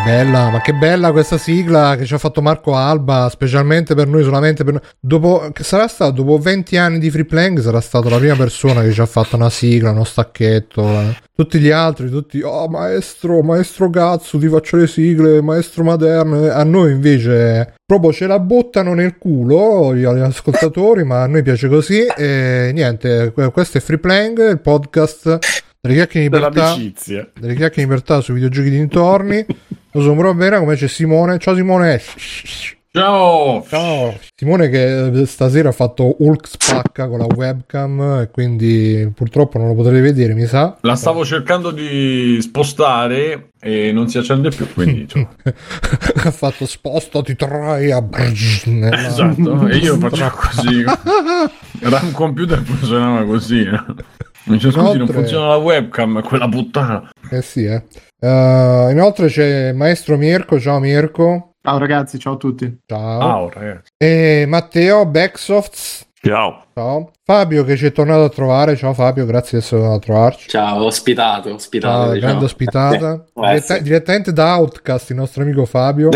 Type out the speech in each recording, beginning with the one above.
Bella, ma che bella questa sigla che ci ha fatto Marco Alba, specialmente per noi, solamente per noi. Dopo 20 anni di free playing sarà stato la prima persona che ci ha fatto una sigla, uno stacchetto. Tutti gli altri, maestro cazzo, ti faccio le sigle, maestro Maderno. A noi invece proprio ce la buttano nel culo gli ascoltatori, ma a noi piace così. E niente, questo è Free Playing, il podcast delle chiacchiere in libertà sui videogiochi dintorni. Lo sono proprio bene, come c'è Simone. Ciao Simone. Ciao Simone che stasera ha fatto Hulk spacca con la webcam e quindi purtroppo non lo potrete vedere, mi sa. La stavo cercando di spostare e non si accende più, quindi ha fatto spostati trai a esatto, e io faccio così. Era un computer funzionava così. Mi dice, scusi, non funziona la webcam, quella puttana. Sì, inoltre c'è il maestro Mirko. Ciao Mirko. Ciao ragazzi, ciao a tutti. Ciao ragazzi. E Matteo Backsofts. Ciao. Fabio che ci è tornato a trovare. Ciao Fabio, grazie di essere venuto a trovarci. Ciao, ospitato. Ciao, grande ospitata. Direttamente da Outcast, il nostro amico Fabio.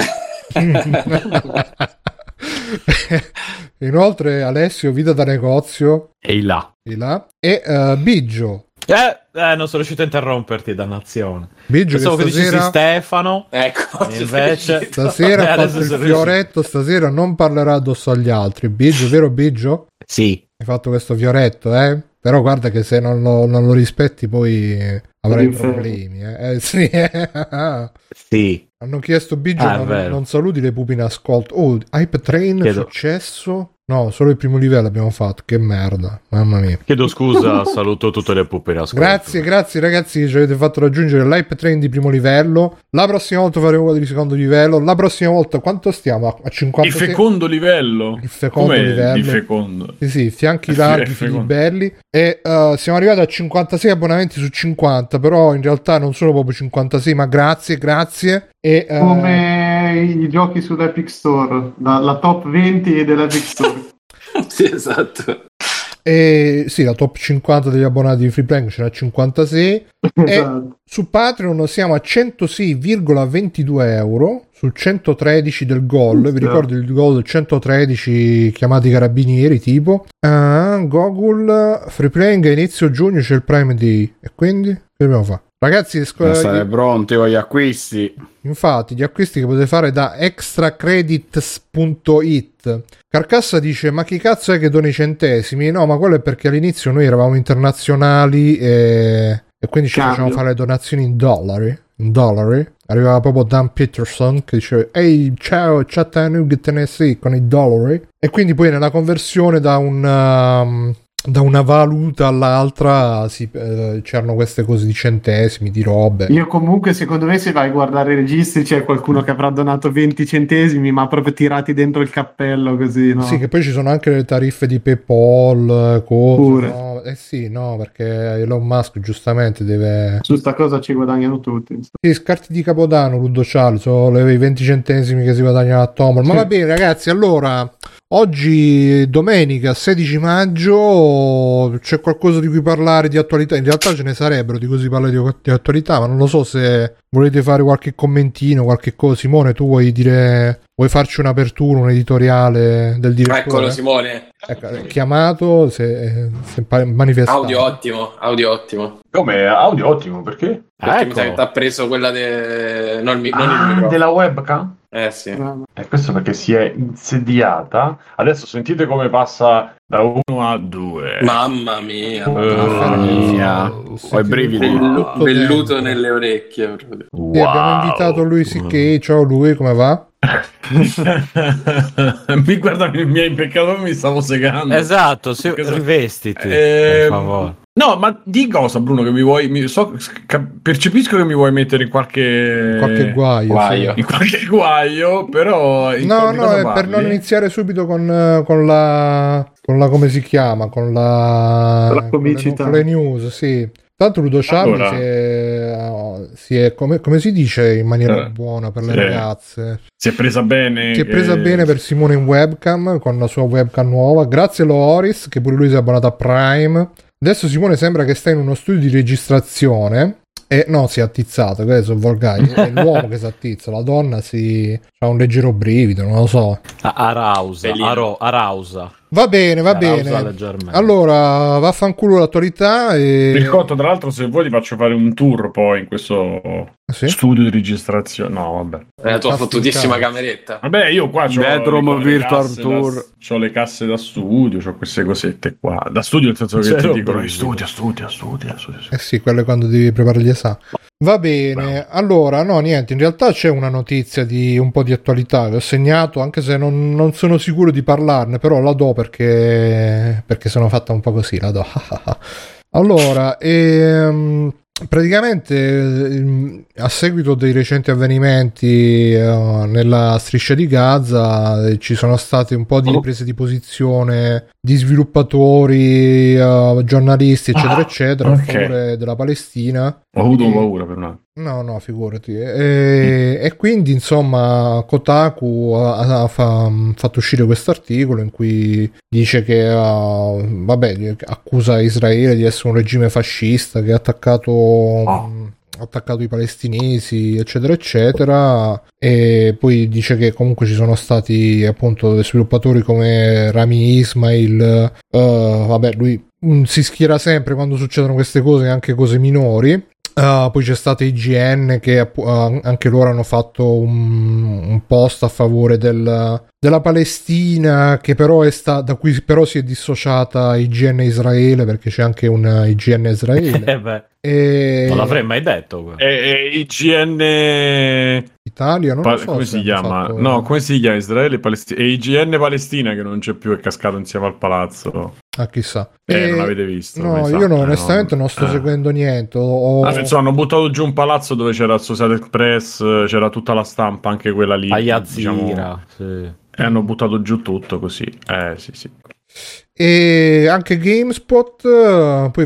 Inoltre Alessio, vita da negozio. E là. E Biggio. Non sono riuscito a interromperti, dannazione. Biggio, pensavo che stasera... dicessi Stefano. Ecco, invece stasera ha fatto il fioretto. Stasera non parlerà addosso agli altri. Biggio, vero Biggio? Sì. Hai fatto questo fioretto, Però guarda che se non lo rispetti poi avrai problemi, Sì. Sì. Hanno chiesto Biggio, non saluti le pupi in ascolto. Oh, Hype Train, successo? No, solo il primo livello abbiamo fatto. Che merda, mamma mia. Chiedo scusa, saluto tutte le pupe in ascolto. Grazie ragazzi che ci avete fatto raggiungere l'Hype Train di primo livello. La prossima volta faremo quello di secondo livello. La prossima volta quanto stiamo? A 50? Il fecondo livello. Il fecondo livello. Il fecondo. Sì, fianchi larghi, figli belli. E siamo arrivati a 56 abbonamenti su 50, però in realtà non sono proprio 56, ma grazie. E, come i giochi sull'Epic Store, la top 20 dell'Epic Store. Sì, esatto. E sì, la top 50 degli abbonati di Free Playing c'era 56. Esatto. E su Patreon siamo a 106,22 euro sul 113 del gol. Vi ricordo il gol 113 chiamati carabinieri tipo Google Free Playing a inizio giugno c'è il Prime Day e quindi che dobbiamo fare? Ragazzi, stare pronti con gli acquisti. Infatti, gli acquisti che potete fare da extracredits.it. Carcassa dice: ma chi cazzo è che dona i centesimi? No, ma quello è perché all'inizio noi eravamo internazionali e quindi ci facevamo fare le donazioni in dollari. Arrivava proprio Dan Peterson che diceva: ehi, ciao, Chattanooga, Tennessee, con i dollari. E quindi poi nella conversione da una valuta all'altra c'erano queste cose di centesimi, di robe. Io comunque secondo me se vai a guardare i registri c'è qualcuno che avrà donato 20 centesimi ma proprio tirati dentro il cappello così, no? Sì, che poi ci sono anche le tariffe di PayPal, cose, no? Sì, no, perché Elon Musk giustamente deve... Su sta cosa ci guadagnano tutti. Sì, scarti di Capodanno, Ludo Ciali, sono i 20 centesimi che si guadagnano a Tomol. Ma va bene ragazzi, allora... Oggi domenica 16 maggio c'è qualcosa di cui parlare di attualità, in realtà ce ne sarebbero di cui si parla di attualità, ma non lo so se volete fare qualche commentino, qualche cosa. Simone, tu vuoi farci un'apertura, un editoriale del direttore? Eccolo Simone. Ecco, chiamato, se manifestato. Audio ottimo. Come? Audio ottimo, perché? Perché mi sa che ti ha preso quella non il microfono. Della webcam? Sì. Questo perché si è insediata. Adesso sentite come passa da 1 a 2. Mamma mia. Ho i brividi. Velluto nelle orecchie. Wow. Sì, abbiamo invitato lui CK. Ciao lui, come va? Mi guarda, mi hai impeccato, mi stavo segando. Esatto, rivestiti per favore. No, ma di cosa, Bruno, che mi vuoi... percepisco che mi vuoi mettere in qualche guaio. Sì. In qualche guaio, però... No, è per non iniziare subito con la come si chiama? Con la comicità. Con le news, sì. Tanto Ludo Ciabi si è come si dice in maniera buona per le ragazze. Si è presa bene. Si è presa bene per Simone in webcam, con la sua webcam nuova. Grazie Loris, che pure lui si è abbonato a Prime. Adesso Simone sembra che sta in uno studio di registrazione No, si è attizzato, quelle sono volgari. È l'uomo che si attizza, la donna ha un leggero brivido, non lo so. Arausa. Va bene. Allora, vaffanculo l'attualità e... Ricotto, tra l'altro, se vuoi ti faccio fare un tour poi in questo studio di registrazione. No, vabbè. La tua fottutissima cameretta. Vabbè, io qua c'ho Bedroom Virtual Tour. C'ho le casse da studio, c'ho queste cosette qua. Da studio nel senso che ti dicono studia. Sì, quelle quando devi preparare gli esami. Va bene, allora, no, niente, in realtà c'è una notizia di un po' di attualità che ho segnato, anche se non sono sicuro di parlarne, però la do perché sono fatta un po' così, la do. Allora, praticamente a seguito dei recenti avvenimenti nella striscia di Gaza ci sono state un po' di prese di posizione di sviluppatori, giornalisti eccetera a favore della Palestina. Ho avuto paura per un attimo. No, figurati. E quindi insomma Kotaku ha fatto uscire questo articolo in cui dice che accusa Israele di essere un regime fascista che ha attaccato i palestinesi eccetera, e poi dice che comunque ci sono stati appunto dei sviluppatori come Rami Ismail, lui si schiera sempre quando succedono queste cose, anche cose minori. Poi c'è stata IGN che anche loro hanno fatto un post a favore della Palestina, che però da cui però si è dissociata IGN Israele, perché c'è anche una IGN Israele. Non l'avrei mai detto. IGN Italia, non lo so come si chiama? No, come si chiama? Israele e Palestina. E IGN Palestina, che non c'è più, è cascato insieme al palazzo. Chissà. Non l'avete visto? No, io onestamente non sto seguendo niente. Hanno buttato giù un palazzo dove c'era Associated Press, c'era tutta la stampa, anche quella lì. Ayazira, sì. E hanno buttato giù tutto così. Sì. E anche GameSpot poi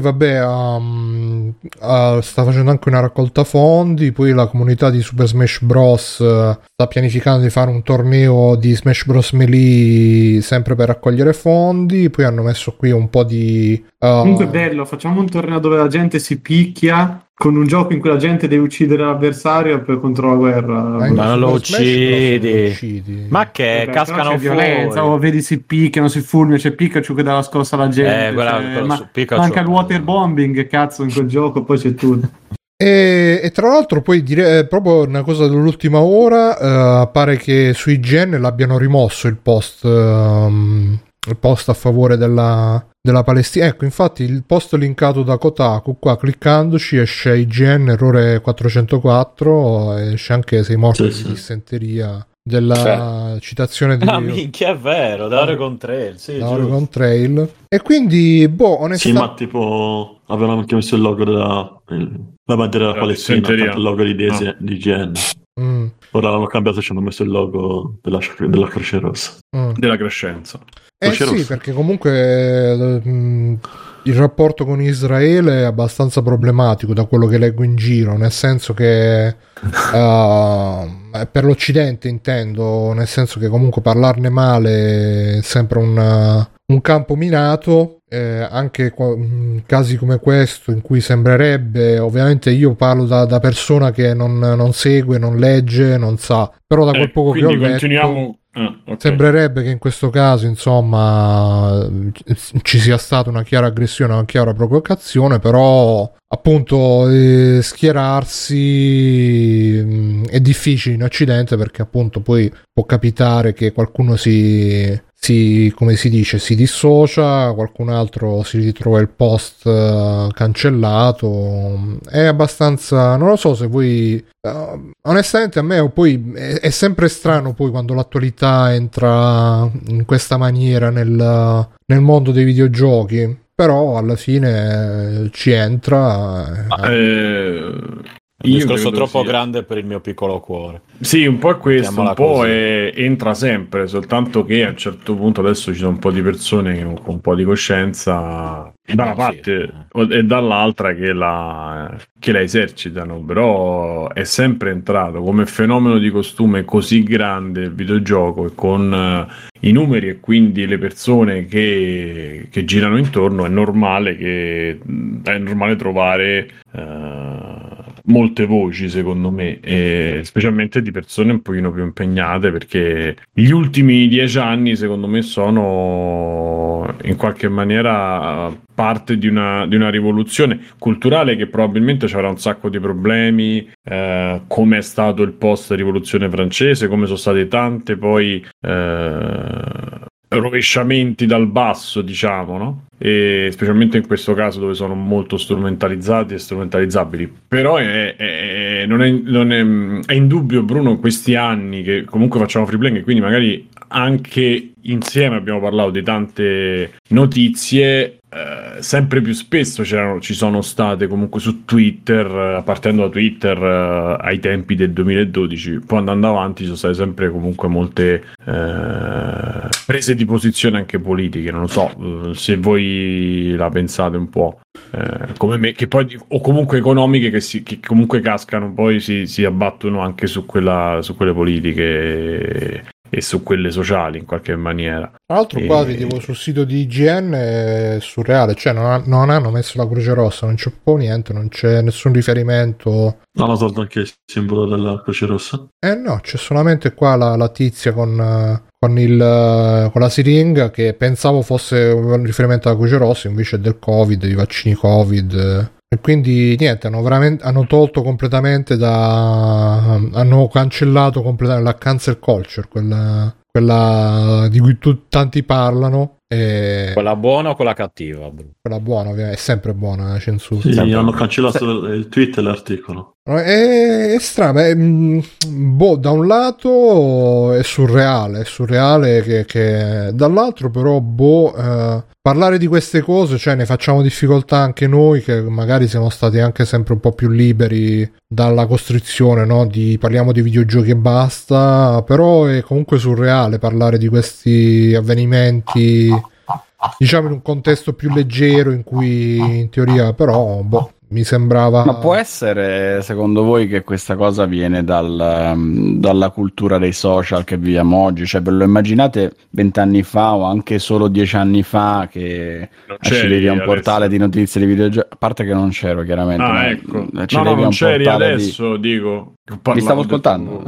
sta facendo anche una raccolta fondi. Poi la comunità di Super Smash Bros sta pianificando di fare un torneo di Smash Bros Melee sempre per raccogliere fondi. Poi hanno messo qui un po' di comunque bello, facciamo un torneo dove la gente si picchia con un gioco in cui la gente deve uccidere l'avversario contro la guerra. Ma non lo uccidi. Ma che cascano c'è violenza, o vedi si picchiano, si fulmina, c'è Pikachu che dà la scossa alla gente, manca il waterbombing, cazzo, in quel gioco, poi c'è tutto. E tra l'altro poi proprio una cosa dell'ultima ora, pare che su IGN l'abbiano rimosso il post a favore della Palestina. Ecco, infatti il post linkato da Kotaku, qua cliccandoci esce IGN errore 404, esce anche sei morti di dissenteria della citazione di minchia, è vero, da Oregon Trail, Oregon Trail. E quindi onestamente sì, ma tipo avevano anche messo il logo della bandiera della Palestina, il logo di IGN. Ora l'hanno cambiato e ci hanno messo il logo della Croce Rossa, della crescenza. Sì, perché comunque il rapporto con Israele è abbastanza problematico da quello che leggo in giro, nel senso che per l'Occidente intendo, nel senso che comunque parlarne male è sempre un campo minato, anche casi come questo in cui sembrerebbe, ovviamente io parlo da persona che non segue, non legge, non sa, però da quel poco che ho letto sembrerebbe che in questo caso insomma ci sia stata una chiara aggressione, una chiara provocazione, però appunto schierarsi è difficile in Occidente, perché appunto poi può capitare che qualcuno come si dice, si dissocia, qualcun altro si ritrova il post cancellato. È abbastanza, non lo so se voi onestamente a me poi è sempre strano poi quando l'attualità entra in questa maniera nel mondo dei videogiochi, però alla fine ci entra. Un discorso troppo grande per il mio piccolo cuore. Sì, un po' è questo, un po' entra sempre, soltanto che a un certo punto adesso ci sono un po' di persone che con un po' di coscienza da una parte e dall'altra che la esercitano, però è sempre entrato come fenomeno di costume così grande il videogioco, e con i numeri e quindi le persone che girano intorno è normale trovare molte voci secondo me, e specialmente di persone un pochino più impegnate, perché gli ultimi 10 anni secondo me sono in qualche maniera parte di una rivoluzione culturale che probabilmente ci avrà un sacco di problemi, come è stato il post rivoluzione francese, come sono state tante poi rovesciamenti dal basso, diciamo, no? E specialmente in questo caso dove sono molto strumentalizzati e strumentalizzabili. Però è indubbio, Bruno, in questi anni che comunque facciamo free playing e quindi magari anche insieme abbiamo parlato di tante notizie, sempre più spesso ci sono state comunque su Twitter, partendo da Twitter ai tempi del 2012, poi andando avanti ci sono state sempre comunque molte prese di posizione anche politiche. Non lo so se voi la pensate un po' come me, che poi, o comunque economiche che comunque cascano, poi si abbattono anche su quelle politiche e su quelle sociali in qualche maniera. Tra l'altro qua vedevo sul sito di IGN è surreale, cioè non hanno messo la Croce Rossa, non c'è un po' niente, non c'è nessun riferimento. Non ho tolto anche il simbolo della Croce Rossa? No, c'è solamente qua la tizia con la siringa, che pensavo fosse un riferimento alla Croce Rossa, invece è del Covid, i vaccini Covid. E quindi niente, hanno tolto completamente hanno cancellato completamente la cancel culture, quella di cui tanti parlano. Quella buona o quella cattiva? Quella buona, ovviamente, è sempre buona la censura. Sì, hanno cancellato il tweet e l'articolo. È strano, da un lato è surreale che dall'altro però parlare di queste cose, cioè ne facciamo difficoltà anche noi che magari siamo stati anche sempre un po' più liberi dalla costrizione, no? Parliamo di videogiochi e basta, però è comunque surreale parlare di questi avvenimenti, diciamo in un contesto più leggero in cui in teoria però mi sembrava. Ma può essere, secondo voi, che questa cosa viene dalla cultura dei social che viviamo oggi? Cioè, ve lo immaginate 20 anni fa o anche solo 10 anni fa che accedevi a un portale di notizie di videogiochi? A parte che non c'ero, chiaramente. Ecco. No, non c'eri adesso, dico. Mi stavo ascoltando.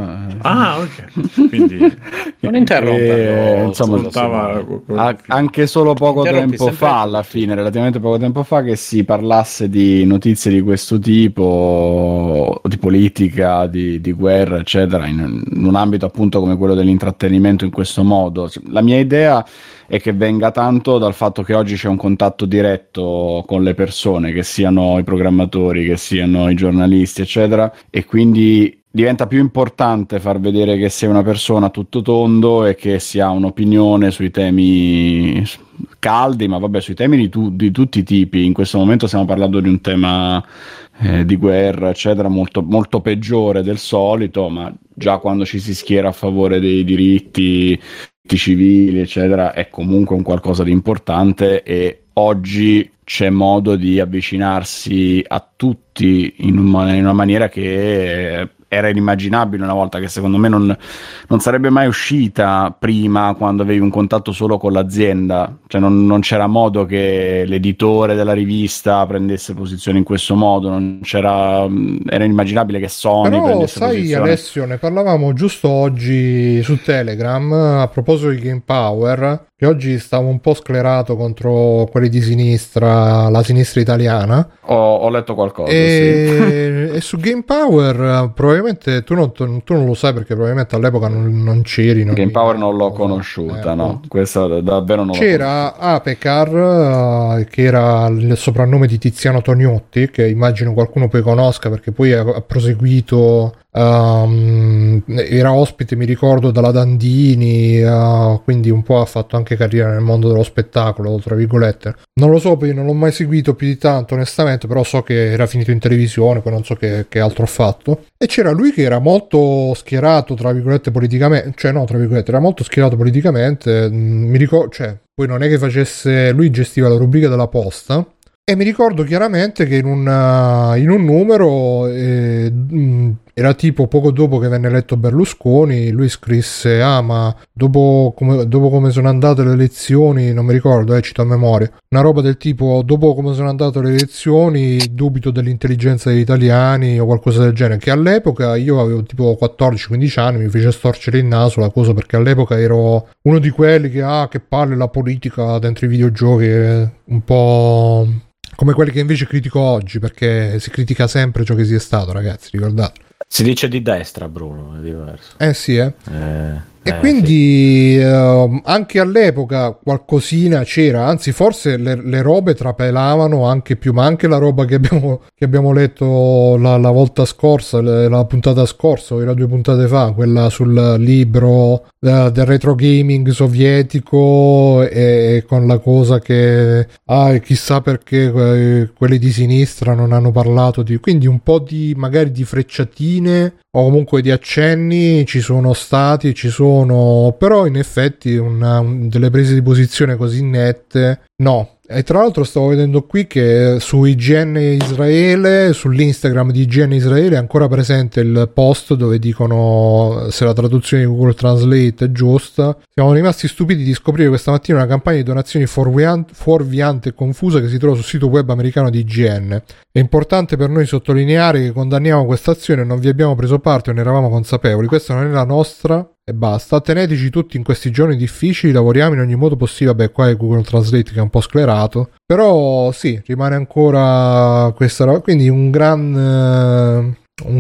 Ok. Quindi non interrompere. Insomma, anche solo poco tempo fa, alla fine, relativamente poco tempo fa, che si parlasse di notizie di questo tipo, di politica, di guerra, eccetera, in un ambito appunto come quello dell'intrattenimento in questo modo. La mia idea è che venga tanto dal fatto che oggi c'è un contatto diretto con le persone, che siano i programmatori, che siano i giornalisti, eccetera, e quindi diventa più importante far vedere che sei una persona a tutto tondo e che si ha un'opinione sui temi caldi, ma vabbè, sui temi di tutti i tipi. In questo momento stiamo parlando di un tema di guerra, eccetera, molto, molto peggiore del solito, ma già quando ci si schiera a favore dei diritti civili, eccetera, è comunque un qualcosa di importante, e oggi c'è modo di avvicinarsi a tutti in una maniera che era inimmaginabile una volta, che secondo me non sarebbe mai uscita prima, quando avevi un contatto solo con l'azienda. Cioè non c'era modo che l'editore della rivista prendesse posizione in questo modo, era inimmaginabile che Sony prendesse posizione. Però sai, Alessio, ne parlavamo giusto oggi su Telegram a proposito di Game Power, che oggi stavo un po' sclerato contro quelli di sinistra, la sinistra italiana. Ho letto qualcosa, e su Game Power probabilmente tu non lo sai, perché probabilmente all'epoca non c'eri. Game Power non l'ho conosciuta, no, questa davvero non c'era. Apecar, che era il soprannome di Tiziano Tognotti, che immagino qualcuno poi conosca perché poi ha proseguito. Era ospite, mi ricordo, dalla Dandini, quindi un po' ha fatto anche carriera nel mondo dello spettacolo, tra virgolette. Non lo so, poi non l'ho mai seguito più di tanto onestamente, però so che era finito in televisione, poi non so che altro ha fatto. E c'era lui che era molto schierato, tra virgolette, politicamente, cioè no, tra virgolette, era molto schierato politicamente, mi ricordo, cioè poi non è che facesse, lui gestiva la rubrica della Posta. E mi ricordo chiaramente che in un numero era tipo poco dopo che venne eletto Berlusconi, lui scrisse: ma dopo come sono andate le elezioni, non mi ricordo, cito a memoria, una roba del tipo: dopo come sono andate le elezioni dubito dell'intelligenza degli italiani o qualcosa del genere, che all'epoca io avevo tipo 14-15 anni, mi fece storcere il naso la cosa, perché all'epoca ero uno di quelli che palle la politica dentro i videogiochi, un po' come quelli che invece critico oggi, perché si critica sempre ciò che si è stato, ragazzi, ricordate. Si dice di destra, Bruno, è diverso. Sì, e quindi sì. Anche all'epoca qualcosina c'era, anzi forse le robe trapelavano anche più, ma anche la roba che abbiamo letto la volta scorsa, la puntata scorsa, o era 2 puntate fa, quella sul libro del retro gaming sovietico, e con la cosa che chissà perché quelli di sinistra non hanno parlato di, quindi un po' di magari di frecciatine o comunque di accenni ci sono stati, però in effetti delle prese di posizione così nette no. E tra l'altro stavo vedendo qui che su IGN Israele, sull'Instagram di IGN Israele, è ancora presente il post dove dicono se la traduzione di Google Translate è giusta. Siamo rimasti stupiti di scoprire questa mattina una campagna di donazioni fuorviante e confusa che si trova sul sito web americano di IGN. È importante per noi sottolineare che condanniamo questa azione e non vi abbiamo preso parte o ne eravamo consapevoli. Questa non è la nostra e basta. Teneteci tutti in questi giorni difficili, lavoriamo in ogni modo possibile. Beh, qua è Google Translate che è un po' sclerato, però sì, rimane ancora questa roba, quindi un gran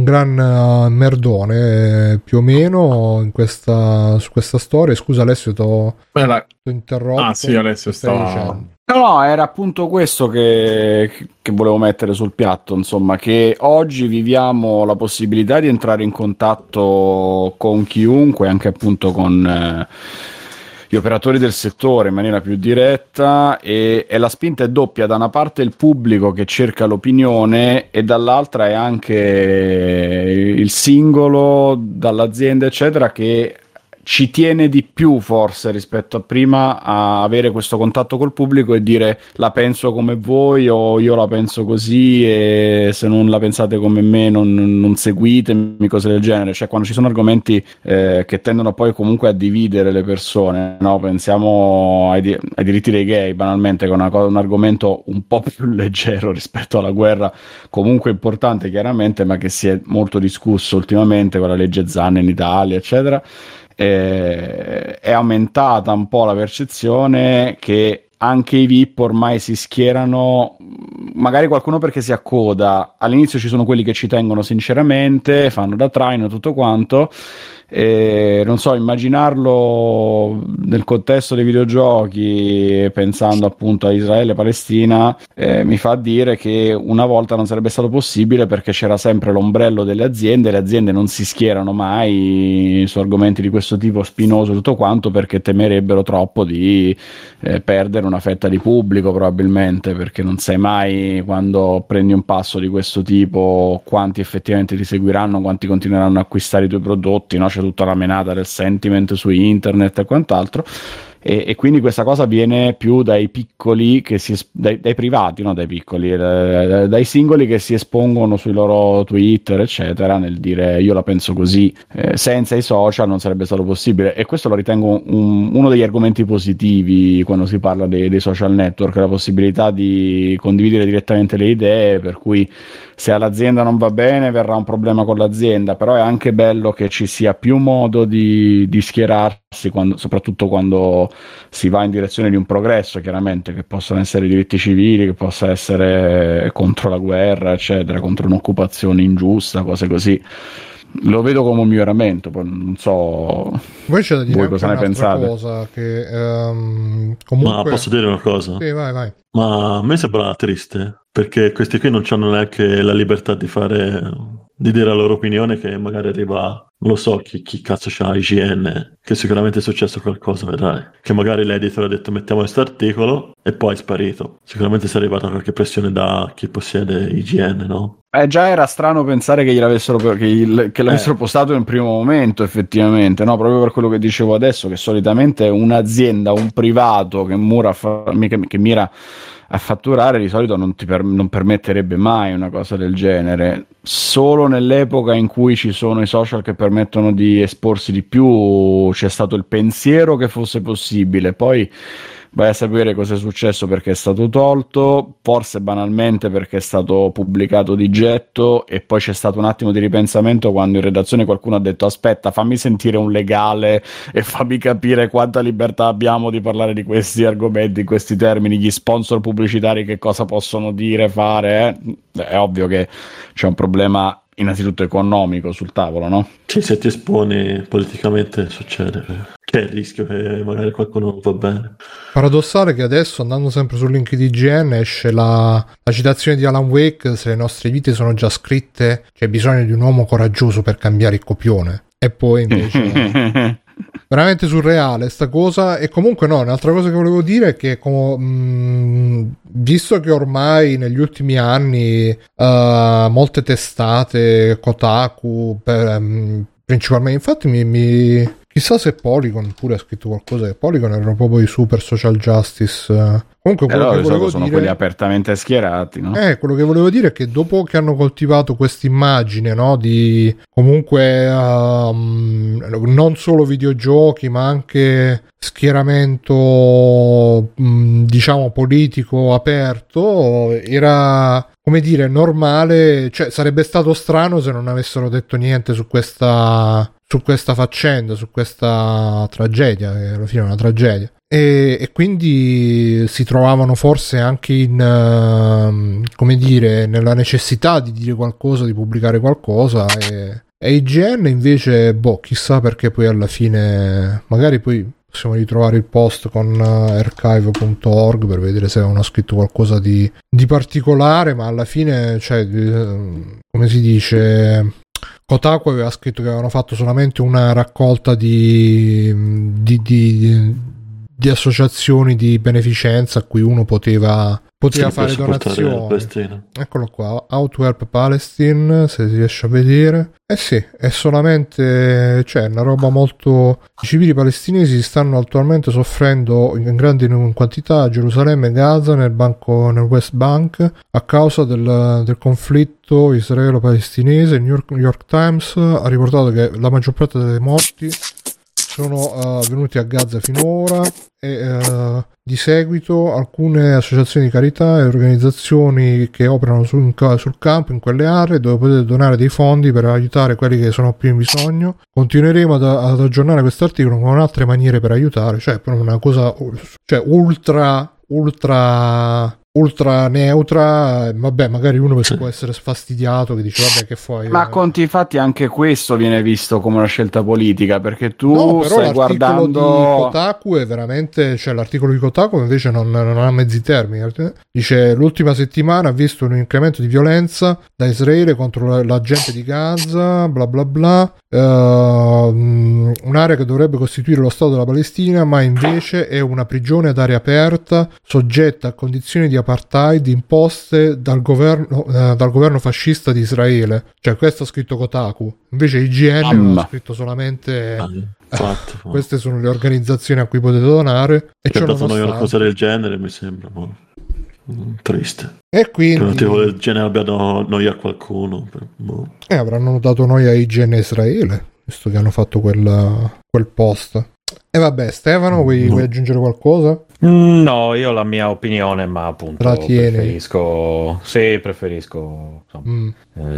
merdone più o meno su questa storia. Scusa Alessio, t'ho interrotto. Sì, Alessio stava... No, era appunto questo che volevo mettere sul piatto, insomma, che oggi viviamo la possibilità di entrare in contatto con chiunque, anche appunto con gli operatori del settore in maniera più diretta, e la spinta è doppia: da una parte il pubblico che cerca l'opinione e dall'altra è anche il singolo dall'azienda eccetera che ci tiene di più forse rispetto a prima a avere questo contatto col pubblico e dire la penso come voi o io la penso così e se non la pensate come me non seguitemi, cose del genere. Cioè, quando ci sono argomenti che tendono poi comunque a dividere le persone, no? Pensiamo ai diritti dei gay banalmente, che è un argomento un po' più leggero rispetto alla guerra, comunque importante chiaramente, ma che si è molto discusso ultimamente con la legge Zan in Italia eccetera. È aumentata un po' la percezione che anche i VIP ormai si schierano, magari qualcuno perché si accoda. All'inizio ci sono quelli che ci tengono sinceramente, fanno da traino tutto quanto, non so, immaginarlo nel contesto dei videogiochi, pensando appunto a Israele e Palestina, mi fa dire che una volta non sarebbe stato possibile perché c'era sempre l'ombrello delle aziende, le aziende non si schierano mai su argomenti di questo tipo spinoso tutto quanto, perché temerebbero troppo di perdere una fetta di pubblico probabilmente, perché non sai mai quando prendi un passo di questo tipo quanti effettivamente ti seguiranno, quanti continueranno a acquistare i tuoi prodotti, no? C'è tutta la menata del sentiment su internet e quant'altro, e quindi questa cosa viene più dai piccoli dai privati, no, dai piccoli, dai singoli che si espongono sui loro Twitter eccetera nel dire io la penso così. Senza i social non sarebbe stato possibile, e questo lo ritengo uno degli argomenti positivi quando si parla dei social network, la possibilità di condividere direttamente le idee, per cui se all'azienda non va bene verrà un problema con l'azienda, però è anche bello che ci sia più modo di schierarsi, soprattutto quando si va in direzione di un progresso, chiaramente, che possono essere i diritti civili, che possa essere contro la guerra eccetera, contro un'occupazione ingiusta, cose così. Lo vedo come un miglioramento, poi non so voi c'è da dire voi cosa ne pensate. Cosa che, comunque... Ma posso dire una cosa? Sì, vai. Ma a me sembra triste, perché questi qui non hanno neanche la libertà di dire la loro opinione, che magari arriva, non lo so chi cazzo c'ha IGN, che sicuramente è successo qualcosa, vedrai, che magari l'editor ha detto mettiamo questo articolo e poi è sparito. Sicuramente si è arrivata qualche pressione da chi possiede IGN, no? Già era strano pensare che l'avessero postato in primo momento, effettivamente, no? Proprio per quello che dicevo adesso, che solitamente un'azienda, un privato che mira a fatturare di solito non permetterebbe mai una cosa del genere. Solo nell'epoca in cui ci sono i social che permettono di esporsi di più c'è stato il pensiero che fosse possibile, poi vai a sapere cosa è successo, perché è stato tolto, forse banalmente perché è stato pubblicato di getto, e poi c'è stato un attimo di ripensamento quando in redazione qualcuno ha detto aspetta, fammi sentire un legale e fammi capire quanta libertà abbiamo di parlare di questi argomenti in questi termini, gli sponsor pubblicitari che cosa possono dire, fare, È ovvio che c'è un problema innanzitutto economico sul tavolo, no? Sì, se ti esponi politicamente succede. C'è il rischio che magari qualcuno non va bene. Paradossale che adesso, andando sempre sul link di IGN, esce la citazione di Alan Wake: se le nostre vite sono già scritte, c'è bisogno di un uomo coraggioso per cambiare il copione. E poi invece veramente surreale sta cosa. E comunque no, un'altra cosa che volevo dire è che visto che ormai negli ultimi anni molte testate, Kotaku principalmente, infatti chissà se Polygon pure ha scritto qualcosa, che Polygon erano proprio i super social justice. Comunque quello che volevo sono dire, quelli apertamente schierati, no? Quello che volevo dire è che dopo che hanno coltivato quest'immagine, no, di comunque non solo videogiochi ma anche schieramento diciamo politico aperto, era, come dire, normale, cioè sarebbe stato strano se non avessero detto niente su questa faccenda, su questa tragedia, che alla fine è una tragedia. E quindi si trovavano forse anche in come dire, nella necessità di dire qualcosa, di pubblicare qualcosa, e IGN invece chissà perché poi alla fine magari poi possiamo ritrovare il post con archive.org per vedere se avevano scritto qualcosa di particolare, ma alla fine, cioè, come si dice, Kotaku aveva scritto che avevano fatto solamente una raccolta di associazioni di beneficenza a cui uno poteva fare donazioni. Eccolo qua, How to Help Palestine, se si riesce a vedere. Sì, è solamente, cioè, una roba molto... I civili palestinesi stanno attualmente soffrendo in grandi quantità a Gerusalemme e Gaza, nel West Bank, a causa del conflitto israelo-palestinese. Il New York Times ha riportato che la maggior parte dei morti sono venuti a Gaza finora, e di seguito alcune associazioni di carità e organizzazioni che operano sul campo in quelle aree, dove potete donare dei fondi per aiutare quelli che sono più in bisogno. Continueremo ad aggiornare questo articolo con altre maniere per aiutare, cioè una cosa, cioè ultra neutra. Vabbè, magari uno può essere sfastidiato, che dice vabbè, che fai, ma conti fatti anche questo viene visto come una scelta politica, perché tu stai guardando di Kotaku è veramente, cioè l'articolo di Kotaku invece non ha mezzi termini, dice l'ultima settimana ha visto un incremento di violenza da Israele contro la gente di Gaza, bla bla bla, un'area che dovrebbe costituire lo Stato della Palestina ma invece è una prigione ad aria aperta soggetta a condizioni di apartheid imposte dal governo fascista di Israele. Cioè, questo ha scritto Kotaku, invece IGN ha scritto solamente queste sono le organizzazioni a cui potete donare, e c'è dato noi una cosa del genere, mi sembra triste, e quindi che un motivo del genere abbia dato noia a qualcuno. Avranno dato noia a IGN Israele, visto che hanno fatto quel post. E vabbè, Stefano, vuoi aggiungere qualcosa? No, io ho la mia opinione, ma appunto preferisco insomma,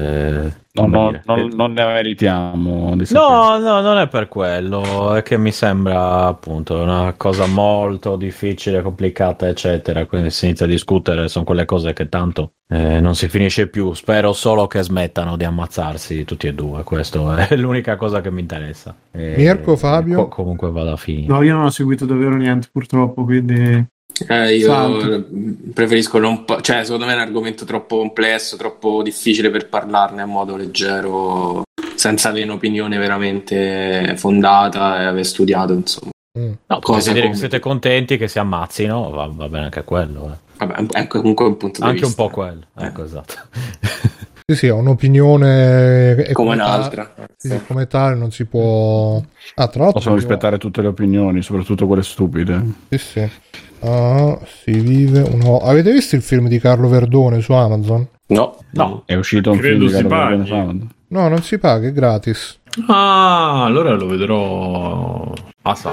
non ne meritiamo di no, non è per quello, è che mi sembra appunto una cosa molto difficile, complicata, eccetera, quindi si inizia a discutere, sono quelle cose che tanto non si finisce più. Spero solo che smettano di ammazzarsi tutti e due, questo è l'unica cosa che mi interessa. Mirko, Fabio? Comunque vado a finire. No, io non ho seguito davvero niente purtroppo, quindi io preferisco non cioè, secondo me è un argomento troppo complesso, troppo difficile per parlarne a modo leggero, senza avere un'opinione veramente fondata e aver studiato, insomma. No, potete dire che siete contenti che si ammazzino, va bene anche quello. Vabbè, è comunque un punto di anche vista. Un po' quello, ecco, esatto. Sì, è un'opinione come un'altra. Sì, come tale non si può... tra l'altro possono rispettare tutte le opinioni, soprattutto quelle stupide. Sì. Si vive avete visto il film di Carlo Verdone su Amazon? No. È uscito un film di Carlo Verdone su Amazon. No, non si paga, è gratis. Allora lo vedrò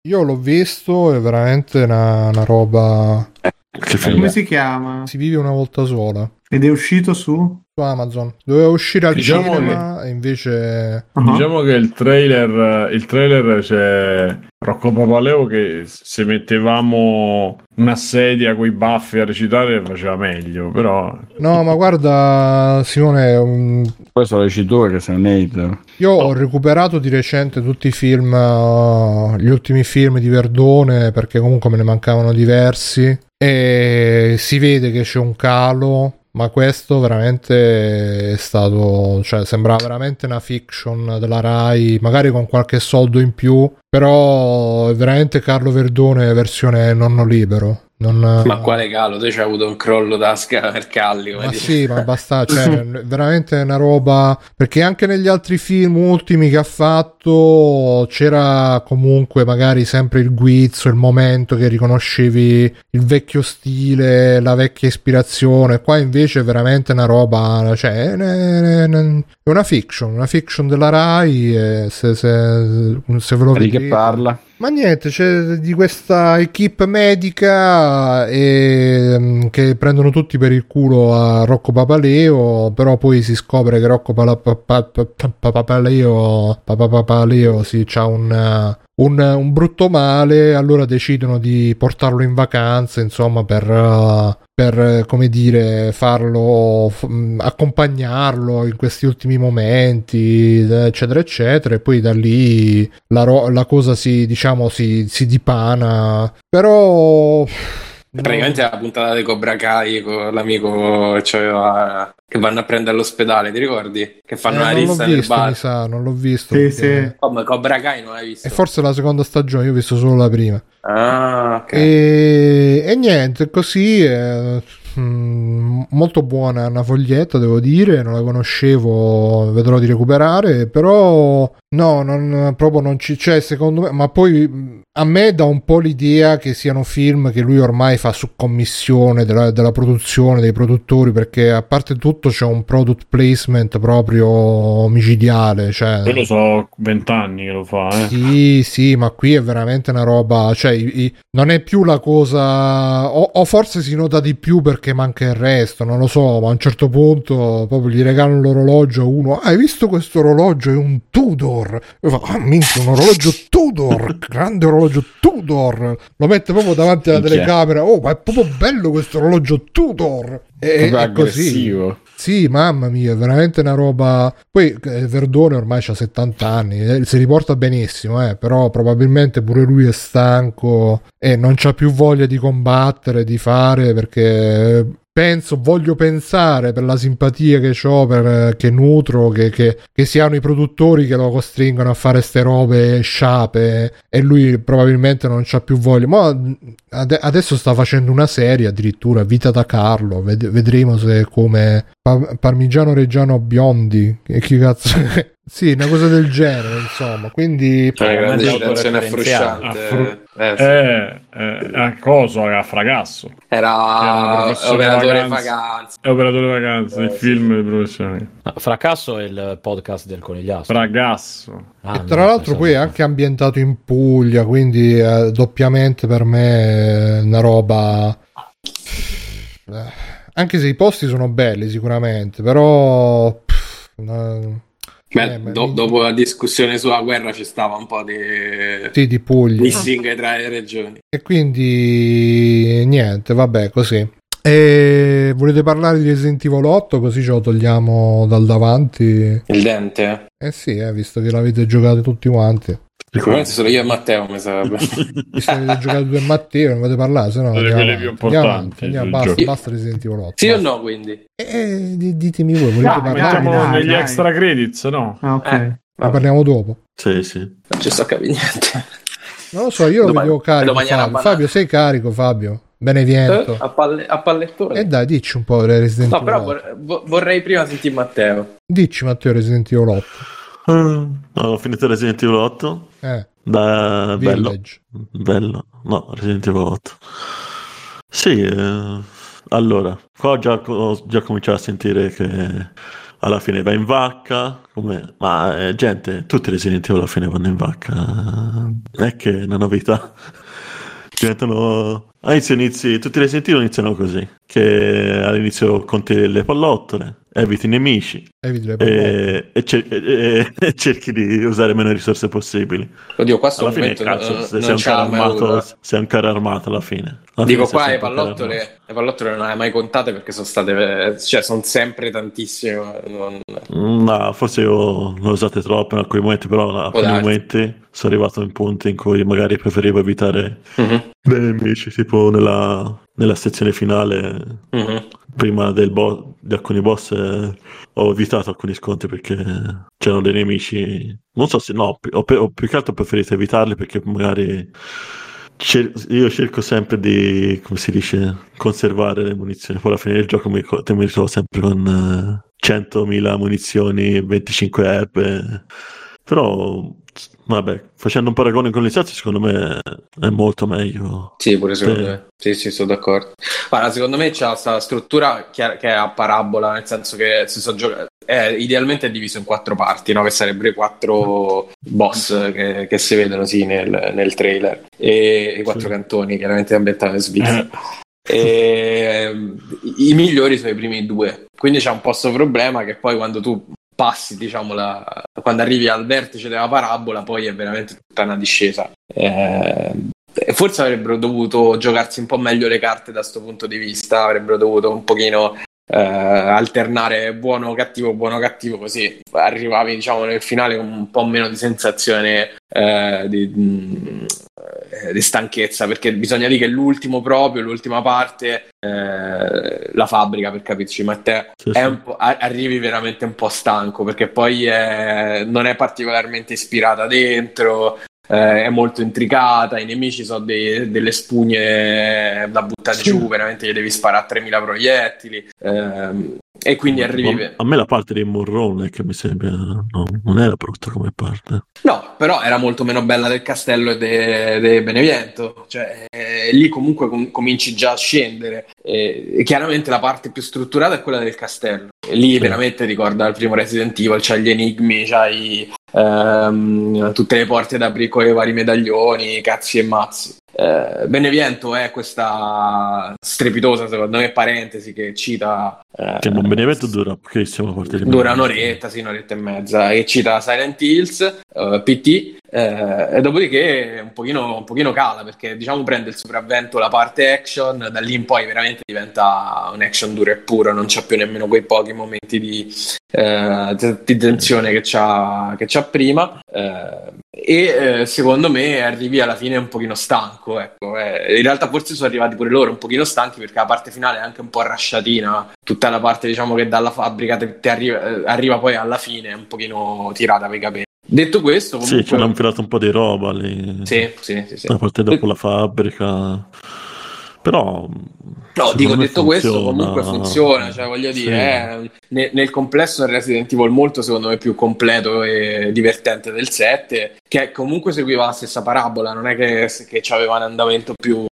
Io l'ho visto, è veramente una roba... Come si chiama? Si vive una volta sola. Ed è uscito su Amazon. Doveva uscire al cinema e invece... Diciamo che il trailer c'è Rocco Papaleo che se mettevamo una sedia coi baffi a recitare faceva meglio, però... No, ma guarda Simone... Questo lo dici tu che sei un hater. Io ho recuperato di recente tutti i film, gli ultimi film di Verdone, perché comunque me ne mancavano diversi, e si vede che c'è un calo, ma questo veramente è stato, cioè sembrava veramente una fiction della Rai, magari con qualche soldo in più, però è veramente Carlo Verdone versione nonno libero. Ma quale calo? Tu c'hai avuto un crollo d'asca per Calli? Ma sì, ma basta, cioè, veramente una roba, perché anche negli altri film ultimi che ha fatto c'era comunque magari sempre il guizzo, il momento che riconoscevi il vecchio stile, la vecchia ispirazione. Qua invece è veramente una roba, cioè è una fiction della Rai, se ve lo vedete. Che parla? Ma niente, c'è di questa equipe medica che prendono tutti per il culo a Rocco Papaleo, però poi si scopre che Rocco Papaleo sì, c'ha un brutto male, allora decidono di portarlo in vacanza, insomma, per come dire, farlo, accompagnarlo in questi ultimi momenti, eccetera eccetera, e poi da lì la cosa si dipana, però praticamente è la puntata di Cobra Kai con l'amico che vanno a prendere all'ospedale, ti ricordi? Che fanno una rissa nel bar. Mi sa, non l'ho visto. Sì. Come Cobra Kai non l'hai visto? E forse la seconda stagione, io ho visto solo la prima. Ah, ok. E niente, così molto buona una foglietta, devo dire, non la conoscevo, vedrò di recuperare, però no, proprio non ci c'è, secondo me, ma poi a me dà un po' l'idea che siano film che lui ormai fa su commissione della produzione, dei produttori, perché a parte tutto c'è un product placement proprio omicidiale, cioè quello so 20 anni che lo fa, Sì, ma qui è veramente una roba, cioè non è più la cosa, o forse si nota di più perché manca il resto, non lo so, ma a un certo punto proprio gli regalano l'orologio a uno: hai visto questo orologio? È un Tudor. E fa: minchia, un orologio Tudor, grande orologio Tudor, lo mette proprio davanti alla telecamera: oh, ma è proprio bello questo orologio Tudor. È così. Sì, mamma mia, è veramente una roba. Poi Verdone ormai ha 70 anni, si riporta benissimo, però probabilmente pure lui è stanco e non c'ha più voglia di combattere, di fare, perché voglio pensare, per la simpatia che ho, che nutro, che siano i produttori che lo costringono a fare ste robe sciape, e lui probabilmente non c'ha più voglia. Ma adesso sta facendo una serie addirittura, Vita da Carlo, vedremo se è come Parmigiano Reggiano Biondi, e chi cazzo è? Sì, una cosa del genere, insomma, quindi una grande citazione affrusciante. A cosa? A Fragasso era operatore vacanze. È operatore vacanze, il film di professione. Fracasso è il podcast del Conigliastro. Fragasso. E tra l'altro poi è anche ambientato in Puglia, quindi doppiamente per me è una roba, anche se i posti sono belli sicuramente, però dopo la discussione sulla guerra ci stava un po' di Puglia, dissing tra le regioni, e quindi niente, vabbè, così. E volete parlare di Resident Evil 8, così ce lo togliamo dal davanti? Il dente? Sì, visto che l'avete giocato tutti quanti. Sicuramente solo io e Matteo, mi sarebbe. Visto che avete giocato tu e Matteo, non volete parlare, se no quelle più importanti. Basta Resident Evil 8. Sì o no, quindi? Ditemi voi, volete parlare? Mettiamo negli extra credits, no? Ok. Ma parliamo dopo. Sì. Non ci sto capendo niente. Non lo so, io lo vedevo carico. Fabio, sei carico, Fabio? Beneviento. A pallettone. E dai, dici un po' Resident Evil 8. No, però vorrei prima sentire Matteo. Dici, Matteo, Resident Evil 8. Ho finito Resident Evil 8. Bello. No, Resident Evil 8. Sì, allora, qua ho già cominciato a sentire che alla fine va in vacca, ma gente, tutti i Resident Evil alla fine vanno in vacca, non è che è una novità. Diventano inizi tutti i Resident Evil iniziano così, che all'inizio conti le pallottole, eviti i nemici e cerchi di usare meno risorse possibili. Oddio, qua alla fine sei un carro armato alla fine. Dico, qua le pallottole non le hai mai contate perché sono state, cioè sono sempre tantissime. No, forse io ne ho usate troppe in alcuni momenti, però in alcuni momenti sono arrivato in punti in cui magari preferivo evitare dei nemici, tipo nella sezione finale, prima di alcuni boss ho evitato alcuni scontri perché c'erano dei nemici, non so se no, o più che altro ho preferito evitarli perché magari io cerco sempre di, come si dice, conservare le munizioni, poi alla fine del gioco mi ritrovo sempre con 100.000 munizioni, 25 erbe, però vabbè, facendo un paragone con l'iniziato secondo me è molto meglio. Sì, pure secondo me. Sì, sono d'accordo. Guarda, secondo me c'è questa struttura che è a parabola, nel senso che idealmente è diviso in 4 parti, no? Che sarebbero i 4 boss che si vedono nel trailer, e i 4 cantoni chiaramente ambientati in Svizzera. I migliori sono i primi 2, quindi c'è un po' questo problema che poi quando tu passi, diciamo, quando arrivi al vertice della parabola poi è veramente tutta una discesa. Forse avrebbero dovuto giocarsi un po' meglio le carte da questo punto di vista, avrebbero dovuto un pochino alternare buono cattivo, così arrivavi, diciamo, nel finale con un po' meno di sensazione di stanchezza, perché bisogna dire che l'ultima parte, la fabbrica, per capirci, ma te arrivi veramente un po' stanco, perché poi non è particolarmente ispirata dentro, è molto intricata, i nemici sono delle spugne da buttare giù, veramente gli devi sparare 3.000 proiettili, e quindi arrivi. A me la parte di Morrone, che mi sembra non era brutta come parte. No, però era molto meno bella del castello e de Benevento, cioè lì comunque cominci già a scendere, e chiaramente la parte più strutturata è quella del castello, e lì veramente ricorda il primo Resident Evil, c'hai gli enigmi, c'hai tutte le porte da aprire con i vari medaglioni, cazzi e mazzi. Benevento è questa strepitosa, secondo me, parentesi che cita che non Benevento dura pochissimo, dura un'oretta e mezza, e cita Silent Hills, PT, e dopodiché un pochino cala, perché diciamo prende il sopravvento la parte action, da lì in poi veramente diventa un action duro e puro, non c'ha più nemmeno quei pochi momenti di tensione che c'ha prima, e secondo me arrivi alla fine un pochino stanco, ecco. In realtà forse sono arrivati pure loro un pochino stanchi, perché la parte finale è anche un po' rasciatina, tutta la parte, diciamo, che dalla fabbrica ti arriva poi alla fine un pochino tirata per i capelli. Detto questo, comunque... Sì, ci hanno infilato un po' di roba lì. Sì. A parte dopo la fabbrica. Però... No, dico, detto questo, comunque funziona, cioè voglio dire, nel complesso è Resident Evil molto, secondo me, più completo e divertente del 7, che comunque seguiva la stessa parabola, non è che c'aveva un andamento più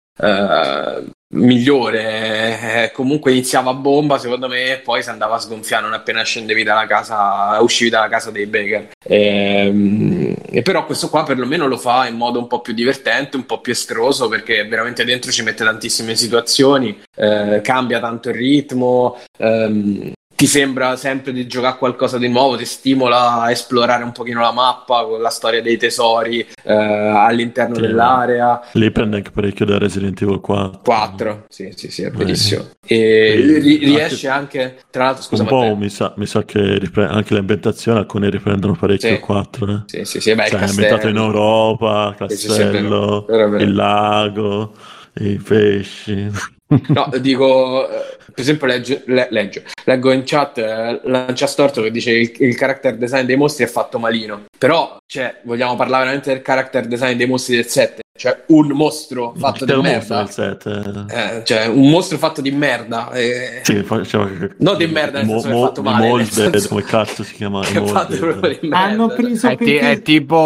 migliore, comunque iniziava a bomba, secondo me, e poi si andava a sgonfiare non appena uscivi dalla casa dei Baker, e però questo qua perlomeno lo fa in modo un po' più divertente, un po' più estroso, perché veramente dentro ci mette tantissime situazioni, cambia tanto il ritmo, ti sembra sempre di giocare a qualcosa di nuovo, ti stimola a esplorare un pochino la mappa con la storia dei tesori all'interno dell'area. Lì prende anche parecchio da Resident Evil 4. Sì, è bellissimo. E riesce anche, tra l'altro, scusa, un po' mi sa che anche l'ambientazione alcune riprendono parecchio il 4. Sì, beh, è ambientato in Europa, castello, il lago, i pesci. No, dico, per esempio leggo in chat Lancia Storto che dice il character design dei mostri è fatto malino, però vogliamo parlare veramente del character design dei mostri del 7, cioè un mostro fatto di merda, cioè un mostro fatto di merda, sì, non di merda nel senso che è fatto male, come cazzo si chiama, hanno preso è tipo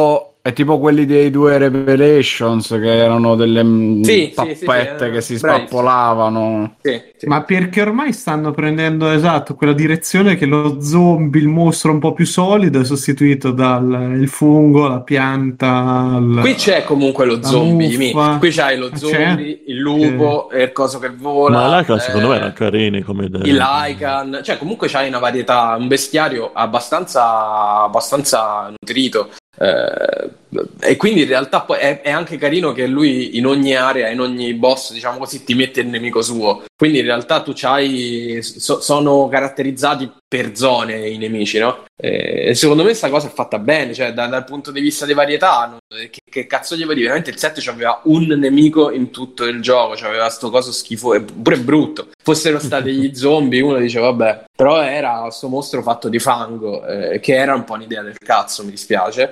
È tipo quelli dei 2 Revelations, che erano delle pappette che si spappolavano. Sì. Ma perché ormai stanno prendendo quella direzione che lo zombie, il mostro un po' più solido, è sostituito dal il fungo, la pianta. Qui c'è comunque lo zombie. Qui c'hai lo zombie, il lupo, il coso che vola. Ma l'Lycan secondo me era carini come idea. Il Lycan, cioè comunque c'hai una varietà, un bestiario abbastanza nutrito. E quindi in realtà poi è anche carino che lui in ogni area, in ogni boss, diciamo così, ti mette il nemico suo, quindi in realtà tu sono caratterizzati per zone i nemici, no? E secondo me questa cosa è fatta bene, cioè dal punto di vista di varietà, che cazzo gli vuoi dire? Veramente il 7 c'aveva un nemico in tutto il gioco, c'aveva sto coso schifo e pure brutto. Fossero stati gli zombie, uno dice vabbè, però era sto mostro fatto di fango, che era un po' un'idea del cazzo, mi dispiace.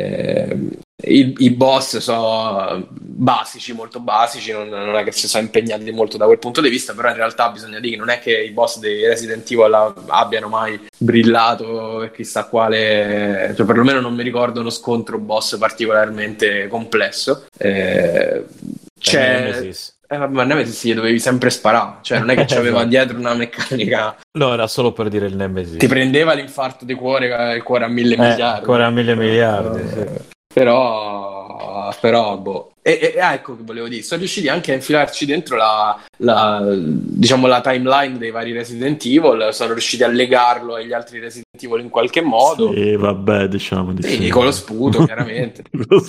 I boss sono basici, molto basici, non è che si sono impegnati molto da quel punto di vista, però in realtà bisogna dire che non è che i boss dei Resident Evil abbiano mai brillato e chissà quale, cioè perlomeno non mi ricordo uno scontro boss particolarmente complesso. C'è Nemesis. Ma Nemesis gli dovevi sempre sparare, cioè non è che c'aveva dietro una meccanica. No, era solo per dire il Nemesis. Ti prendeva l'infarto di cuore, il cuore a 1000 miliardi. Cuore a 1000 miliardi, sì. Però boh. Ecco che volevo dire, sono riusciti anche a infilarci dentro diciamo la timeline dei vari Resident Evil, sono riusciti a legarlo agli altri Resident Evil in qualche modo. Sì, vabbè, diciamo di sì. Con lo sputo, chiaramente.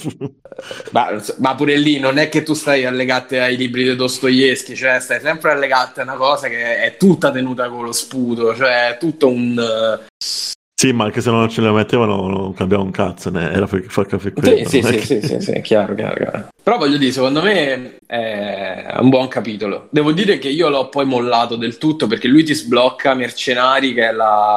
Ma pure lì non è che tu stai allegato ai libri di Dostoevsky, cioè stai sempre allegato a una cosa che è tutta tenuta con lo sputo, cioè tutto un... Sì, ma anche se non ce le mettevano non cambiava un cazzo, era per far capire quello. Sì, chiaro. Però voglio dire, secondo me è un buon capitolo. Devo dire che io l'ho poi mollato del tutto, perché lui ti sblocca Mercenari, che è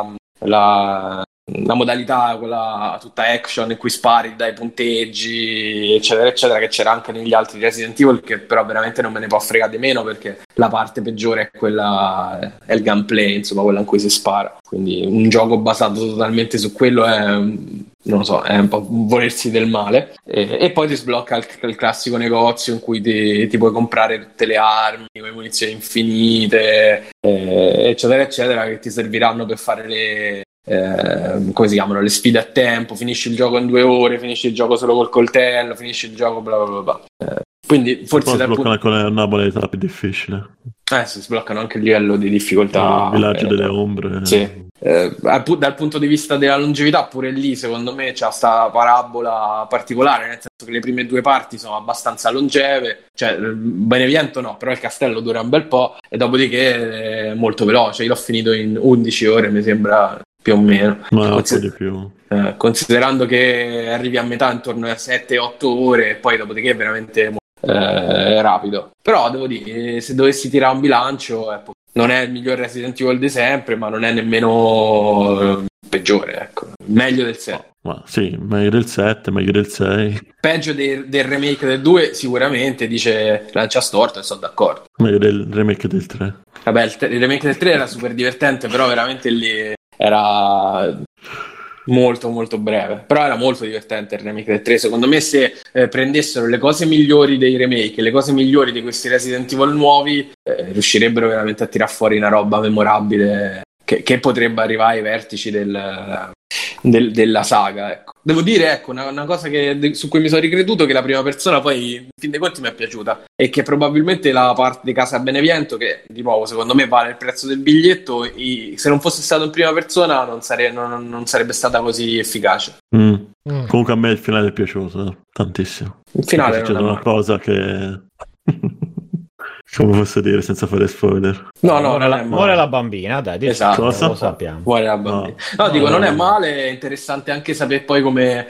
la modalità quella tutta action in cui spari dai punteggi eccetera eccetera, che c'era anche negli altri Resident Evil, che però veramente non me ne può fregare di meno, perché la parte peggiore è quella, è il gameplay, insomma, quella in cui si spara. Quindi un gioco basato totalmente su quello è, non lo so, è un po' volersi del male. E poi ti sblocca il classico negozio in cui ti puoi comprare tutte le armi, le munizioni infinite, eccetera eccetera, che ti serviranno per fare come si chiamano, le sfide a tempo. Finisci il gioco in 2 ore, finisci il gioco solo col coltello, finisci il gioco bla bla bla. Quindi forse sbloccano con una modalità più difficile. Si sbloccano anche il livello di difficoltà. Il villaggio delle ombre. Sì. Dal punto di vista della longevità, pure lì secondo me c'è sta parabola particolare, nel senso che le prime 2 parti sono abbastanza longeve, cioè Beneviento no, però il castello dura un bel po', e dopodiché è molto veloce. Io l'ho finito in 11 ore, mi sembra, più o meno, ma un po' di più. Considerando che arrivi a metà intorno a 7-8 ore, e poi dopodiché è veramente rapido. Però devo dire, se dovessi tirare un bilancio, non è il miglior Resident Evil di sempre, ma non è nemmeno peggiore, ecco. Meglio del 7. Ma sì, meglio del 7, meglio del 6. Peggio del remake del 2 sicuramente, dice Lancia Storto, e sono d'accordo. Meglio del remake del 3. Vabbè, il remake del 3 era super divertente, però veramente lì era molto molto breve, però era molto divertente il remake del 3. Secondo me, se prendessero le cose migliori dei remake e le cose migliori di questi Resident Evil nuovi, riuscirebbero veramente a tirar fuori una roba memorabile che potrebbe arrivare ai vertici della saga, ecco. Devo dire, ecco, una cosa su cui mi sono ricreduto, che la prima persona poi in fin dei conti mi è piaciuta, e che probabilmente la parte di Casa Beneviento, che di nuovo secondo me vale il prezzo del biglietto, se non fosse stato in prima persona non sarebbe stata così efficace. Comunque a me il finale è piaciuto tantissimo. Il finale c'è una cosa che come posso dire senza fare spoiler? No, muore la bambina, dai, esatto, lo sappiamo. Muore la bambina. No, dico, non è male, è interessante anche sapere poi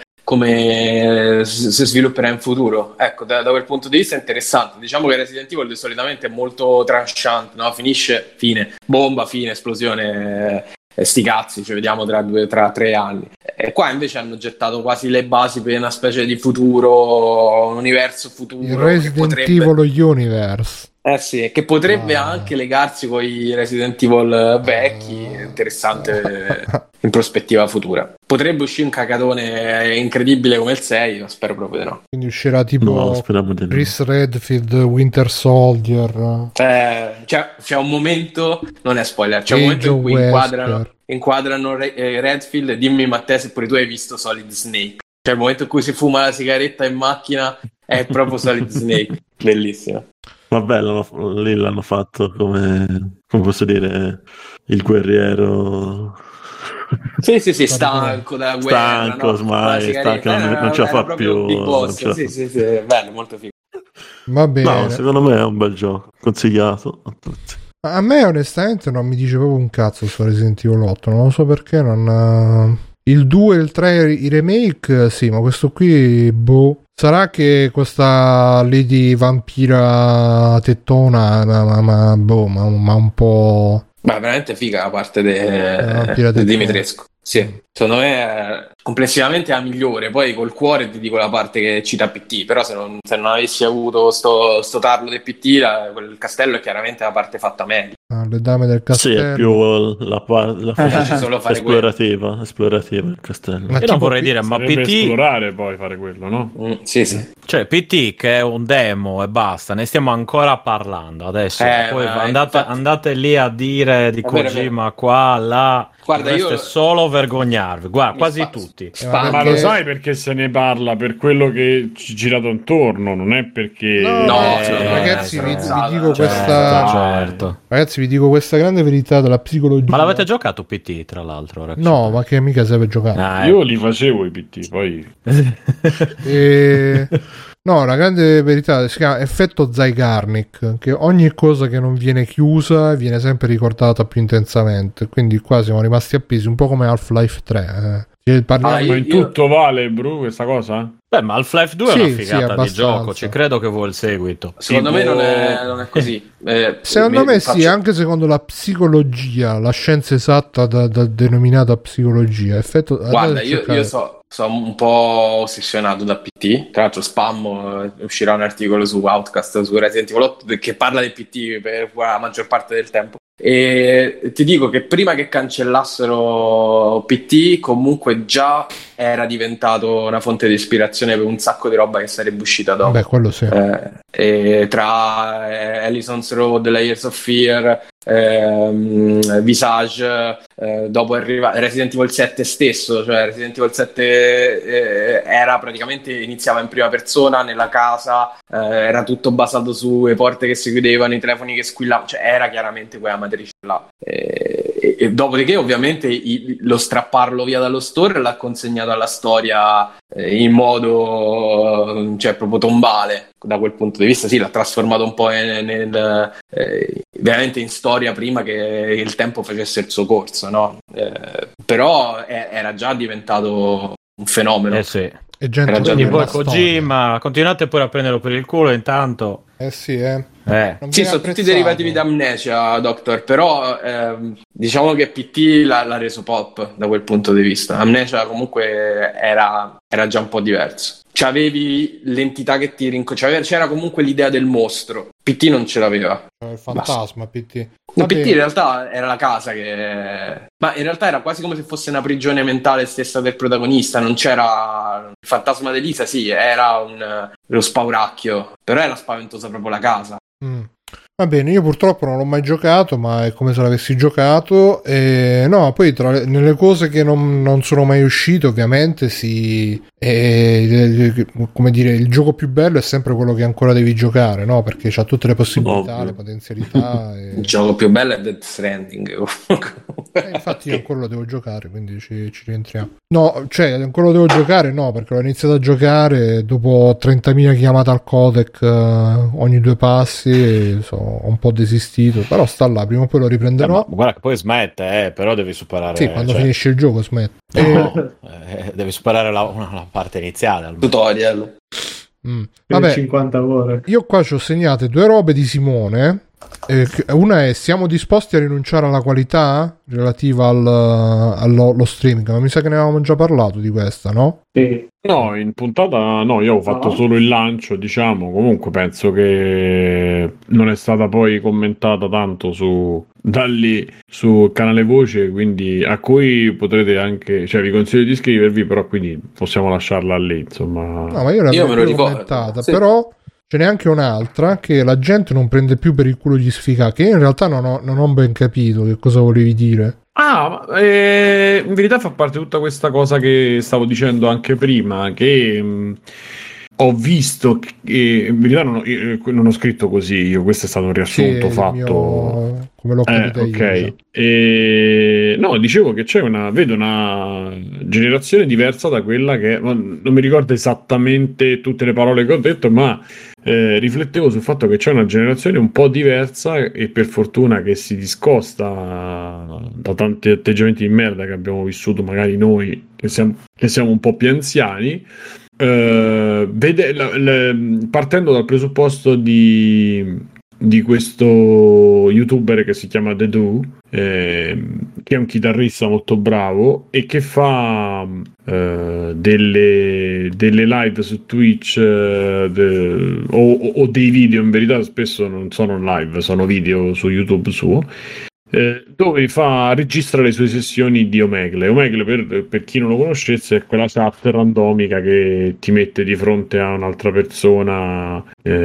come si svilupperà in futuro. Ecco, da quel punto di vista è interessante. Diciamo che Resident Evil solitamente è molto tranchant, no? Finisce, fine, bomba, fine, esplosione, sti cazzi, ci vediamo tra 3 anni. E qua invece hanno gettato quasi le basi per una specie di futuro, un universo futuro. Il Resident Evil Universe. Sì, che potrebbe anche legarsi con i Resident Evil vecchi, interessante in prospettiva futura. Potrebbe uscire un cagatone incredibile come il 6, ma spero proprio di no. Quindi uscirà tipo Chris Redfield, Winter Soldier. C'è un momento, non è spoiler, c'è un momento in cui inquadrano Redfield e dimmi Matteo se pure tu hai visto Solid Snake. C'è il momento in cui si fuma la sigaretta in macchina, è proprio Solid Snake. Bellissimo. Vabbè, lì l'hanno fatto come posso dire, il guerriero. Sì, stanco dalla guerra. Stanco, ormai, non ce la fa più. Sì, bello, molto figo. Va bene. No, secondo me è un bel gioco, consigliato a tutti. A me onestamente non mi dice proprio un cazzo su Resident Evil 8, non lo so perché, non... Il 2 e il 3 i remake, sì, ma questo qui, boh. Sarà che questa Lady Vampira tettona, ma un po'... Ma veramente figa la parte di Dimitrescu. Sì, secondo me complessivamente è la migliore. Poi col cuore ti dico la parte che cita PT, però se non avessi avuto sto tarlo del PT, quel castello è chiaramente la parte fatta meglio. Le dame del castello. Sì, è più la parte esplorativa il castello. Ma io non vorrei dire, ma PT esplorare poi fare quello, no? Sì. Cioè PT che è un demo e basta, ne stiamo ancora parlando adesso. Poi andate lì a dire di Kojima qua, là. Guarda, è solo vergognarvi, guarda, quasi tutti. Ma lo sai perché se ne parla? Per quello che ci girato intorno, non è perché... Ragazzi, vi dico Ragazzi, vi dico questa grande verità della psicologia. Ma l'avete giocato PT, tra l'altro? Ora no, ma che mica serve giocare. Io li facevo i PT, poi... No, la grande verità si chiama effetto Zygarnik, che ogni cosa che non viene chiusa viene sempre ricordata più intensamente, quindi qua siamo rimasti appesi un po' come Half-Life 3. Ma in tutto vale, Bru, questa cosa? Beh, ma Half-Life 2 è una figata di gioco, ci credo che vuole il seguito. Secondo me non è così. Secondo me sì, anche secondo la psicologia, la scienza esatta denominata psicologia. Guarda, io so un po' ossessionato da PT. Tra l'altro uscirà un articolo su Outcast su Resident Evil 8 che parla del PT per la maggior parte del tempo. E ti dico che prima che cancellassero PT comunque già era diventato una fonte di ispirazione per un sacco di roba che sarebbe uscita dopo. Beh, quello sì. E tra Allison's Road, Layers of Fear, Visage, dopo arriva Resident Evil 7 stesso, cioè Resident Evil 7 era praticamente, iniziava in prima persona nella casa, era tutto basato sulle porte che si chiudevano, i telefoni che squillavano, cioè era chiaramente quella matrice là. E dopodiché ovviamente lo strapparlo via dallo store l'ha consegnato alla storia in modo proprio tombale. Da quel punto di vista sì, l'ha trasformato un po' veramente in storia prima che il tempo facesse il suo corso, no? Però era già diventato un fenomeno. Sì. Quindi poi Kojima, continuate pure a prenderlo per il culo intanto. Sì, sono tutti derivativi da Amnesia, Doctor, però diciamo che PT l'ha reso pop da quel punto di vista. Amnesia comunque era già un po' diverso. C'avevi l'entità che c'era comunque l'idea del mostro. PT non ce l'aveva. Il fantasma, PT. No, PT in realtà era la casa ma in realtà era quasi come se fosse una prigione mentale stessa del protagonista. Non c'era il fantasma di Elisa, sì, era lo spauracchio, però era spaventosa proprio la casa. Va bene, io purtroppo non l'ho mai giocato, ma è come se l'avessi giocato. No, poi nelle cose che non sono mai uscite, ovviamente come dire, il gioco più bello è sempre quello che ancora devi giocare, no? Perché c'ha tutte le possibilità, le potenzialità. Il gioco più bello è Death Stranding. Infatti io ancora lo devo giocare, quindi ci rientriamo. No, cioè ancora lo devo giocare, no, perché l'ho iniziato a giocare dopo 30.000 chiamate al codec ogni 2 passi e ho un po' desistito, però sta là, prima o poi lo riprenderò. Ma guarda che poi smette, però devi superare. Sì, quando finisce il gioco smette. Devi superare la parte iniziale al tutorial. Vabbè, 50 ore. Io qua ci ho segnate 2 robe di Simone. Una è: siamo disposti a rinunciare alla qualità relativa allo streaming, ma mi sa che ne avevamo già parlato di questa, no? Sì. No, in puntata no, io ho fatto solo il lancio, diciamo. Comunque penso che non è stata poi commentata tanto da lì sul canale Voce, quindi a cui potrete anche, cioè vi consiglio di iscrivervi, però quindi possiamo lasciarla lì, insomma. No, ma io l'avevo commentata, sì. Però ce n'è anche un'altra che la gente non prende più per il culo gli sfigati, che io in realtà non ho ben capito che cosa volevi dire. In verità fa parte di tutta questa cosa che stavo dicendo anche prima, che ho visto che in verità non ho scritto così io, questo è stato un riassunto fatto come l'ho capito ok. No, dicevo che vedo una generazione diversa da quella che non mi ricordo esattamente tutte le parole che ho detto, ma riflettevo sul fatto che c'è una generazione un po' diversa e per fortuna che si discosta da tanti atteggiamenti di merda che abbiamo vissuto magari noi che siamo un po' più anziani, partendo dal presupposto di questo youtuber che si chiama The Do, che è un chitarrista molto bravo e che fa delle live su Twitch o dei video, in verità spesso non sono live, sono video su YouTube suo, dove registra le sue sessioni di Omegle. Omegle, per chi non lo conoscesse, è quella chat randomica che ti mette di fronte a un'altra persona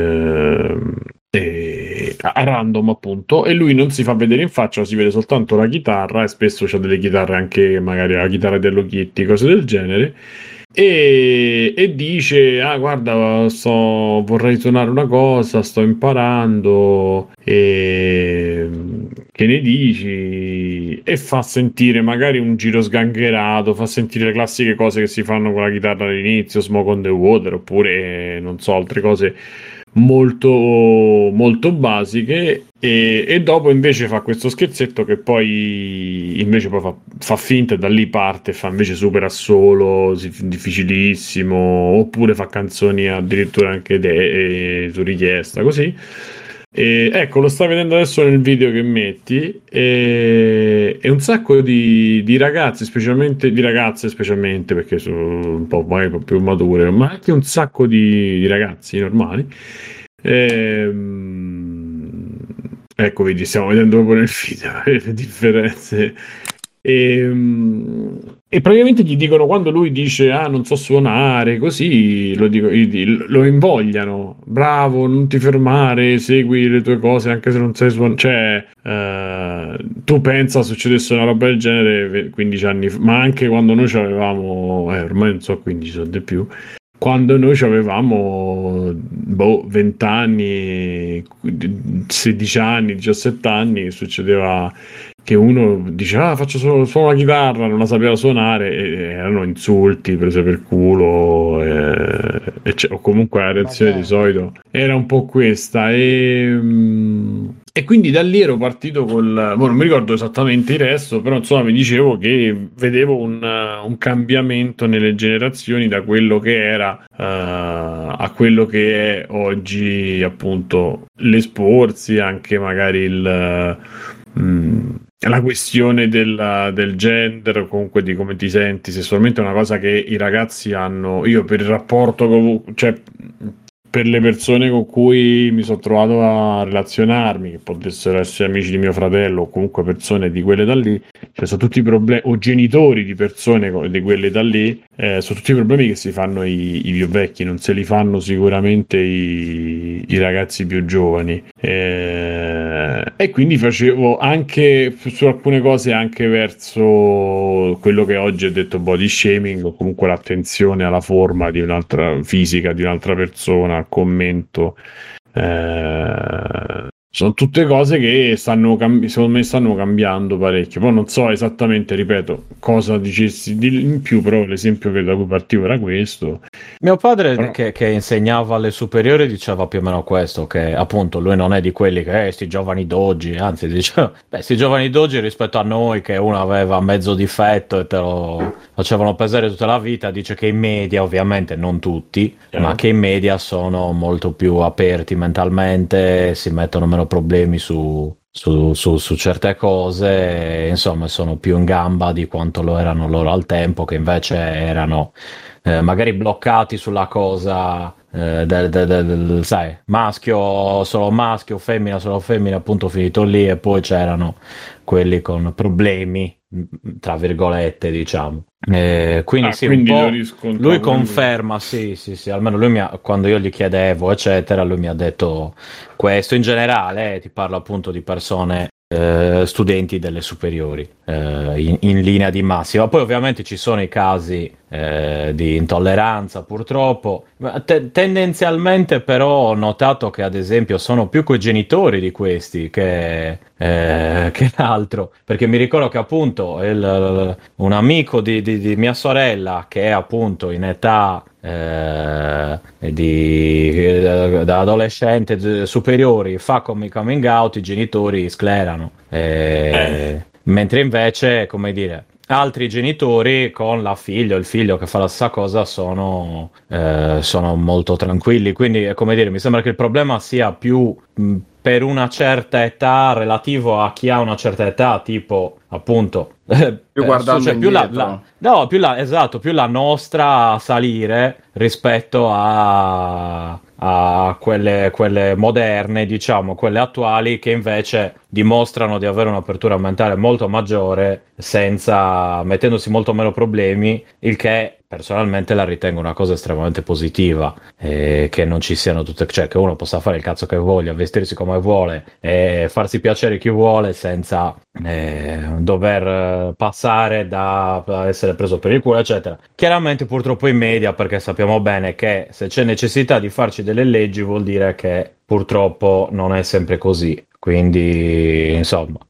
a random, appunto, e lui non si fa vedere in faccia, si vede soltanto la chitarra, e spesso c'ha delle chitarre anche magari la chitarra dello Kitty, cose del genere, e dice: guarda, vorrei suonare una cosa, sto imparando, e che ne dici? E fa sentire magari un giro sgangherato, fa sentire le classiche cose che si fanno con la chitarra all'inizio, Smoke on the Water, oppure non so, altre cose molto molto basiche, e dopo invece fa questo scherzetto che poi fa finta, e da lì parte, fa invece super assolo difficilissimo, oppure fa canzoni addirittura anche su richiesta, così. Ecco, lo stai vedendo adesso nel video che metti, e un sacco di ragazzi, specialmente di ragazze, specialmente perché sono un po' più mature, ma anche un sacco di ragazzi normali. Ecco, vedi, stiamo vedendo proprio nel video le differenze. E praticamente gli dicono, quando lui dice non so suonare, così lo invogliano: bravo, non ti fermare, segui le tue cose anche se non sai suonare. Cioè, tu pensa succedesse una roba del genere 15 anni fa, ma anche quando noi avevamo ormai non so, 15 o di più, quando noi avevamo 20 anni, 16 anni, 17 anni, succedeva che uno diceva suono la chitarra, non la sapeva suonare, e erano insulti, prese per culo, o comunque la reazione di solito era un po' questa, e quindi da lì ero partito non mi ricordo esattamente il resto, però insomma mi dicevo che vedevo un cambiamento nelle generazioni da quello che era a quello che è oggi, appunto, l'esporsi, anche magari la questione del gender, o comunque di come ti senti sessualmente, è una cosa che i ragazzi hanno. Io per il rapporto cioè per le persone con cui mi sono trovato a relazionarmi, che potessero essere amici di mio fratello o comunque persone di quelle da lì, cioè sono tutti problemi, o genitori di persone di quelle da lì, sono tutti problemi che si fanno i più vecchi, non se li fanno sicuramente i ragazzi più giovani, e quindi facevo anche su alcune cose anche verso quello che oggi è detto body shaming, o comunque l'attenzione alla forma di un'altra fisica di un'altra persona, al commento. Sono tutte cose che secondo me stanno cambiando parecchio. Poi non so esattamente, ripeto, cosa dicessi in più, però l'esempio da cui partivo era questo. Mio padre, che insegnava alle superiori, diceva più o meno questo, che appunto lui non è di quelli che sti giovani d'oggi, anzi diceva, sti giovani d'oggi rispetto a noi, che uno aveva mezzo difetto e te lo facevano pesare tutta la vita, dice che in media, ovviamente non tutti, ma che in media sono molto più aperti mentalmente, si mettono meno problemi su certe cose, insomma sono più in gamba di quanto lo erano loro al tempo, che invece erano magari bloccati sulla cosa sai, maschio solo maschio, femmina solo femmina, appunto, finito lì. E poi c'erano quelli con problemi, tra virgolette, diciamo. Quindi sì, quindi un po' lui conferma, sì, almeno lui quando io gli chiedevo eccetera, lui mi ha detto questo. In generale ti parlo appunto di persone, studenti delle superiori, in linea di massima. Poi ovviamente ci sono i casi di intolleranza, purtroppo. Tendenzialmente però ho notato che ad esempio sono più coi genitori di questi che altro, perché mi ricordo che appunto un amico di mia sorella, che è appunto in età da adolescente superiori, fa come coming out, i genitori sclerano, mentre invece, come dire, altri genitori con la figlia o il figlio che fa la stessa cosa sono molto tranquilli. Quindi, come dire, mi sembra che il problema sia più per una certa età, relativo a chi ha una certa età, tipo appunto più guardando più la nostra a salire rispetto a quelle moderne, diciamo, quelle attuali, che invece dimostrano di avere un'apertura mentale molto maggiore, mettendosi molto meno problemi, il che personalmente la ritengo una cosa estremamente positiva, che non ci siano cioè che uno possa fare il cazzo che voglia, vestirsi come vuole e farsi piacere chi vuole senza dover passare da essere preso per il culo, eccetera. Chiaramente purtroppo in media, perché sappiamo bene che se c'è necessità di farci delle leggi vuol dire che purtroppo non è sempre così. Quindi insomma,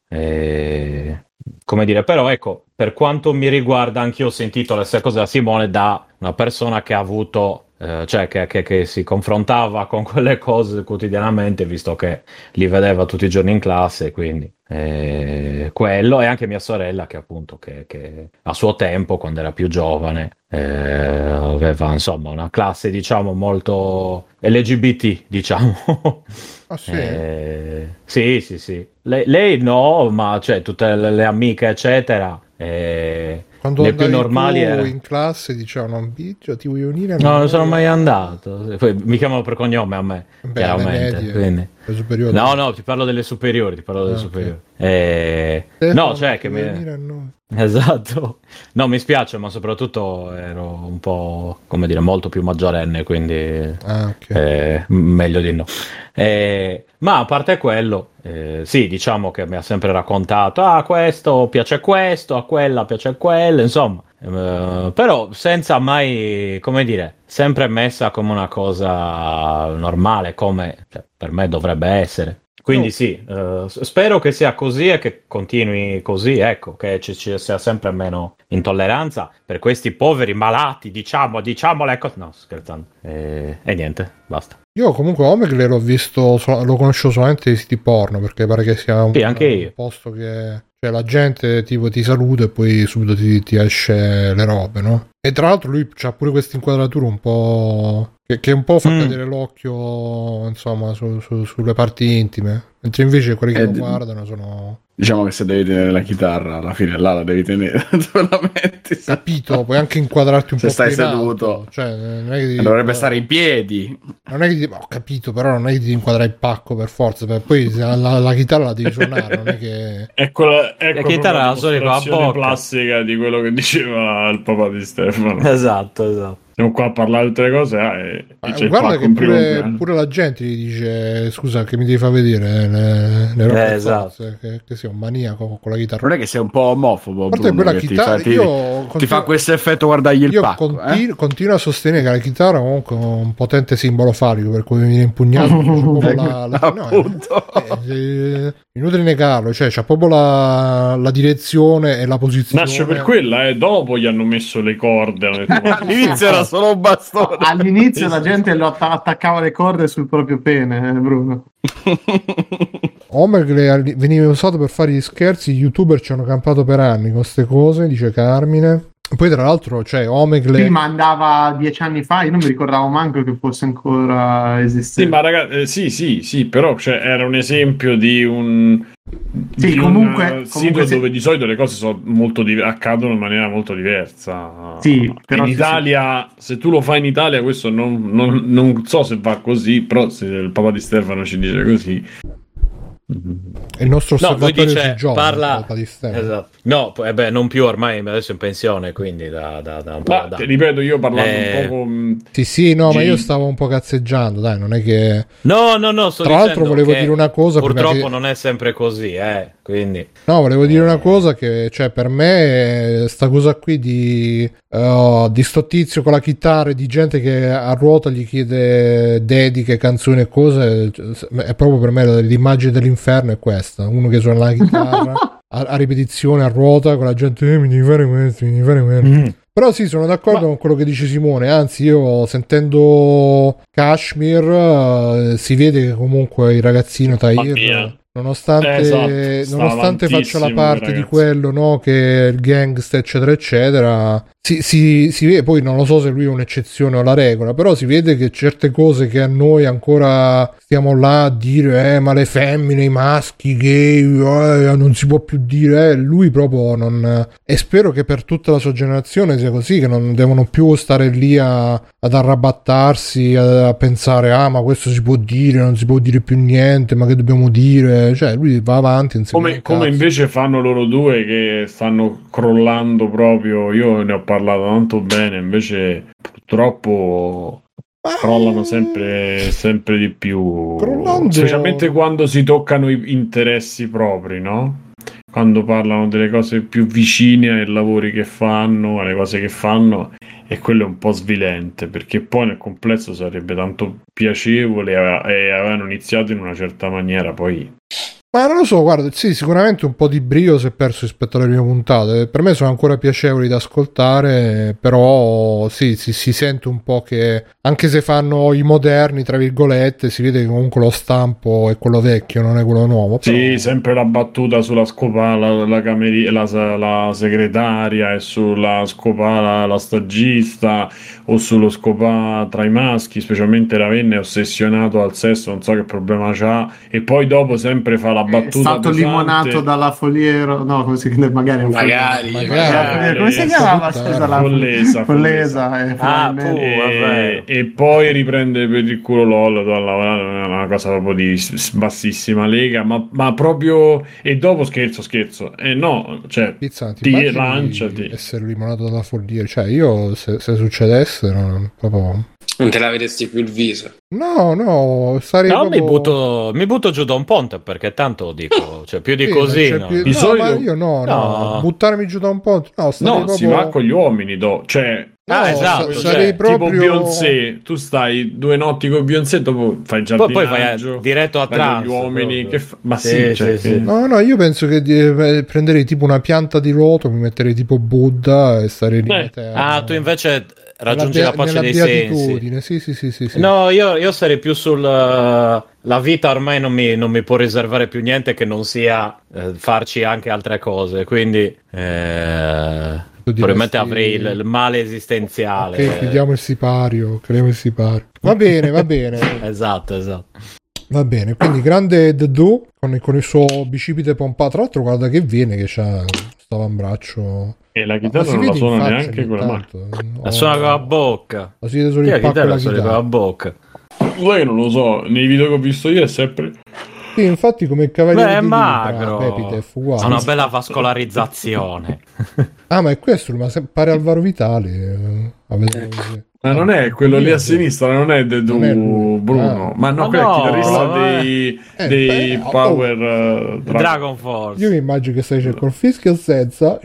come dire, però ecco, per quanto mi riguarda, anch'io ho sentito le stesse cose da Simone, da una persona che ha avuto cioè che si confrontava con quelle cose quotidianamente, visto che li vedeva tutti i giorni in classe. Quindi quello, e anche mia sorella, che appunto che a suo tempo, quando era più giovane, aveva insomma una classe, diciamo, molto LGBT, diciamo. Ah, sì? Sì. Lei no, ma cioè tutte le amiche eccetera, quando le più normali in classe dicevano Biggio, ti vuoi unire? No, non sono mai andato. Poi mi chiamano per cognome a me. Beh, chiaramente, medie, quindi. No, ti parlo delle superiori, superiori. No, cioè che esatto. No, mi spiace, ma soprattutto ero un po', come dire, molto più maggiorenne, quindi meglio di no. Ma a parte quello, sì, diciamo che mi ha sempre raccontato, a questo piace questo, a quella piace quello, insomma, però senza mai, come dire, sempre messa come una cosa normale, come per me dovrebbe essere. Quindi sì, spero che sia così e che continui così, ecco, che ci sia sempre meno intolleranza per questi poveri malati, diciamo le cose. No, scherzando. E niente, basta. Io comunque Omegle l'ho visto, lo conosco solamente di siti porno, perché pare che sia un posto che, cioè, la gente tipo ti saluta e poi subito ti esce le robe, no? E tra l'altro lui c'ha pure questa inquadratura un po' che un po' fa cadere l'occhio, insomma, sulle parti intime, mentre invece quelli che lo guardano sono... Diciamo che se devi tenere la chitarra, alla fine là la devi tenere, dove la metti? Capito, puoi anche inquadrarti un po' stai seduto, cioè, non è che dovrebbe stare in piedi. Non è che ho capito, però non è che ti inquadra il pacco per forza, perché poi la chitarra la devi suonare, non è che... Ecco la chitarra la suoni con la bocca. Classica di quello che diceva il papà di Stefano. Esatto. Siamo qua a parlare di tutte le cose guarda che pure la gente gli dice scusa che mi devi far vedere le robe, esatto. che sei un maniaco con la chitarra. Non è che sei un po' omofobo, Bruno, quella chitarra, ti fa questo effetto guardargli il pacco. Continuo a sostenere che la chitarra comunque è un potente simbolo falico, per cui viene impugnato inutile negarlo, cioè c'ha proprio la direzione e la posizione. Nasce per quella, dopo gli hanno messo le corde. All'inizio era solo un bastone. All'inizio la gente lo attaccava le corde sul proprio pene, Bruno. Omegle veniva usato per fare gli scherzi, gli youtuber ci hanno campato per anni con queste cose, dice Carmine. Poi tra l'altro c'è Omegle. Sì, ma andava 10 anni fa, io non mi ricordavo manco che fosse ancora esistente. Sì, ma ragazzi, sì, però era un esempio di un comunque sito dove di solito le cose sono accadono in maniera molto diversa. Sì, però in Italia, se tu lo fai in Italia, questo non so se va così, però se il papà di Stefano ci dice così. Il nostro osservatorio dice, si gioca, parla esatto. No, non più ormai, adesso è in pensione, quindi da un po'. Ti ripeto, io parlando un poco ma io stavo un po' cazzeggiando, dai, non è che no, tra l'altro volevo dire una cosa, purtroppo non è sempre così, quindi volevo dire una cosa, che cioè per me sta cosa qui di sto tizio con la chitarra e di gente che a ruota gli chiede dediche, canzoni e cose, è proprio per me l'immagine dell'inferno è questa, uno che suona la chitarra a ripetizione a ruota con la gente mi devi fare questo, mi devi fare questo. Però sì, sono d'accordo con quello che dice Simone, anzi io sentendo Kashmir si vede che comunque il ragazzino Tahir, nonostante faccia la parte di quello, no, che è il gangster eccetera eccetera, si vede, poi non lo so se lui è un'eccezione o la regola, però si vede che certe cose che a noi ancora stiamo là a dire ma le femmine, i maschi, gay, non si può più dire, lui proprio non, e spero che per tutta la sua generazione sia così, che non devono più stare lì ad arrabattarsi, a pensare ma questo si può dire, non si può dire più niente, ma che dobbiamo dire, cioè lui va avanti come invece fanno loro due che stanno crollando proprio. Io ne ho parlato tanto bene, invece purtroppo crollano sempre di più, specialmente quando si toccano i interessi propri, no? Quando parlano delle cose più vicine ai lavori che fanno, alle cose che fanno, e quello è un po' svilente, perché poi nel complesso sarebbe tanto piacevole e avevano iniziato in una certa maniera, poi ma non lo so, guarda, sì, sicuramente un po' di brio si è perso rispetto alle prime puntate. Per me sono ancora piacevoli da ascoltare, però sì, si sente un po' che anche se fanno i moderni, tra virgolette, si vede che comunque lo stampo è quello vecchio, non è quello nuovo. Però... Sì, sempre la battuta sulla scopala, la segretaria, e sulla scopala, la stagista, o sullo scopà tra i maschi, specialmente Ravenna è ossessionato al sesso, non so che problema c'ha, e poi dopo sempre fa la battuta, è stato limonato dalla Foliero, no, come si chiama? Magari come si chiamava? Scusa, la Follesa. E poi riprende per il culo LOL, una cosa proprio di bassissima lega, ma proprio, e dopo scherzo, no, cioè ti lanciati, essere limonato dalla Fogliera, cioè io se succedesse proprio non te la vedresti più il viso. No, sarei proprio... mi butto giù da un ponte, perché tanto dico, cioè più di così. No. Di solito... ma io no, buttarmi giù da un ponte. No, proprio... si va con gli uomini, cioè... esatto, sarei proprio... tipo Beyoncé, tu stai 2 notti con Beyoncé, dopo fai il giardinaggio, poi vai diretto a trans, gli uomini che ma sì. No, io penso che prenderei tipo una pianta di loto, mi metterei tipo Buddha e starei lì. Tu invece raggiungi la pace dei sensi. Sì. No, io sarei più sul la vita ormai non mi può riservare più niente che non sia farci anche altre cose, quindi probabilmente avrei il male esistenziale. Ok, chiudiamo il sipario, creiamo il sipario. Va bene. Esatto. Va bene, quindi grande The Do con il suo bicipite pompato. Tra l'altro guarda che viene, che c'ha sto avambraccio. E la chitarra non la suona neanche con la mano. La suona con la bocca. La si vede solo il pacco della chitarra. Con la bocca. Sai che non lo so, nei video che ho visto io è sempre... Sì, infatti come il cavaliere è magro. Epitaph, uguale. Ha una bella vascolarizzazione. Ma è questo, ma pare Alvaro Vitali. Ma non è quello lì a sinistra, non è Bruno, ma no, quello è il chitarrista dei Power Dragon Force. Io mi immagino che stai col fischio senza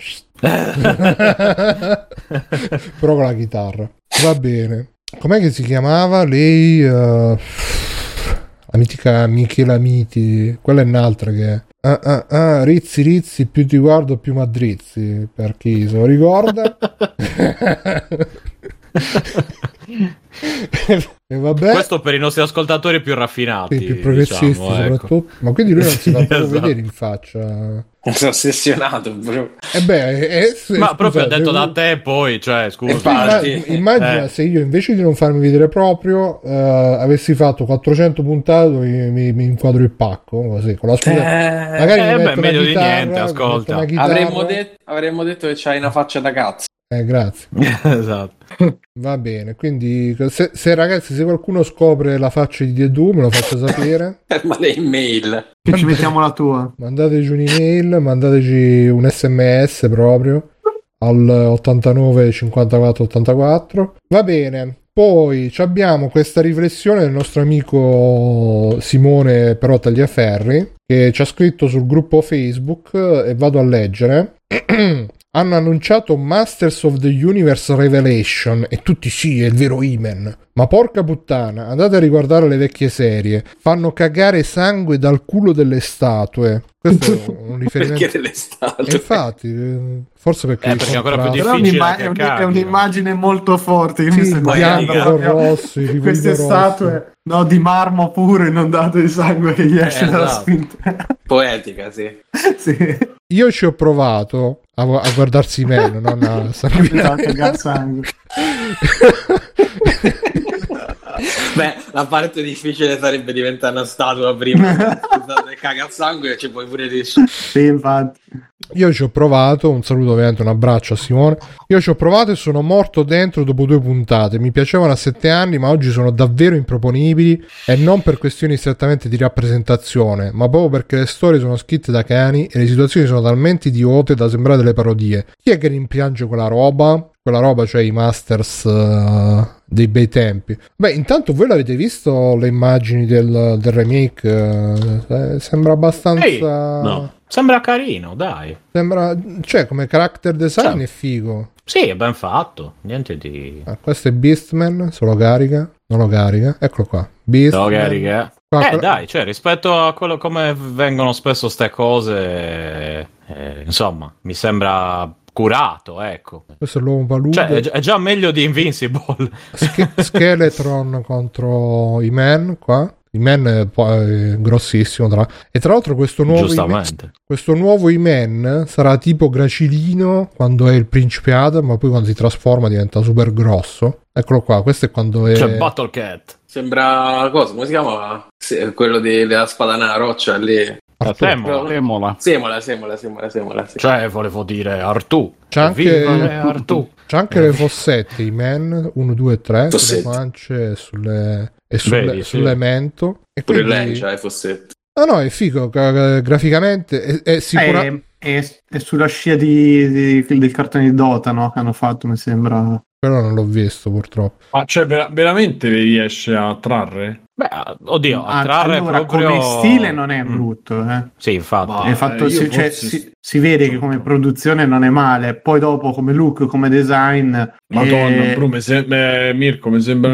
però con la chitarra. Va bene. Com'è che si chiamava lei? La mitica Michela Miti, quella è un'altra che Rizzi, più ti guardo più m'addrizzi, per chi se lo ricorda. E vabbè. Questo per i nostri ascoltatori più raffinati, più progressisti, diciamo, soprattutto. ecco. Ma quindi lui non si fa proprio Esatto. vedere in faccia. Sono ossessionato. Ma proprio detto da te, poi, cioè, scusa. Immagina se io invece di non farmi vedere proprio avessi fatto 400 puntate, mi inquadro il pacco così con la scusa. Magari mi metto meglio una chitarra, di niente, ascolta. Avremmo detto che c'hai una faccia da cazzo. Grazie. Esatto. Va bene, quindi se ragazzi, se qualcuno scopre la faccia di Dedù, me lo faccia sapere. Ma le email. Che ci mettiamo la tua. Mandateci un'email, mandateci un SMS proprio al 89 54 84. Va bene. Poi abbiamo questa riflessione del nostro amico Simone però Tagliaferri, che ci ha scritto sul gruppo Facebook e vado a leggere. Hanno annunciato Masters of the Universe Revelation e tutti sì, è il vero He-Man. Ma porca puttana, andate a riguardare le vecchie serie. Fanno cagare sangue dal culo delle statue. Questo è un riferimento. Perché delle statue? Infatti, forse perché è ancora più Però difficile. è un'un'immagine molto forte. sì, bianco con rossi, queste statue di marmo puro inondato di sangue che gli esce dalla spinta. Poetica, sì. Sì. Io ci ho provato a guardarsi meno, non a sangue. Beh, la parte difficile sarebbe diventare una statua prima. Scusate, caga sangue, ci puoi pure dire. Sì, infatti. Io ci ho provato, un saluto ovviamente, un abbraccio a Simone. Io ci ho provato e sono morto dentro dopo 2 puntate. Mi piacevano a 7 anni, ma oggi sono davvero improponibili, e non per questioni strettamente di rappresentazione, ma proprio perché le storie sono scritte da cani e le situazioni sono talmente idiote da sembrare delle parodie. Chi è che rimpiange quella roba? Quella roba, cioè i Masters dei bei tempi. Beh, intanto voi l'avete visto le immagini del remake? Sembra abbastanza... Ehi, no. Sembra carino, dai. Sembra, cioè, come character design è figo. Sì, è ben fatto. Niente di... questo è Beastman, se lo carica. Non lo carica. Eccolo qua. Beastman. Lo carica. Dai, cioè, rispetto a quello come vengono spesso ste cose, insomma, mi sembra... curato, ecco. Questo è l'uomo paludo. Cioè, è già meglio di Invincible. Skeletron contro He-Man qua. He-Man è grossissimo e tra l'altro questo nuovo He-Man sarà tipo Gracilino quando è il principe Adam, ma poi quando si trasforma diventa super grosso. Eccolo qua, questo è quando è... Cioè Battle Cat. Sembra cosa? Come si chiama? Quello della spada nella roccia lì. Semola. Sì. Cioè, volevo dire Artù. C'è anche le fossette, i men 1, 2, 3 sulle guance e sulle mento. E pure quindi... lei c'ha le fossette. No, è figo, graficamente è sicuramente... È sulla scia del cartone di Dota, no? Che hanno fatto, mi sembra. Però non l'ho visto, purtroppo. Ma cioè, veramente riesce a trarre? Beh, oddio, a trarre allora, proprio... come stile non è brutto, eh? Sì, infatti. È fatto, si vede che come produzione non è male. Poi dopo come look, come design... Madonna, bro, Mirko, mi sembra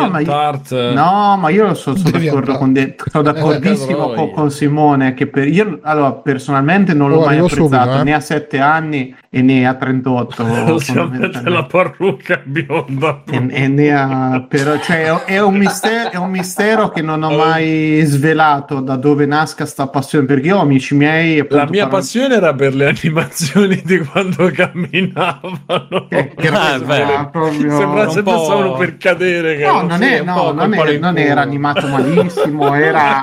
ma io sono d'accordissimo con Simone, che allora, personalmente non l'ho mai apprezzato, né a 7 anni e né a 38. La parrucca bionda. Però, cioè, è un mistero che non ho mai svelato da dove nasca sta passione, perché io ho amici miei... La mia passione era per le animazioni di quando camminavano. Sembra sempre stavano per cadere. Non era animato malissimo, era...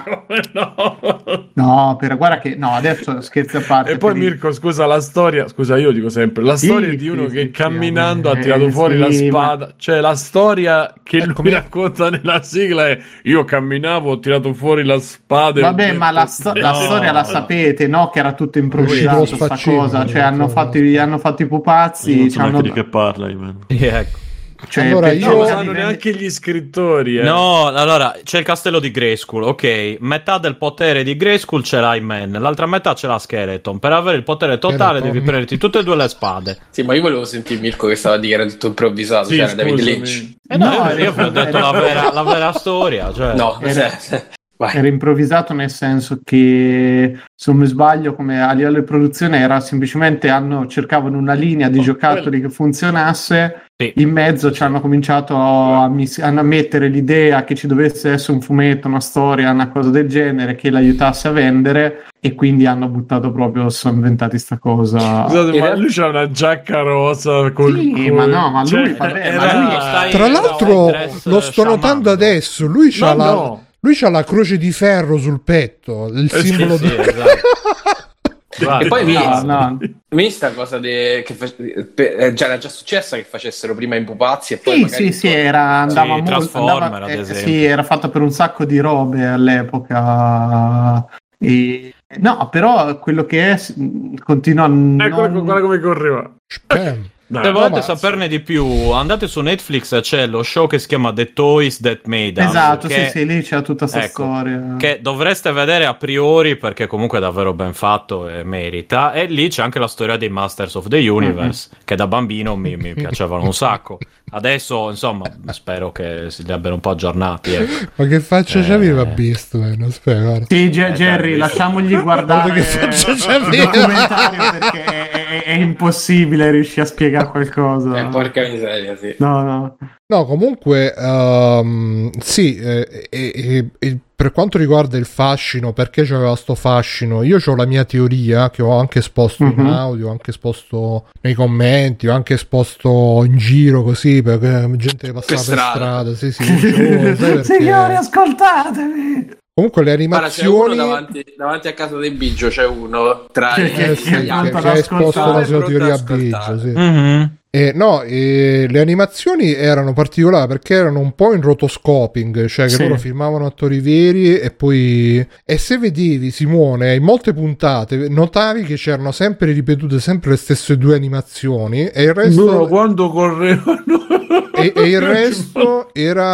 guarda che... No, adesso scherzi a parte. E poi Mirko, scusa, la storia... Scusa, io dico sempre, la storia di uno che camminando ha tirato fuori la spada. Cioè, la storia che lui racconta nella sigla è: io camminavo, ho tirato fuori la spada. Vabbè, ma la storia la sapete, no? Che era tutto improvvisato questa cosa. Cioè, hanno fatto i pupazzi. Non so di che parla, ecco. Cioè, allora io non sanno neanche gli scrittori. No, allora c'è il castello di Grayskull, ok, metà del potere di Grayskull ce l'ha Man, l'altra metà ce l'ha Skeleton. Per avere il potere totale devi prenderti tutte e 2 le spade. Sì, ma io volevo sentire Mirko che stava a dire che era tutto improvvisato, sì, cioè David Lynch. No, io vi ho detto la vera storia, cioè. No, Era improvvisato nel senso che, se non mi sbaglio, come a livello di produzione era semplicemente cercavano una linea di giocattoli che funzionasse. Sì. In mezzo ci hanno cominciato a mettere l'idea che ci dovesse essere un fumetto, una storia, una cosa del genere che l'aiutasse a vendere, e quindi hanno buttato proprio, sono inventati sta cosa. Scusate, ma lui c'ha una giacca rosa ma lui tra l'altro lo sto notando adesso, lui c'ha lui c'ha la croce di ferro sul petto, il simbolo sì, esatto. E poi mi sta cosa era già successa che facessero prima i pupazzi e poi andava Transformer, ad esempio. Sì, era fatto per un sacco di robe all'epoca. Però quello che è continua a guarda come correva. Se volete saperne di più, andate su Netflix, c'è lo show che si chiama The Toys That Made Us. Esatto, lì c'è tutta questa storia. Che dovreste vedere a priori, perché comunque è davvero ben fatto e merita. E lì c'è anche la storia dei Masters of the Universe, che da bambino mi piacevano un sacco. Adesso, insomma, spero che si li abbiano un po' aggiornati. Ma che faccia c'aveva Beast? Non spero. Sì, Jerry, lasciamogli guardare il documentario, perché è impossibile riuscire a spiegare qualcosa. Porca miseria, sì. No, comunque sì, per quanto riguarda il fascino, perché c'aveva sto fascino, io ho la mia teoria che ho anche esposto in audio, ho anche esposto nei commenti, ho anche esposto in giro così, perché gente che passava per strada. Sì, signori, ascoltatemi. Comunque le animazioni, davanti a casa del Biggio c'è uno che ha esposto la sua teoria Biggio, sì. Le animazioni erano particolari perché erano un po' in rotoscoping, cioè che loro filmavano attori veri e poi, e se vedevi, Simone, in molte puntate notavi che c'erano sempre ripetute sempre le stesse due animazioni e il resto quando correvano e il resto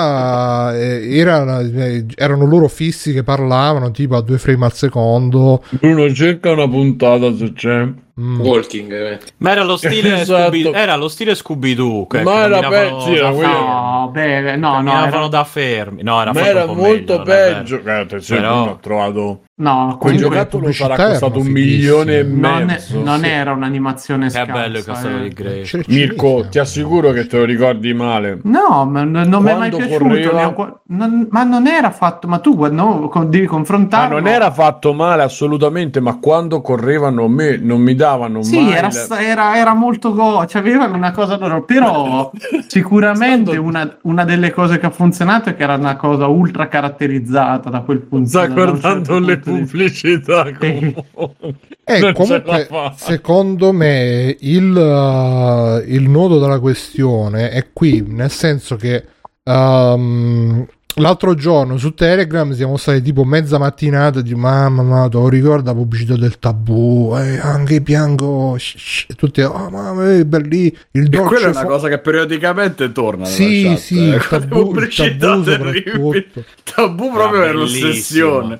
erano loro fissi che parlavano tipo a 2 frame al secondo. Bruno, cerca una puntata se c'è Walking, ma era lo stile era lo stile Scooby-Doo, ma era peggio, erano da fermi, era molto peggio. Ho trovato quel giocattolo sarà costato 1,5 milioni. Non era un'animazione scarsa. È bello il castello di Grayskull. Mirko, ti assicuro che te lo ricordi male. No, ma non mi è mai piaciuto. Ma non era fatto. Ma tu devi confrontarlo. Ma non era fatto male assolutamente. Ma quando correvano non mi davano mai. Sì, era molto avevano una cosa loro. Però sicuramente una delle cose che ha funzionato è che era una cosa ultra caratterizzata da quel punto. Sta guardando le pubblicità comunque secondo me il nodo della questione è qui, nel senso che l'altro giorno su Telegram siamo stati tipo mezza mattinata di mamma, te lo ricordo la pubblicità del Tabù, anche piango tutti, ma belli il dolce, e quella è una cosa che periodicamente torna il Tabù soprattutto. Tabù proprio è l'ossessione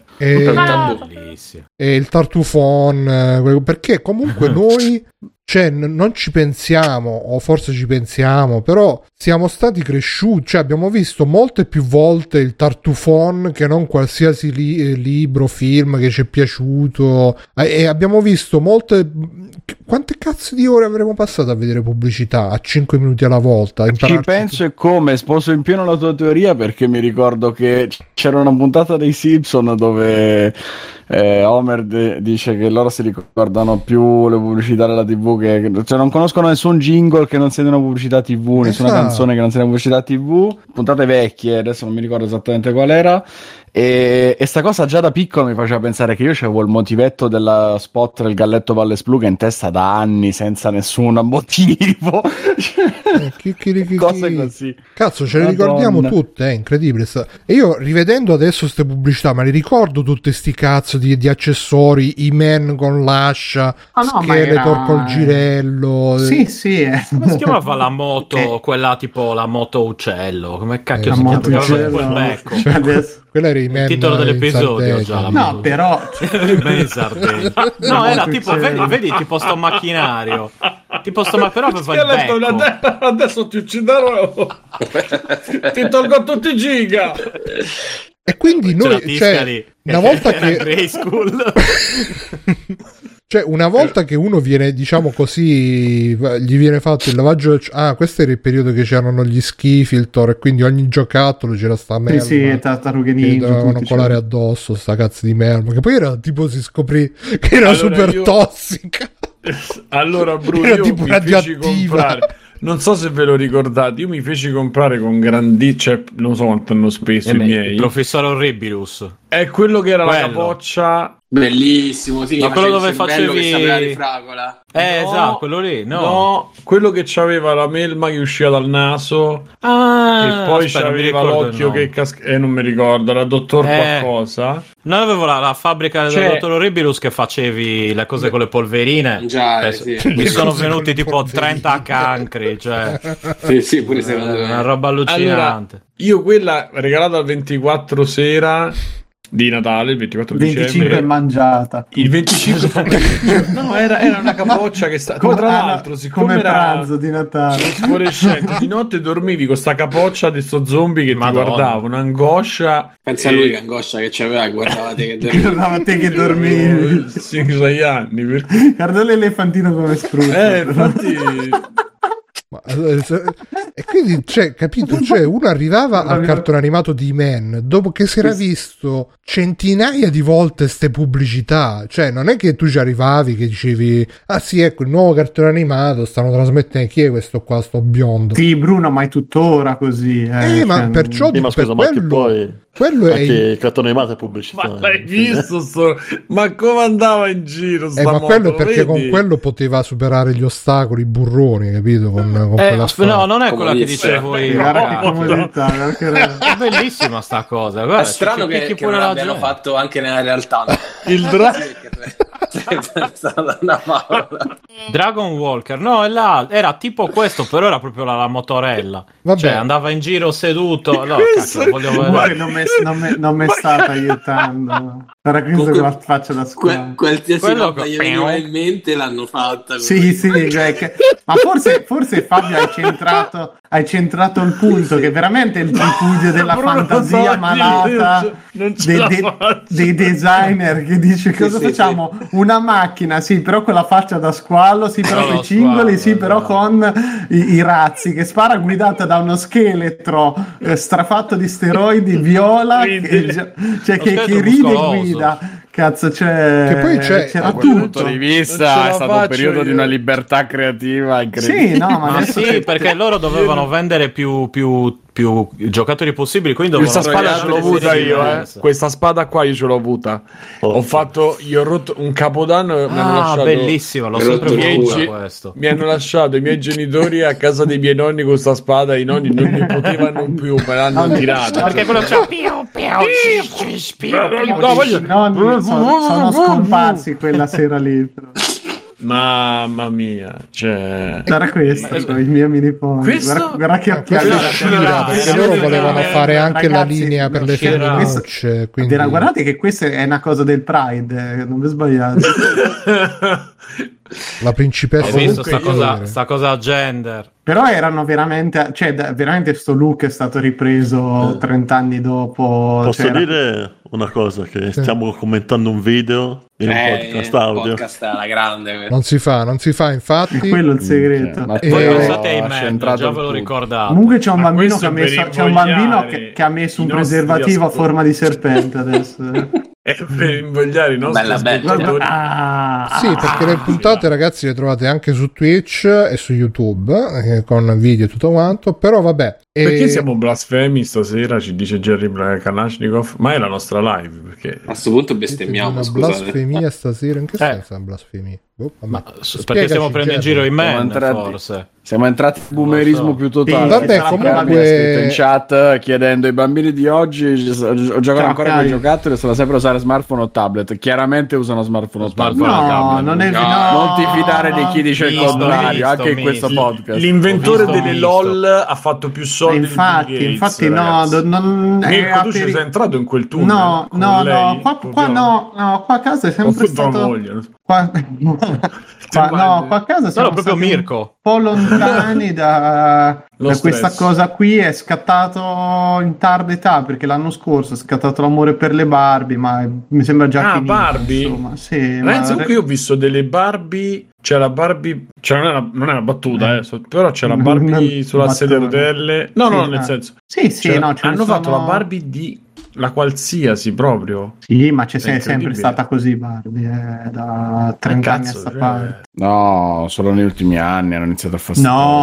e il Tartufon, perché comunque noi non ci pensiamo, o forse ci pensiamo, però siamo stati cresciuti, cioè abbiamo visto molte più volte il Tartufon che non qualsiasi libro, film che ci è piaciuto, e abbiamo visto quante cazzo di ore avremmo passato a vedere pubblicità a 5 minuti alla volta. Ci penso e come sposo in pieno la tua teoria, perché mi ricordo che c'era una puntata dei Simpson dove Homer dice che loro si ricordano più le pubblicità della TV, cioè non conoscono nessun jingle che non sia una pubblicità TV, nessuna canzone che non sia una pubblicità TV, puntate vecchie, adesso non mi ricordo esattamente qual era. E sta cosa già da piccolo mi faceva pensare che io c'avevo il motivetto della spot del galletto Vallespluga in testa da anni senza nessun motivo. Cose così. Cazzo, ce le ricordiamo tutte, è incredibile. E io rivedendo adesso queste pubblicità, ma li ricordo tutti sti cazzo di accessori, i men con l'ascia, Skeletor col girello. Sì. Come si chiamava la moto, quella tipo la moto uccello? Come cacchio si chiama? Quella era il titolo dell'episodio già. No, però in Sardegna. No, era tipo, vedi tipo sto macchinario. Tipo sto però per fare il becco. Adesso ti ucciderò. Ti tolgo tutti i giga. E quindi noi, cioè, una volta che Grey School cioè una volta che uno viene, diciamo così, gli viene fatto il lavaggio, questo era il periodo che c'erano gli Skifiltor e quindi ogni giocattolo c'era sta melma tartarughe ninja che dovevano colare addosso sta cazzo di melma, che poi era tipo, si scoprì che era super tossica. Allora Bruno, era io tipo mi feci comprare, non so se ve lo ricordate, io mi feci comprare con cioè non so quanto hanno speso i miei, il professor Horribilus, è quello che era la capoccia. Bellissimo, sì, ma quello dove facevi che sapeva di fragola. Esatto, quello lì, no, quello che c'aveva la melma che usciva dal naso e poi c'aveva l'occhio che non mi ricordo, era dottor qualcosa. Noi avevo la fabbrica del dottor Horribilus che facevi le cose con le polverine. Mi sono venuti tipo 30 cancri, cioè sì, pure secondo me una roba allucinante. Allora, io quella regalata al 24 sera di Natale, il 24 25 dicembre. è mangiata. Il 25 no, era una capoccia che sta tra l'altro, siccome come era pranzo di Natale fluorescente, di notte dormivi con sta capoccia di sto zombie che ti guardava, un'angoscia. Pensa a lui che angoscia che c'aveva, guardavate che dormivi. 5-6 anni guarda l'elefantino come spruzza. Infatti e quindi, cioè, capito? Cioè, uno arrivava al cartone animato di Man dopo che si era visto centinaia di volte ste pubblicità. Cioè, non è che tu ci arrivavi che dicevi: ah sì, ecco il nuovo cartone animato, stanno trasmettendo, chi è questo qua, sto biondo? Sì, Bruno, ma è tuttora così. Ma perciò ma scusa, ma che poi quello è il cartone animato è pubblicità. Ma l'hai visto ma come andava in giro sta ma moto, quello perché vedi? con quello poteva superare gli ostacoli, i burroni, capito? Con no, non è quella che dicevo io. È bellissima sta cosa. Guarda, è strano che non l'abbiano fatto anche nella realtà. Il Dragon Walker, no, era tipo questo, però era proprio la motorella. Vabbè. Cioè andava in giro seduto. No, cacchio, voglio vedere. Non mi è stata aiutando. Era questo che la faccia da scuola. Qualsiasi roba gli veniva in mente l'hanno fatta. Sì, ma forse Fabio hai centrato il punto, che veramente è il tripudio della fantasia malata dei designer che dice cosa facciamo? Una macchina, sì, però con la faccia da squalo, sì, però con i cingoli, sì, però con i razzi, che spara guidata da uno scheletro strafatto di steroidi viola, che ride e guida. Cazzo, che poi c'era da quel punto di vista è stato un periodo di una libertà creativa incredibile. Sì, no, ma perché loro dovevano vendere più giocatori possibili, quindi questa spada ce l'ho avuta io, questa spada qua io ce l'ho avuta. Gli ho rotto un capodanno, mi hanno lasciato, bellissimo, l'ho sempre voluto questo. Mi hanno lasciato i miei genitori a casa dei miei nonni con sta spada, i nonni non ne potevano più, me l'hanno tirata. Perché quello c'è sono scomparsi quella sera lì. Mamma mia, cioè era questo, i miei miniponi. Guarda che occhiali, perché loro volevano fare anche la linea per le femminucce, quindi guardate che questa è una cosa del Pride, non vi sbagliate. La principessa. Ho visto sta cosa gender. Però erano veramente, cioè veramente sto look è stato ripreso 30 anni dopo. Posso dire una cosa, che stiamo commentando un video in un podcast audio. Podcast alla grande. Non si fa infatti. È quello il segreto. Ma poi pensate in me, già ve lo ricordate. Comunque c'è un bambino che ha messo un preservativo a forma di serpente adesso. E per invogliare i nostri ascoltatori. Sì, perché le puntate, ragazzi, le trovate anche su Twitch e su YouTube con video e tutto quanto. Però vabbè. Perché siamo blasfemi stasera? Ci dice Jerry Kalashnikov. Ma è la nostra live. Perché a questo punto bestemmiamo. Una blasfemia stasera? In che senso è una blasfemia? Perché stiamo prendendo in giro i man, forse. Siamo entrati in boomerismo più totale. Vabbè, comunque in chat chiedendo ai bambini di oggi giocano ancora con i giocattoli, sono sempre usare smartphone o tablet. Chiaramente usano smartphone o tablet. Non ti fidare di chi dice il contrario, anche in questo podcast. L'inventore delle LOL ha fatto più soldi. Infatti no, Mirko, tu ci sei entrato in quel tunnel? No, qua a casa è sempre stato qua a casa siamo proprio Mirko. un po' lontani da questa cosa qui è scattato in tarda età, perché l'anno scorso è scattato l'amore per le Barbie, ma mi sembra già finito. Barbie? Insomma, sì, comunque io ho visto delle Barbie, c'è la Barbie, cioè non è una battuta, però c'è la Barbie sulla sedia a rotelle. No, nel senso. Sì, no, hanno fatto la Barbie di la qualsiasi proprio. Sì, ma c'è sempre stata così Barbie, da 30 anni a sta parte. No, solo negli ultimi anni hanno iniziato a fare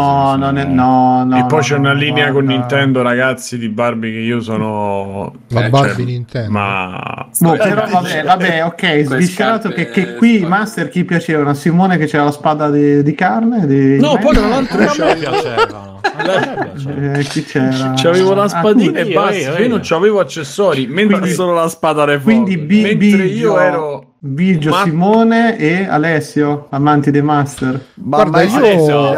no. E poi c'è una linea con Nintendo, ragazzi, di Barbie che io sono la Barbie Nintendo. Ma però vabbè, ok, sviscerato che qui Master chi piacevano? Simone che c'era la spada di carne? Poi tra l'altro a me piacevano. Chi c'era? C'avevo la spadina e basta. Io non c'avevo accessori, mentre solo la spada da fuoco. Quindi mentre io ero Biggio, Simone e Alessio, amanti dei Master. Guarda, Alessio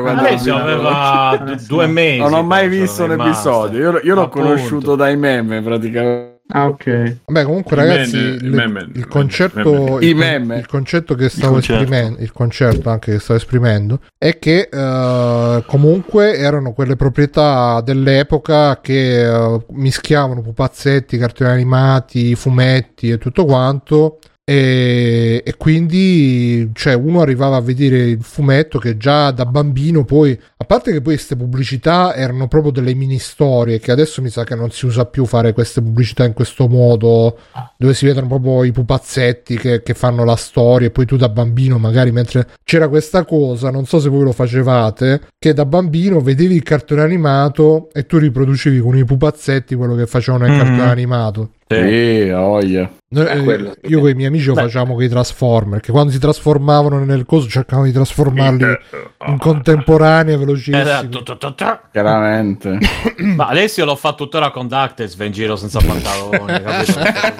aveva 2 mesi. Non ho mai visto un episodio. Io l'ho conosciuto dai meme praticamente. Ah, ok. Vabbè, comunque, ragazzi, il concetto che stavo esprimendo, il concetto anche che stavo esprimendo, è che comunque erano quelle proprietà dell'epoca che mischiavano pupazzetti, cartoni animati, fumetti e tutto quanto. E quindi uno arrivava a vedere il fumetto che già da bambino, poi a parte che poi queste pubblicità erano proprio delle mini storie, che adesso mi sa che non si usa più fare queste pubblicità in questo modo, dove si vedono proprio i pupazzetti che fanno la storia, e poi tu da bambino magari, mentre c'era questa cosa, non so se voi lo facevate, che da bambino vedevi il cartone animato e tu riproducevi con i pupazzetti quello che facevano nel cartone animato. Sì, io con i miei amici lo facciamo con i Transformer, che quando si trasformavano nel coso cercavamo di trasformarli in contemporanea, velocissimi. Chiaramente. Ma Alessio lo fa tuttora con DuckTales, va in giro senza pantaloni, capito?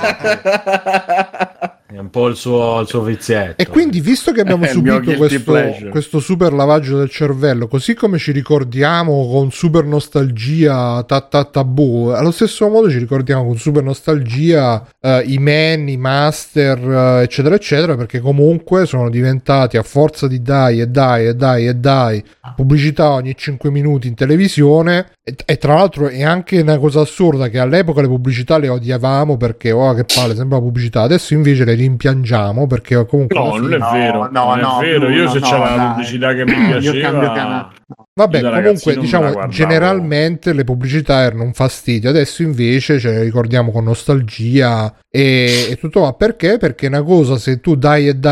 È un po' il suo vizietto. E quindi, visto che abbiamo subito questo super lavaggio del cervello, così come ci ricordiamo con super nostalgia tabù, allo stesso modo ci ricordiamo con super nostalgia i Man, i Master, eccetera eccetera, perché comunque sono diventati, a forza di dai pubblicità ogni 5 minuti in televisione, e tra l'altro è anche una cosa assurda che all'epoca le pubblicità le odiavamo perché che palle, sembra pubblicità, adesso invece le rimpiangiamo perché comunque non è vero, non è vero. Io se c'era la pubblicità che mi piaceva, vabbè, comunque diciamo generalmente le pubblicità erano un fastidio, adesso invece ce le ricordiamo con nostalgia e tutto. Ma perché? Perché una cosa, se tu dai è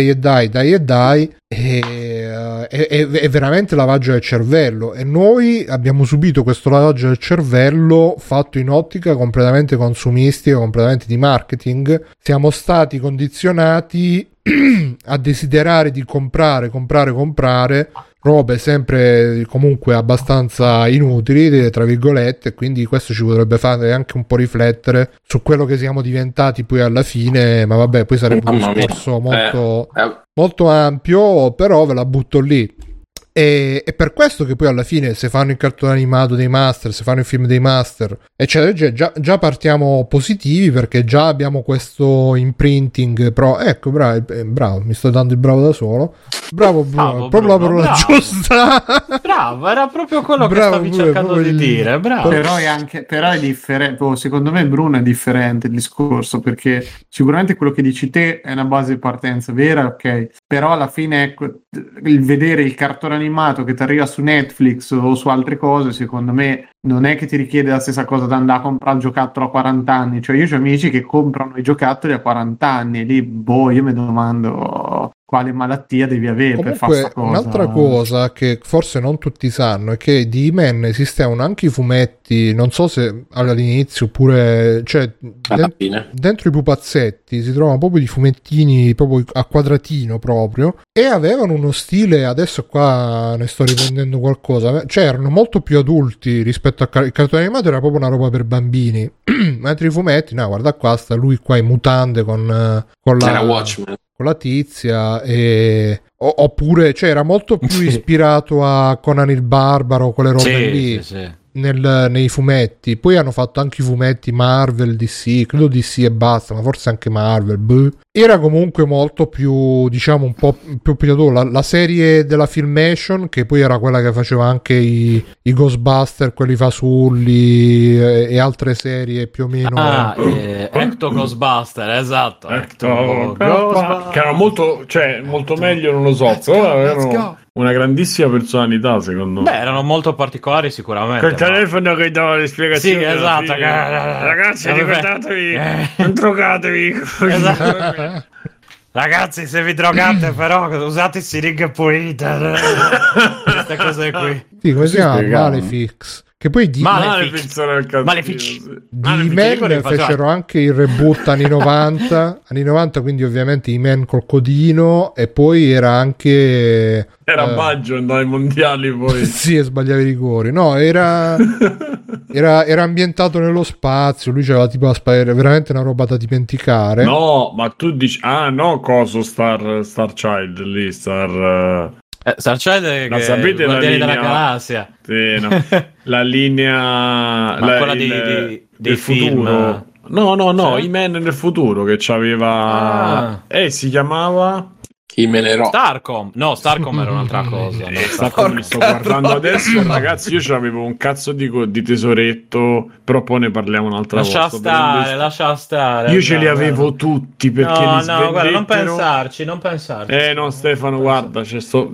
veramente lavaggio del cervello, e noi abbiamo subito questo lavaggio del cervello fatto in ottica completamente consumistica, completamente di marketing. Siamo stati condizionati a desiderare di comprare robe sempre comunque abbastanza inutili, tra virgolette, quindi questo ci potrebbe fare anche un po' riflettere su quello che siamo diventati poi alla fine, ma vabbè, poi sarebbe un discorso molto ampio, però ve la butto lì. E per questo che poi alla fine, se fanno il cartone animato dei Master, se fanno il film dei Master, eccetera, già partiamo positivi, perché già abbiamo questo imprinting ecco, bravo, mi sto dando il bravo da solo. Bravo, proprio la parola giusta. Bravo, era proprio quello che stavi cercando di dire. Bravo. Però è differente. Secondo me, Bruno, è differente il discorso, perché sicuramente quello che dici te è una base di partenza vera, ok. Però alla fine, ecco, il vedere il cartone animato che ti arriva su Netflix o su altre cose, secondo me non è che ti richiede la stessa cosa da andare a comprare il giocattolo a 40 anni. Cioè, io ho amici che comprano i giocattoli a 40 anni e lì, io mi domando quale malattia devi avere. Comunque, per fare sta cosa. Un'altra cosa che forse non tutti sanno è che di He-Man esistevano anche i fumetti, non so se all'inizio oppure, cioè, dentro i pupazzetti si trovano proprio i fumettini proprio a quadratino proprio, e avevano uno stile, adesso qua ne sto riprendendo qualcosa, cioè erano molto più adulti rispetto al cartone animato, era proprio una roba per bambini. Mentre i fumetti, no, guarda qua, sta lui qua in mutande con la Watchmen, con la tizia, oppure, cioè, era molto più ispirato a Conan il Barbaro, quelle robe lì. Sì. nei fumetti, poi hanno fatto anche i fumetti Marvel, DC, credo DC e basta, ma forse anche Marvel, era comunque molto più, diciamo, un po' più la serie della Filmation, che poi era quella che faceva anche i Ghostbuster, quelli fasulli e altre serie più o meno. Ecto Ghostbuster, esatto. Ghostbuster. Che era molto meglio, non lo so, però erano una grandississima personalità, secondo me. Beh, erano molto particolari sicuramente. Col telefono che dava le spiegazioni. Sì, esatto. Ragazzi, ricordatevi, non drogatevi. Esatto. Ragazzi, se vi drogate però usate siringhe pulite. Queste cose qui. Sì, come si chiama? Malefic. Che poi di Men fecero anche il reboot anni 90, quindi ovviamente i Men col codino, e poi era anche Baggio, andava ai mondiali poi. Sì, e sbagliava i rigori. No, era ambientato nello spazio, lui c'aveva tipo veramente una roba da dimenticare. No, ma tu dici coso Star Child lì, Star Child, la sapete, la linea della galassia. Sì, no. La linea quella dei film. Futuro. No, i Men nel futuro che c'aveva si chiamava Starcom. No, Starcom era un'altra cosa. No, Starcom sto guardando adesso, ragazzi. Io c'avevo un cazzo di tesoretto, però poi ne parliamo un'altra volta. Lascia stare. Io ce li avevo tutti perché li svendettero. Guarda, non pensarci. No, Stefano, guarda,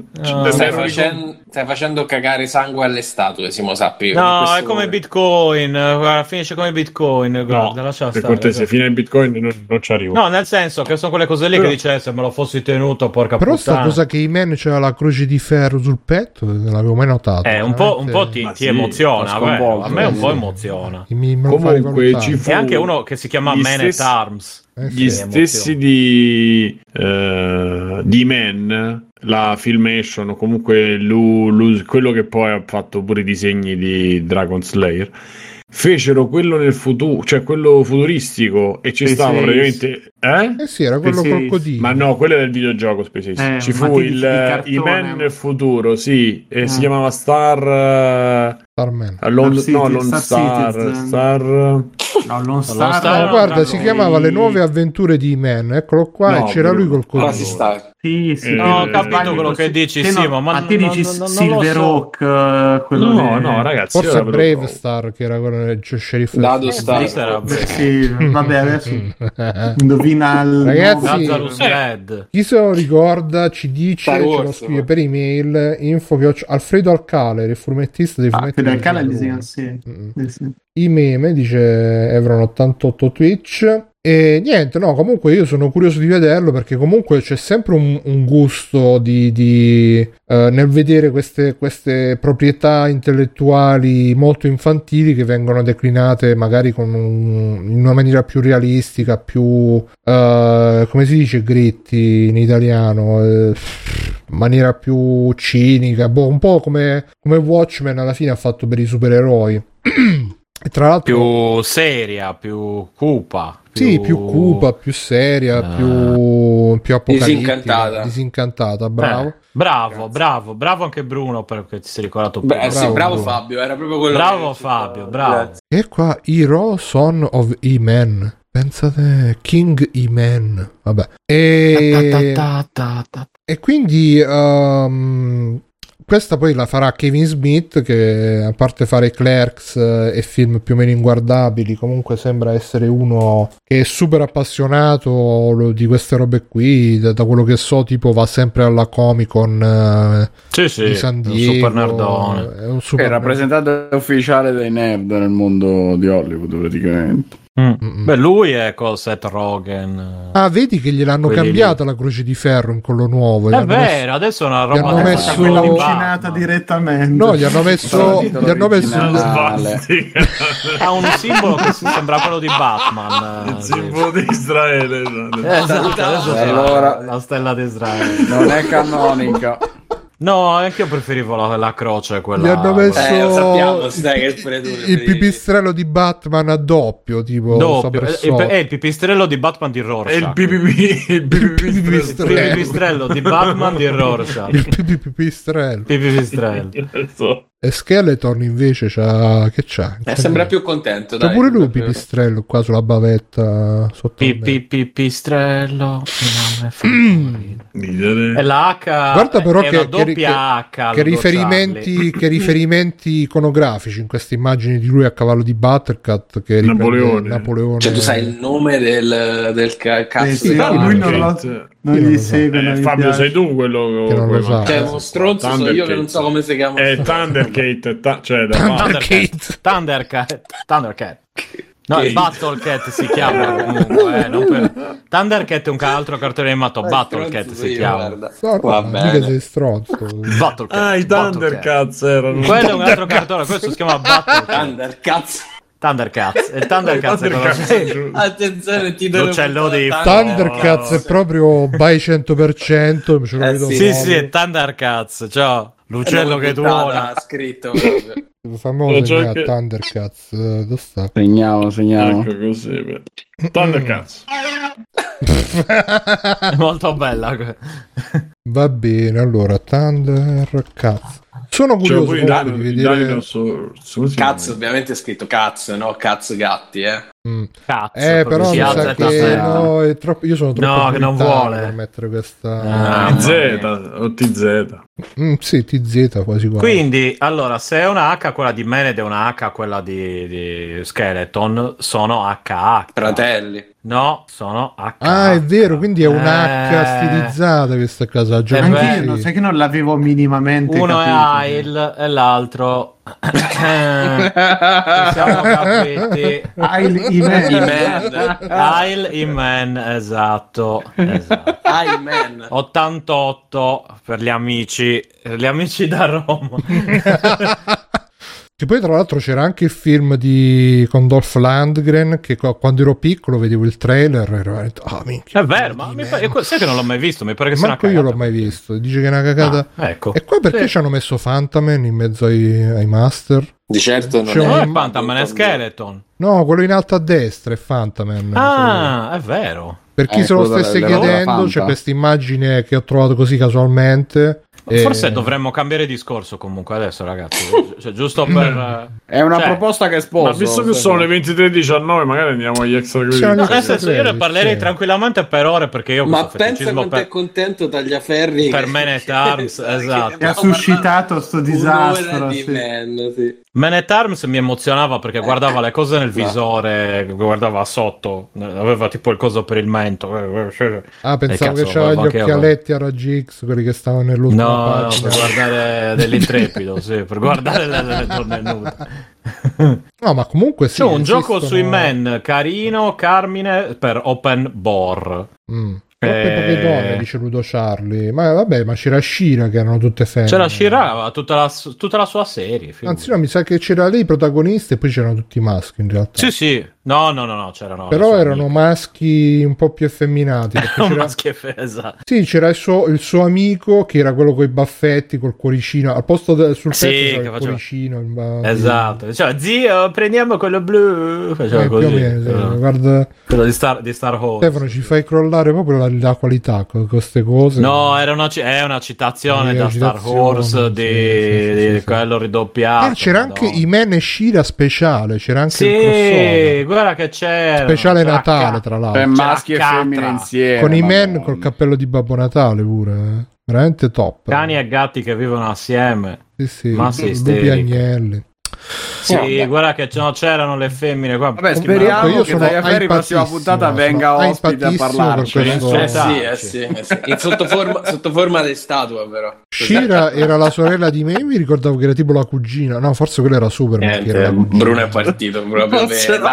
stai facendo cagare sangue alle statue, Simo sappi. No, è come Bitcoin, guarda, finisce come Bitcoin, guarda, lascia stare. Per cortesia, fine in Bitcoin non ci arrivo. No, nel senso che sono quelle cose lì che dice, se me lo fossi tenuto, porca però puttana. sta cosa che i Men c'era la croce di ferro sul petto, non l'avevo mai notato. Un po' ti emoziona, a me un po' emoziona. Comunque ci fu e anche uno che si chiama Man at Arms. Gli stessi di Men, la Filmation, o comunque quello che poi ha fatto pure i disegni di Dragon Slayer, fecero quello nel futuro, cioè quello futuristico, e ci stava praticamente sì, era quello col codino. Ma no, quello è del videogioco Space ci fu i Men nel futuro, sì, e si chiamava Starman. Lone Star. Guarda, si chiamava Le nuove avventure di Men, eccolo qua, e c'era lui col codino. Sì, ho capito quello che dici, Simo, ma ti dici Silver Oak, quello no, ragazzi, forse Brave Star, che era quello del Sheriff Dado Star. Sì, vabbè, adesso indovina il ragazzi, chi se lo ricorda ci dice, ce lo scrive per email Alfredo Alcale, il fumettista dei fumetti. Alfredo Alcale disegna, sì. I meme, dice Evron 88 Twitch. E niente, no, comunque io sono curioso di vederlo, perché comunque c'è sempre un gusto nel vedere queste proprietà intellettuali molto infantili che vengono declinate magari in una maniera più realistica, più come si dice gritty in italiano, maniera più cinica, un po' come Watchmen alla fine ha fatto per i supereroi. E tra l'altro più seria, più cupa. Più cupa, più seria, più apocalittica, disincantata. Bravo anche Bruno, perché ti sei ricordato. Bravo Fabio, era proprio quello. Bravo Fabio, bravo. E qua Hero Son of E-Man. Pensate, King E-Man. Vabbè. E quindi questa poi la farà Kevin Smith, che a parte fare Clerks e film più o meno inguardabili, comunque sembra essere uno che è super appassionato di queste robe qui. Da quello che so, tipo va sempre alla Comic Con di San Diego. Un super nerdone. È rappresentante ufficiale dei nerd nel mondo di Hollywood praticamente. Beh, lui è con Seth Rogen. Vedi che gliel'hanno cambiata la croce di ferro in quello nuovo. È vero, adesso è una roba quella uncinata direttamente. No, gli hanno messo ha un simbolo che sembra quello di Batman. Il simbolo di Israele. Esatto, adesso allora la stella di Israele. Non è canonica. No, anche io preferivo la croce, quella. Gli hanno messo lo sappiamo, sai che pure tu il pipistrello di Batman a doppio, tipo il pipistrello di Batman di Rorschach. Il pipistrello di Batman di Rorschach. Il pipistrello. E Skeleton invece che c'ha? Sembra più contento. C'ha pure lui pipistrello qua sulla bavetta sotto. Pipistrello. E la H. Guarda però che riferimenti iconografici in queste immagini di lui a cavallo di Buttercut che Napoleone. Cioè tu sai il nome del cazzo. Lui non gli segue. Fabio, sei tu quello che non lo sa. Cioè uno stronzo sono io che non so come si chiama. È Thundercat, Thundercat. No, il Battlecat si chiama comunque. Thundercat è un altro cartone animato. Battlecat si chiama. Va bene. Sei stronzo. Battlecat. I Thundercats erano. Quello è un altro cartone. Questo si chiama Thundercats. Il Thundercats è attenzione, ti l'uccello di Thundercats è proprio by 100%. Sì, è Thundercats, cioè l'uccello che tu ha scritto proprio. Famoso Thundercats. Dove sta? Segniamo. Ecco così. Thundercats. È molto bella. Va bene, allora Thundercats. Sono curioso di vedere. Cazzo, ovviamente è scritto cazzo, no? Cazzo gatti, Cazzo, però mi sa che no, è troppo. Io sono troppo che non vuole per mettere questa Z o TZ. Sì, TZ quasi. Quindi, allora, se è una H quella di Maned e una H quella di Skeleton, sono HH. Fratelli. No, sono H. Ah, è vero, quindi è una H stilizzata questa casa. Anche io, sai che non l'avevo minimamente uno capito. È Ail e l'altro siamo capiti. Ail Iman, esatto. Iman 88 per gli amici da Roma. Che poi tra l'altro c'era anche il film con Dolph Lundgren che quando ero piccolo vedevo il trailer e ero minchia, è vero, ma sai che non l'ho mai visto, mi pare che sia una cagata. Io l'ho mai visto, dice che è una cagata. Ecco. E qua perché ci hanno messo Fantaman in mezzo ai master? Di certo non è Fantaman, è Skeleton. No, quello in alto a destra è Fantaman. È vero. Per chi se lo stesse chiedendo, c'è questa immagine che ho trovato così casualmente. Forse dovremmo cambiare discorso comunque adesso, ragazzi. Cioè, giusto per. È una proposta che sposo. Ma visto che sono le 23:19, magari andiamo agli extra credit. Nel senso, io ne parlerei tranquillamente per ore perché io. Ma pensa quanto è contento Tagliaferri per Man at Arms, esatto. Che ha suscitato sto disastro. Man at Arms mi emozionava perché guardava le cose nel visore, guardava sotto, aveva tipo il coso per il mento. Pensavo che c'aveva gli occhialetti a raggi X, quelli che stavano nell'ultima pagina. Per guardare dell'Intrepido, sì, per guardare le donne nude. No, ma comunque sì. C'è un gioco sui men carino, Carmine, per Open Bore. Troppe poche donne, dice Ludo Charlie. Ma vabbè, ma c'era Shira che erano tutte femmine. C'era Shira, tutta la sua serie. Anzi no, mi sa che c'era lei protagonista e poi c'erano tutti maschi in realtà. Sì. No, c'erano. Però erano maschi un po' più effeminati. Esatto. Sì, c'era il suo amico che era quello con i baffetti, col cuoricino. Al posto sul petto c'era il cuoricino. Esatto. Cioè, zio, prendiamo quello blu. Faceva così. Più o meno, guarda. Quello di Star Wars. Stefano, ci fai crollare proprio la qualità con queste cose. No, è una citazione da Star Wars di quello ridoppiato. C'era anche Iman e Shira speciale. C'era anche il crossover. Guarda che c'era speciale Natale tra l'altro per maschi e femmine insieme con i men col cappello di Babbo Natale pure veramente top, cani e gatti che vivono assieme, sì, lupi agnelli. Sì, guarda che c'erano le femmine qua. Vabbè, speriamo che Tagliaferri prossima puntata venga ospite a parlarci. Sì. In sotto forma di statua però. Shira era la sorella di me, io mi ricordavo che era tipo la cugina. No, forse quella era Superman. Bruno è partito proprio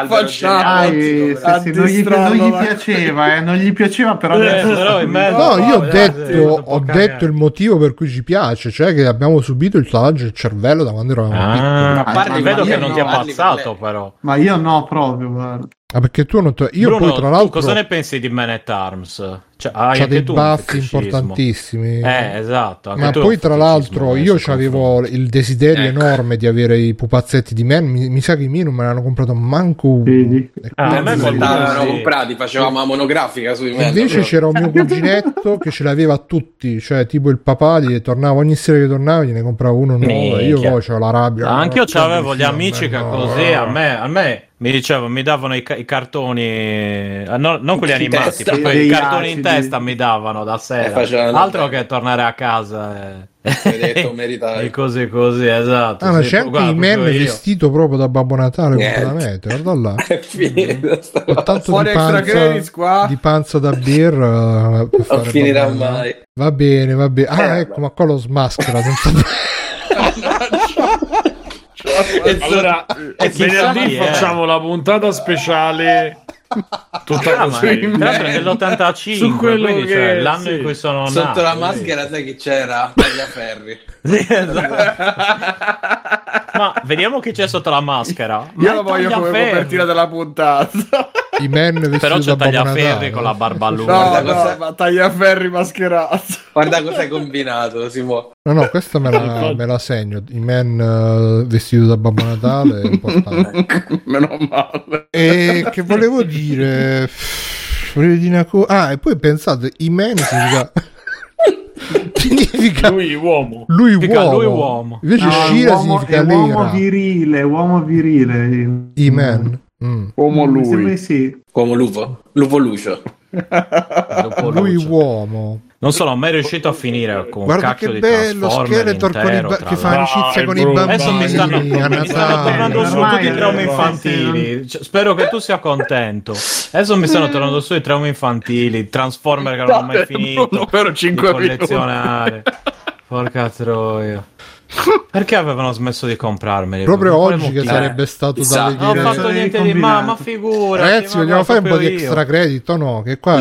non gli piaceva però adesso. No, io ho detto il motivo per cui ci piace, cioè che abbiamo subito il lavaggio del cervello da quando eravamo piccoli. Ma vedo che non ti ha passato però. Ma io no proprio, guarda. perché tu non io Bruno, poi tra l'altro cosa ne pensi di Man at Arms? C'ha dei baffi importantissimi. Esatto. Ma poi tra l'altro io avevo il desiderio enorme di avere i pupazzetti di Man. Mi sa che i miei non me l'hanno comprato manco uno. A me l'hanno comprati, facevamo la monografica sui Man. Invece c'era un mio cuginetto che ce l'aveva tutti, cioè tipo il papà gli tornava ogni sera che tornava gliene comprava uno nuovo. Io poi c'avevo la rabbia. Anche io c'avevo gli amici che così a me mi dicevano, mi davano i cartoni, non quelli animati, proprio i cartoni in testa mi davano da sera, altro che tornare a casa e così, esatto. Ma c'è anche il Man vestito proprio da Babbo Natale completamente, guarda là. È finito. Ho tanto di panza da birra. Non finirà mai. Va bene. Ecco, ma qua lo smaschera. Allora, venerdì facciamo la puntata speciale tutta così dell'85 su quello che cioè, l'anno in cui sono sotto nato, la maschera sai chi c'era? Tagliaferri. Esatto. Ma vediamo chi c'è sotto la maschera. Io lo voglio come copertina della puntata. I Men però c'è Tagliaferri con la barba lunga. No, ma Tagliaferri mascherato. Guarda cosa hai combinato, Simo. No, questa me la segno. I Men vestito da Babbo Natale è importante. Meno male. E che volevo dire? Volevo dire una cosa. E poi pensate, i Men significa lui uomo. Invece Shira significa lei uomo virile. I Men. Uomo lui. Sì. Uomo lupo Lucio. Lui uomo. Non so, non mai riuscito a finire con guarda che bello Skeletor che fa amicizia con i bambini. Adesso mi stanno tornando su tutti i traumi infantili. Spero che tu sia contento. Adesso mi stanno tornando su i traumi infantili, Transformer che non ho mai finito per 5 collezionare. Porca troia. Perché avevano smesso di comprarmeli? Proprio oggi che sarebbe stato da vedere. Non ho fatto niente di ma figura. Ragazzi, vogliamo fare un po' di extra credit o no? Che qua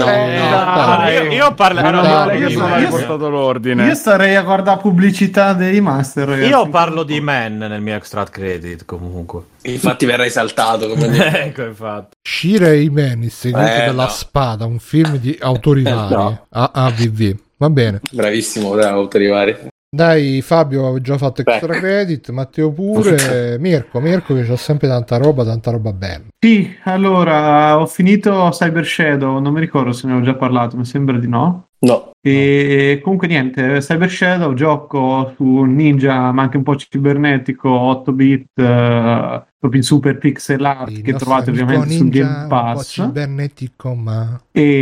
io parlo io portato l'ordine. Io starei a guardare pubblicità dei master, ragazzi. Io parlo di Man nel mio extra credit comunque. Infatti verrai saltato come dire. Ecco, infatti. Shira e i Man, il segreto della spada, un film di autori vari. AVV. Va bene. Bravissimo, autori vari. Dai, Fabio ha già fatto extra credit, Matteo pure, Mirko che c'ha sempre tanta roba bella. Sì, allora ho finito Cyber Shadow, non mi ricordo se ne ho già parlato, mi sembra di no. No. E comunque niente, Cyber Shadow, gioco su Ninja, ma anche un po' cibernetico, 8-bit, proprio in super pixel art, che trovate ovviamente sul Game Pass. Un po' cibernetico, ma...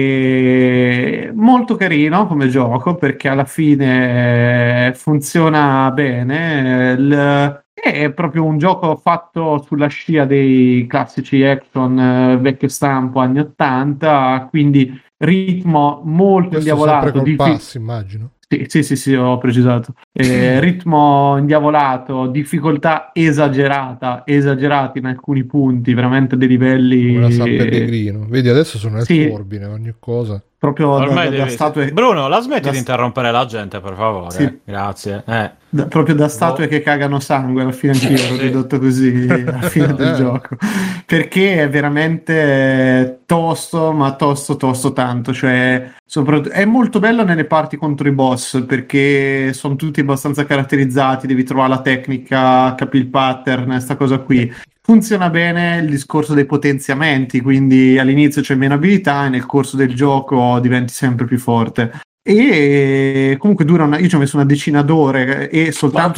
E molto carino come gioco, perché alla fine funziona bene. È proprio un gioco fatto sulla scia dei classici action vecchio stampo anni 80, quindi ritmo molto indiavolato. Pass, immagino. Sì, ho precisato. Ritmo indiavolato, difficoltà esagerata in alcuni punti, veramente dei livelli. Come la San Pellegrino. Vedi, adesso sono nel turbine, ogni cosa. Proprio da statue. Bruno, la smetti di interrompere la gente, per favore. Sì. Grazie. Proprio da statue che cagano sangue, alla fine anch'io l'ho ridotto così alla fine del gioco, perché è veramente tosto, ma tosto tanto, cioè è molto bello nelle parti contro i boss, perché sono tutti abbastanza caratterizzati, devi trovare la tecnica, capire il pattern, sta cosa qui. Funziona bene il discorso dei potenziamenti, quindi all'inizio c'è meno abilità e nel corso del gioco diventi sempre più forte. E comunque io ci ho messo una decina d'ore e soltanto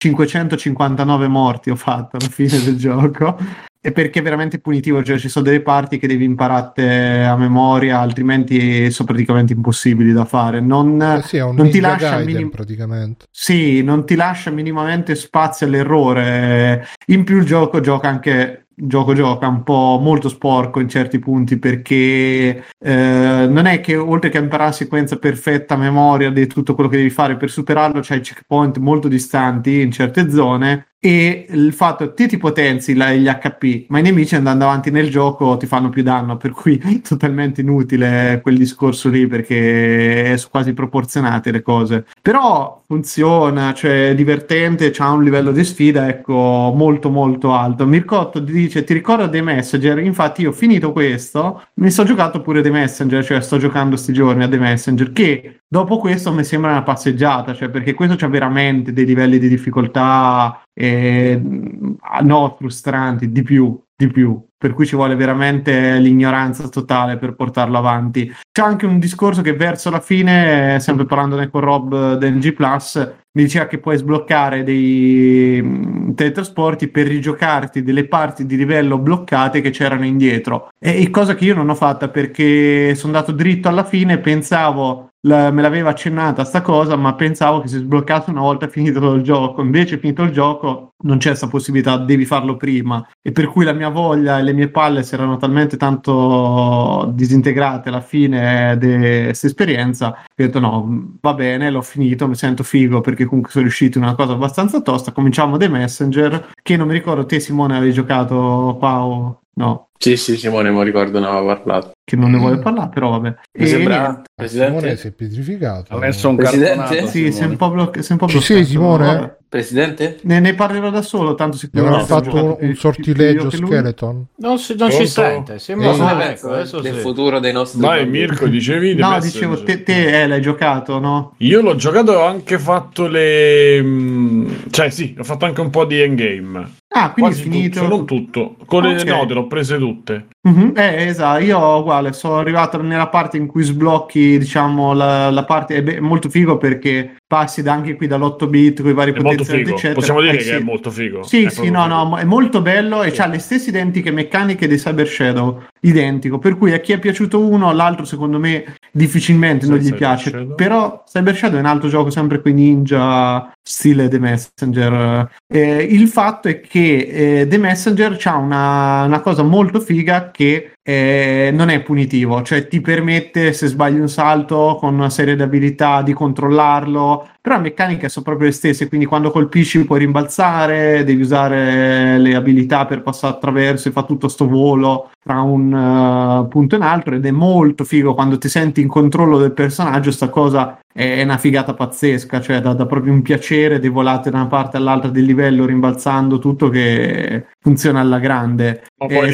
559 morti ho fatto alla fine del gioco, e perché è veramente punitivo, cioè ci sono delle parti che devi imparare a memoria, altrimenti sono praticamente impossibili da fare. Non ti lascia praticamente. Sì, non ti lascia minimamente spazio all'errore. In più il gioco gioca un po' molto sporco in certi punti, perché non è che oltre che imparare la sequenza perfetta a memoria di tutto quello che devi fare per superarlo, c'hai checkpoint molto distanti in certe zone, e il fatto che ti potenzi gli HP, ma i nemici andando avanti nel gioco ti fanno più danno, per cui è totalmente inutile quel discorso lì, perché sono quasi proporzionate le cose. Però funziona, cioè è divertente, c'ha un livello di sfida, ecco, molto molto alto. Mircotto dice: ti ricordo The Messenger? Infatti io ho finito questo, mi sto giocato pure The Messenger, cioè sto giocando sti giorni a The Messenger, che dopo questo mi sembra una passeggiata, cioè perché questo c'ha veramente dei livelli di difficoltà no, frustranti, di più, per cui ci vuole veramente l'ignoranza totale per portarlo avanti. C'è anche un discorso che verso la fine, sempre parlandone con Rob del G+, mi diceva che puoi sbloccare dei teletrasporti per rigiocarti delle parti di livello bloccate che c'erano indietro, e cosa che io non ho fatta, perché sono andato dritto alla fine, pensavo me l'aveva accennata sta cosa, ma pensavo che si sbloccasse una volta finito il gioco. Invece finito il gioco non c'è questa possibilità, devi farlo prima, e per cui la mia voglia e le mie palle si erano talmente tanto disintegrate alla fine di questa esperienza che ho detto no, va bene, l'ho finito, mi sento figo perché comunque sono riuscito in una cosa abbastanza tosta. Cominciamo The Messenger, che non mi ricordo, te Simone avevi giocato, Pau? No. Sì, Simone, mi ricordo, ne aveva parlato. Che non ne vuole parlare, però vabbè. Mi sembra, Presidente? Simone si è pietrificato. Ha messo un Presidente? Sì, sei un po' bloccato. Ci sei, Simone? Vabbè. Presidente? Ne parlerò da solo, tanto sicuro. Abbiamo fatto un sortileggio skeleton. Non ci sente. Adesso del futuro dei nostri. Vai, Mirko, dicevi? No, dicevo, te l'hai giocato, no? Io l'ho giocato e ho anche fatto le. Cioè, sì, ho fatto anche un po' di endgame. Ah, quindi quasi è finito. tutto, non tutto. Con le note l'ho prese tutte. Mm-hmm. Esatto, io uguale, sono arrivato nella parte in cui sblocchi, diciamo, la parte è molto figo, perché passi anche qui dall'8 bit con i vari potenziamenti, eccetera. Possiamo dire che è molto figo. Sì, no, è molto bello e c'ha le stesse identiche meccaniche di Cyber Shadow, identico, per cui a chi è piaciuto uno, l'altro secondo me difficilmente non gli piace. Però Cyber Shadow è un altro gioco sempre qui ninja, stile The Messenger. Il fatto è che The Messenger c'ha una cosa molto figa, che non è punitivo, cioè ti permette, se sbagli un salto con una serie di abilità, di controllarlo, però le meccaniche sono proprio le stesse, quindi quando colpisci puoi rimbalzare, devi usare le abilità per passare attraverso, e fa tutto sto volo tra un punto e un altro, ed è molto figo quando ti senti in controllo del personaggio. Sta cosa è una figata pazzesca, cioè dà proprio un piacere di volare da una parte all'altra del livello rimbalzando tutto, che funziona alla grande. Ma poi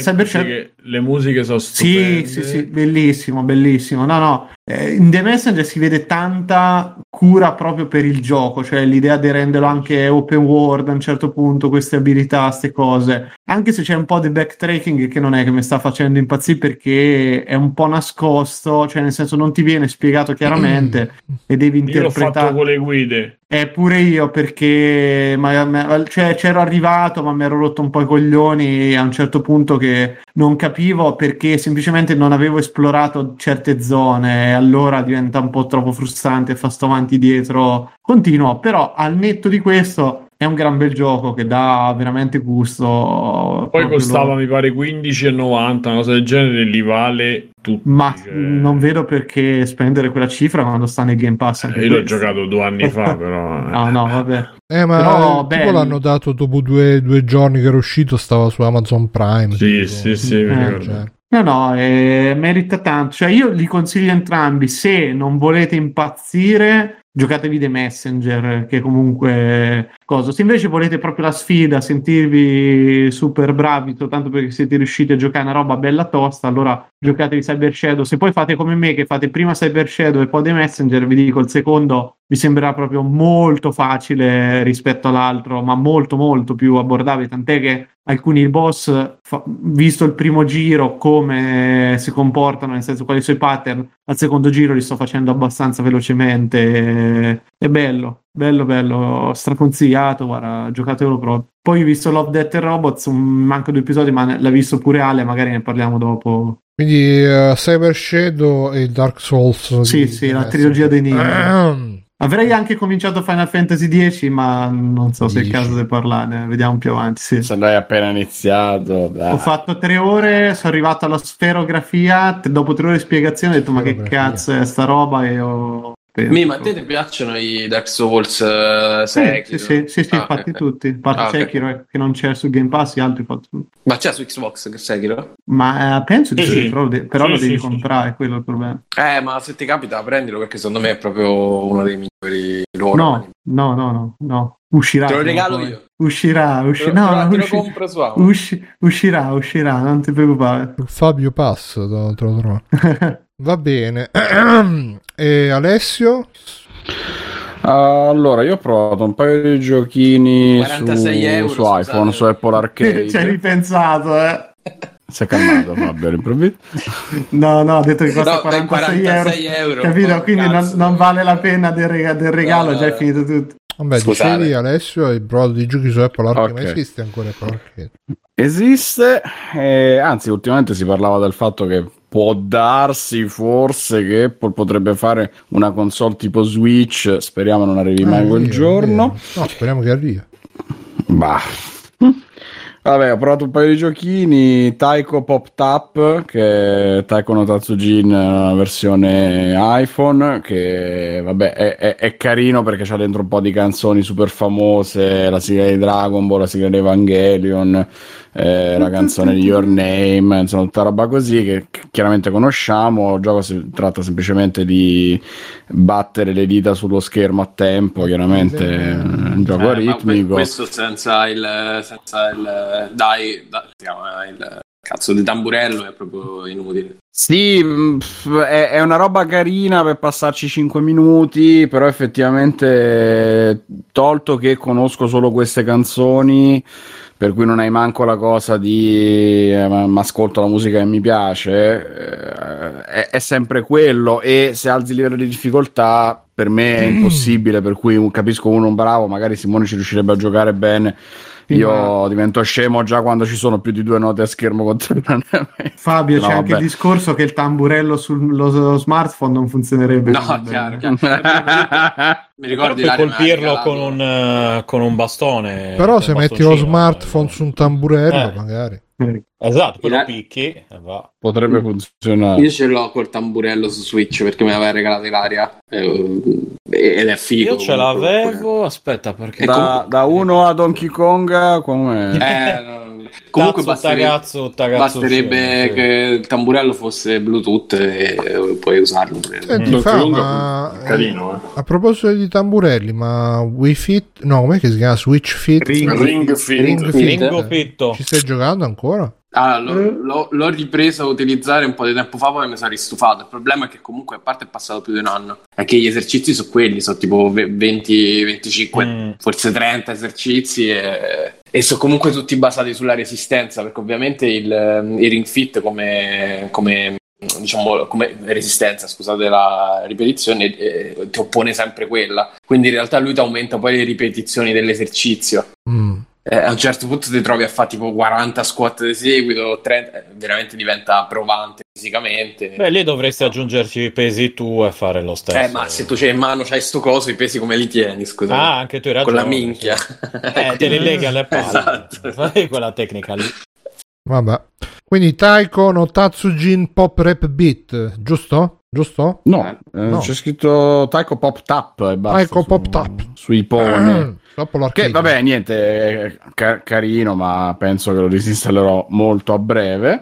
le musiche sono stupende. Sì, bellissimo. No, in The Messenger si vede tanta cura proprio per il gioco, cioè l'idea di renderlo anche open world a un certo punto, queste abilità, queste cose, anche se c'è un po' di backtracking che non è che mi sta facendo impazzire, perché è un po' nascosto, cioè nel senso non ti viene spiegato chiaramente e devi interpretare. Io l'ho fatto con le guide. Pure io, perché cioè, c'ero arrivato, ma mi ero rotto un po' i coglioni a un certo punto, che non capivo perché semplicemente non avevo esplorato certe zone, e allora diventa un po' troppo frustrante, fa sto avanti dietro continuo. Però al netto di questo è un gran bel gioco che dà veramente gusto. Poi costava mi pare 15,90, una cosa del genere, li vale tutti. Ma non vedo perché spendere quella cifra quando sta nel Game Pass. Io l'ho giocato 2 anni fa, però. No, vabbè. Ma però, tipo l'hanno dato dopo due giorni che era uscito, stava su Amazon Prime. Sì, mi ricordo. No, merita tanto. Cioè, io li consiglio entrambi. Se non volete impazzire, giocatevi The Messenger, che comunque cosa. Se invece volete proprio la sfida, sentirvi super bravi soltanto perché siete riusciti a giocare una roba bella tosta, allora giocatevi Cyber Shadow. Se poi fate come me, che fate prima Cyber Shadow e poi The Messenger, vi dico, il secondo vi sembrerà proprio molto facile rispetto all'altro, ma molto molto più abbordabile, tant'è che alcuni boss, visto il primo giro come si comportano, nel senso quali sono i pattern, al secondo giro li sto facendo abbastanza velocemente. È bello, straconsigliato, guarda, giocatelo proprio. Poi ho visto Love, Death and Robots, manco 2 episodi, ma l'ha visto pure Ale, magari ne parliamo dopo. Quindi Cyber Shadow e Dark Souls. Sì, la trilogia dei ninja. Avrei anche cominciato Final Fantasy X, ma non so se è il caso di parlarne, vediamo più avanti. Sì. Se l'hai appena iniziato. Ho fatto 3 ore, sono arrivato alla sferografia, dopo 3 ore di spiegazione ho detto ma che cazzo è sta roba, e ho Ma a te ti piacciono i Dark Souls? Sì, fatti tutti. A parte Sekiro che non c'è su Game Pass, gli altri fatti tutti. Ma c'è su Xbox che Sekiro? Ma penso di sì, però lo devi comprare, quello è il problema. Ma se ti capita prendilo, perché secondo me è proprio uno dei migliori loro. No. Uscirà. Te lo regalo io. Uscirà. Te lo compro su Amazon. Uscirà, non ti preoccupare. Fabio Pass, te lo trovo. Va bene. E Alessio? Allora, io ho provato un paio di giochini 46 euro, su iPhone, su Apple Arcade. Ci hai ripensato, Si è calmato Fabio all'improvviso. No, ha detto che costa 46 euro. Capito? Quindi non vale la pena del regalo, già è finito tutto. Vabbè, dicevi Alessio, hai provato di giochi su Apple Arcade, ma esiste ancora Apple Arcade? Esiste, anzi ultimamente si parlava del fatto che può darsi forse che Apple potrebbe fare una console tipo Switch, speriamo non arrivi mai quel giorno. No, speriamo che arrivi. Bah. Vabbè, ho provato un paio di giochini, Taiko Pop Tap, che è Taiko no Tatsujin, una versione iPhone, che vabbè è carino perché c'ha dentro un po' di canzoni super famose, la sigla di Dragon Ball, la sigla di Evangelion, la canzone di Your Name, insomma tutta roba così che chiaramente conosciamo. Il gioco si tratta semplicemente di battere le dita sullo schermo a tempo, chiaramente è un gioco ritmico. Questo senza il cazzo di tamburello è proprio inutile. Sì, è una roba carina per passarci 5 minuti, però effettivamente, tolto che conosco solo queste canzoni, per cui non hai manco la cosa di ma ascolto la musica che mi piace, è sempre quello, e se alzi il livello di difficoltà per me è impossibile, per cui capisco uno bravo, magari Simone ci riuscirebbe a giocare bene. Io divento scemo già quando ci sono più di 2 note a schermo contemporaneamente. Fabio, c'è anche il discorso che il tamburello sullo smartphone non funzionerebbe. No, chiaro. Mi ricordi puoi colpirlo con un bastone. Però se metti lo smartphone su un tamburello, magari. Esatto, poi lo picchi e va. Potrebbe funzionare. Io ce l'ho col tamburello su Switch perché me l'aveva regalato Ilaria ed è figo. Io ce l'avevo, aspetta, perché da 1 a Donkey Kong comunque basterebbe che il tamburello fosse Bluetooth e puoi usarlo. Carino. A proposito di tamburelli, ma Wii Fit, no, com'è che si chiama? Switch Fit? Ring Fit. Ci stai giocando ancora? L'ho ripreso a utilizzare un po' di tempo fa, poi mi sono ristufato. Il problema è che comunque, a parte è passato più di un anno, è che gli esercizi sono quelli, sono tipo 20, 25, forse 30 esercizi e sono comunque tutti basati sulla resistenza, perché ovviamente il Ring Fit come resistenza, scusate la ripetizione, ti oppone sempre quella, quindi in realtà lui ti aumenta poi le ripetizioni dell'esercizio. A un certo punto ti trovi a fare tipo 40 squat di seguito, 30, veramente diventa provante fisicamente. Beh, lì dovresti aggiungerci i pesi tu e fare lo stesso. Ma se tu c'hai in mano, c'hai sto coso, i pesi come li tieni, scusa? Anche tu hai ragione. Con la minchia. Te li leghi alle palle. Esatto. Fai quella tecnica lì. Vabbè. Quindi Taiko no Tatsujin Pop Rap Beat, giusto? No, c'è scritto Taiko Pop Tap e basta. Taiko Pop Tap. Sui pone. Che vabbè, niente, carino, ma penso che lo disinstallerò molto a breve.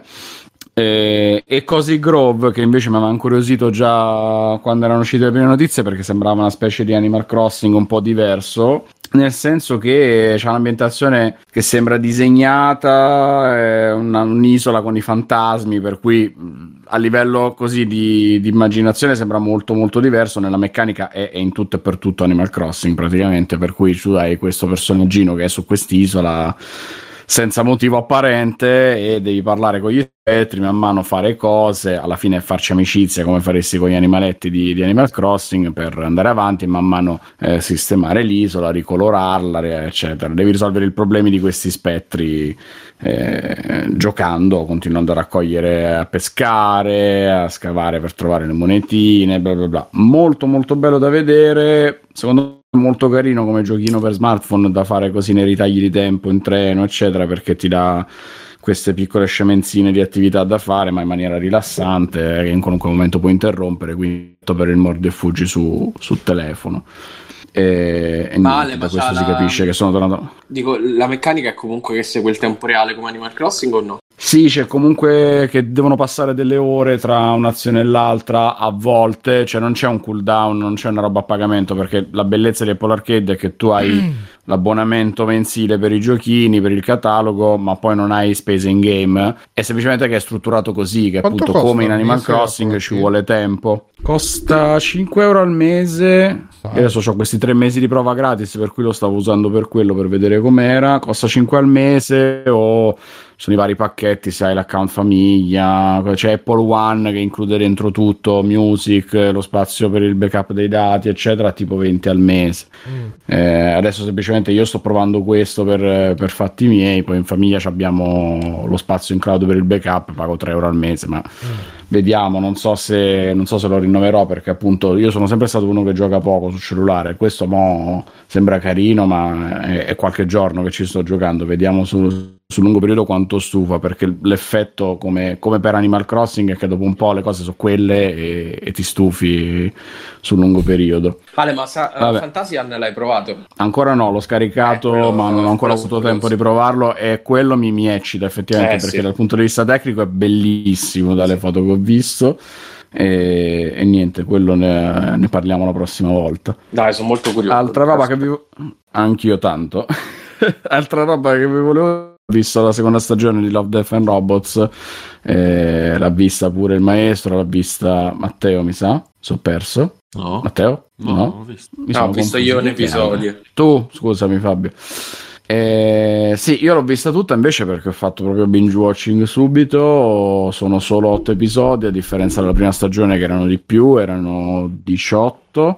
E Cozy Grove, che invece mi aveva incuriosito già quando erano uscite le prime notizie, perché sembrava una specie di Animal Crossing un po' diverso, nel senso che c'è un'ambientazione che sembra disegnata, un'isola con i fantasmi, per cui a livello così di immaginazione sembra molto molto diverso. Nella meccanica è in tutto e per tutto Animal Crossing praticamente, per cui tu hai questo personaggino che è su quest'isola senza motivo apparente e devi parlare con gli spettri, man mano fare cose, alla fine farci amicizia come faresti con gli animaletti di Animal Crossing per andare avanti e man mano sistemare l'isola, ricolorarla, eccetera. Devi risolvere i problemi di questi spettri giocando, continuando a raccogliere, a pescare, a scavare per trovare le monetine, bla bla bla. Molto molto bello da vedere, secondo me molto carino come giochino per smartphone da fare così nei ritagli di tempo in treno, eccetera, perché ti dà queste piccole scemenzzine di attività da fare, ma in maniera rilassante, che in qualunque momento puoi interrompere, quindi per il mordi e fuggi sul telefono. E niente, da questo si capisce che sono tornato. Dico, la meccanica è comunque che segue il tempo reale come Animal Crossing o no? Sì, c'è comunque che devono passare delle ore tra un'azione e l'altra a volte, cioè non c'è un cooldown, non c'è una roba a pagamento, perché la bellezza di Apple Arcade è che tu hai l'abbonamento mensile per i giochini, per il catalogo, ma poi non hai spese in game, è semplicemente che è strutturato così, che quanto appunto come in Animal Crossing ci vuole tempo. Costa 5 euro al mese, e adesso ho questi 3 mesi di prova gratis, per cui lo stavo usando per quello, per vedere com'era. Costa 5 al mese, o sono i vari pacchetti, se hai l'account famiglia, c'è Apple One che include dentro tutto, music, lo spazio per il backup dei dati eccetera, tipo 20 al mese. Adesso semplicemente io sto provando questo per fatti miei, poi in famiglia abbiamo lo spazio in cloud per il backup, pago 3 euro al mese, ma vediamo, non so se lo rinnoverò, perché appunto io sono sempre stato uno che gioca poco sul cellulare, questo mo sembra carino, ma è qualche giorno che ci sto giocando, vediamo sul lungo periodo quanto stufa, perché l'effetto come per Animal Crossing è che dopo un po' le cose sono quelle e ti stufi sul lungo periodo. Vale, ma Fantasian l'hai provato? Ancora no, l'ho scaricato, ma non ho ancora avuto tempo di provarlo, e quello mi eccita effettivamente, perché dal punto di vista tecnico è bellissimo dalle foto che ho visto. E niente, quello ne parliamo la prossima volta. Dai, sono molto curioso. Altra roba che anch'io tanto. Altra roba che vi volevo, ho visto la seconda stagione di Love, Death and Robots, l'ha vista pure il maestro, l'ha vista Matteo, mi sa, sono perso. No. Matteo? No, ho visto io un episodio. Tu, scusami Fabio. Sì, io l'ho vista tutta invece perché ho fatto proprio binge watching subito. Sono solo 8 episodi, a differenza della prima stagione che erano di più, erano 18,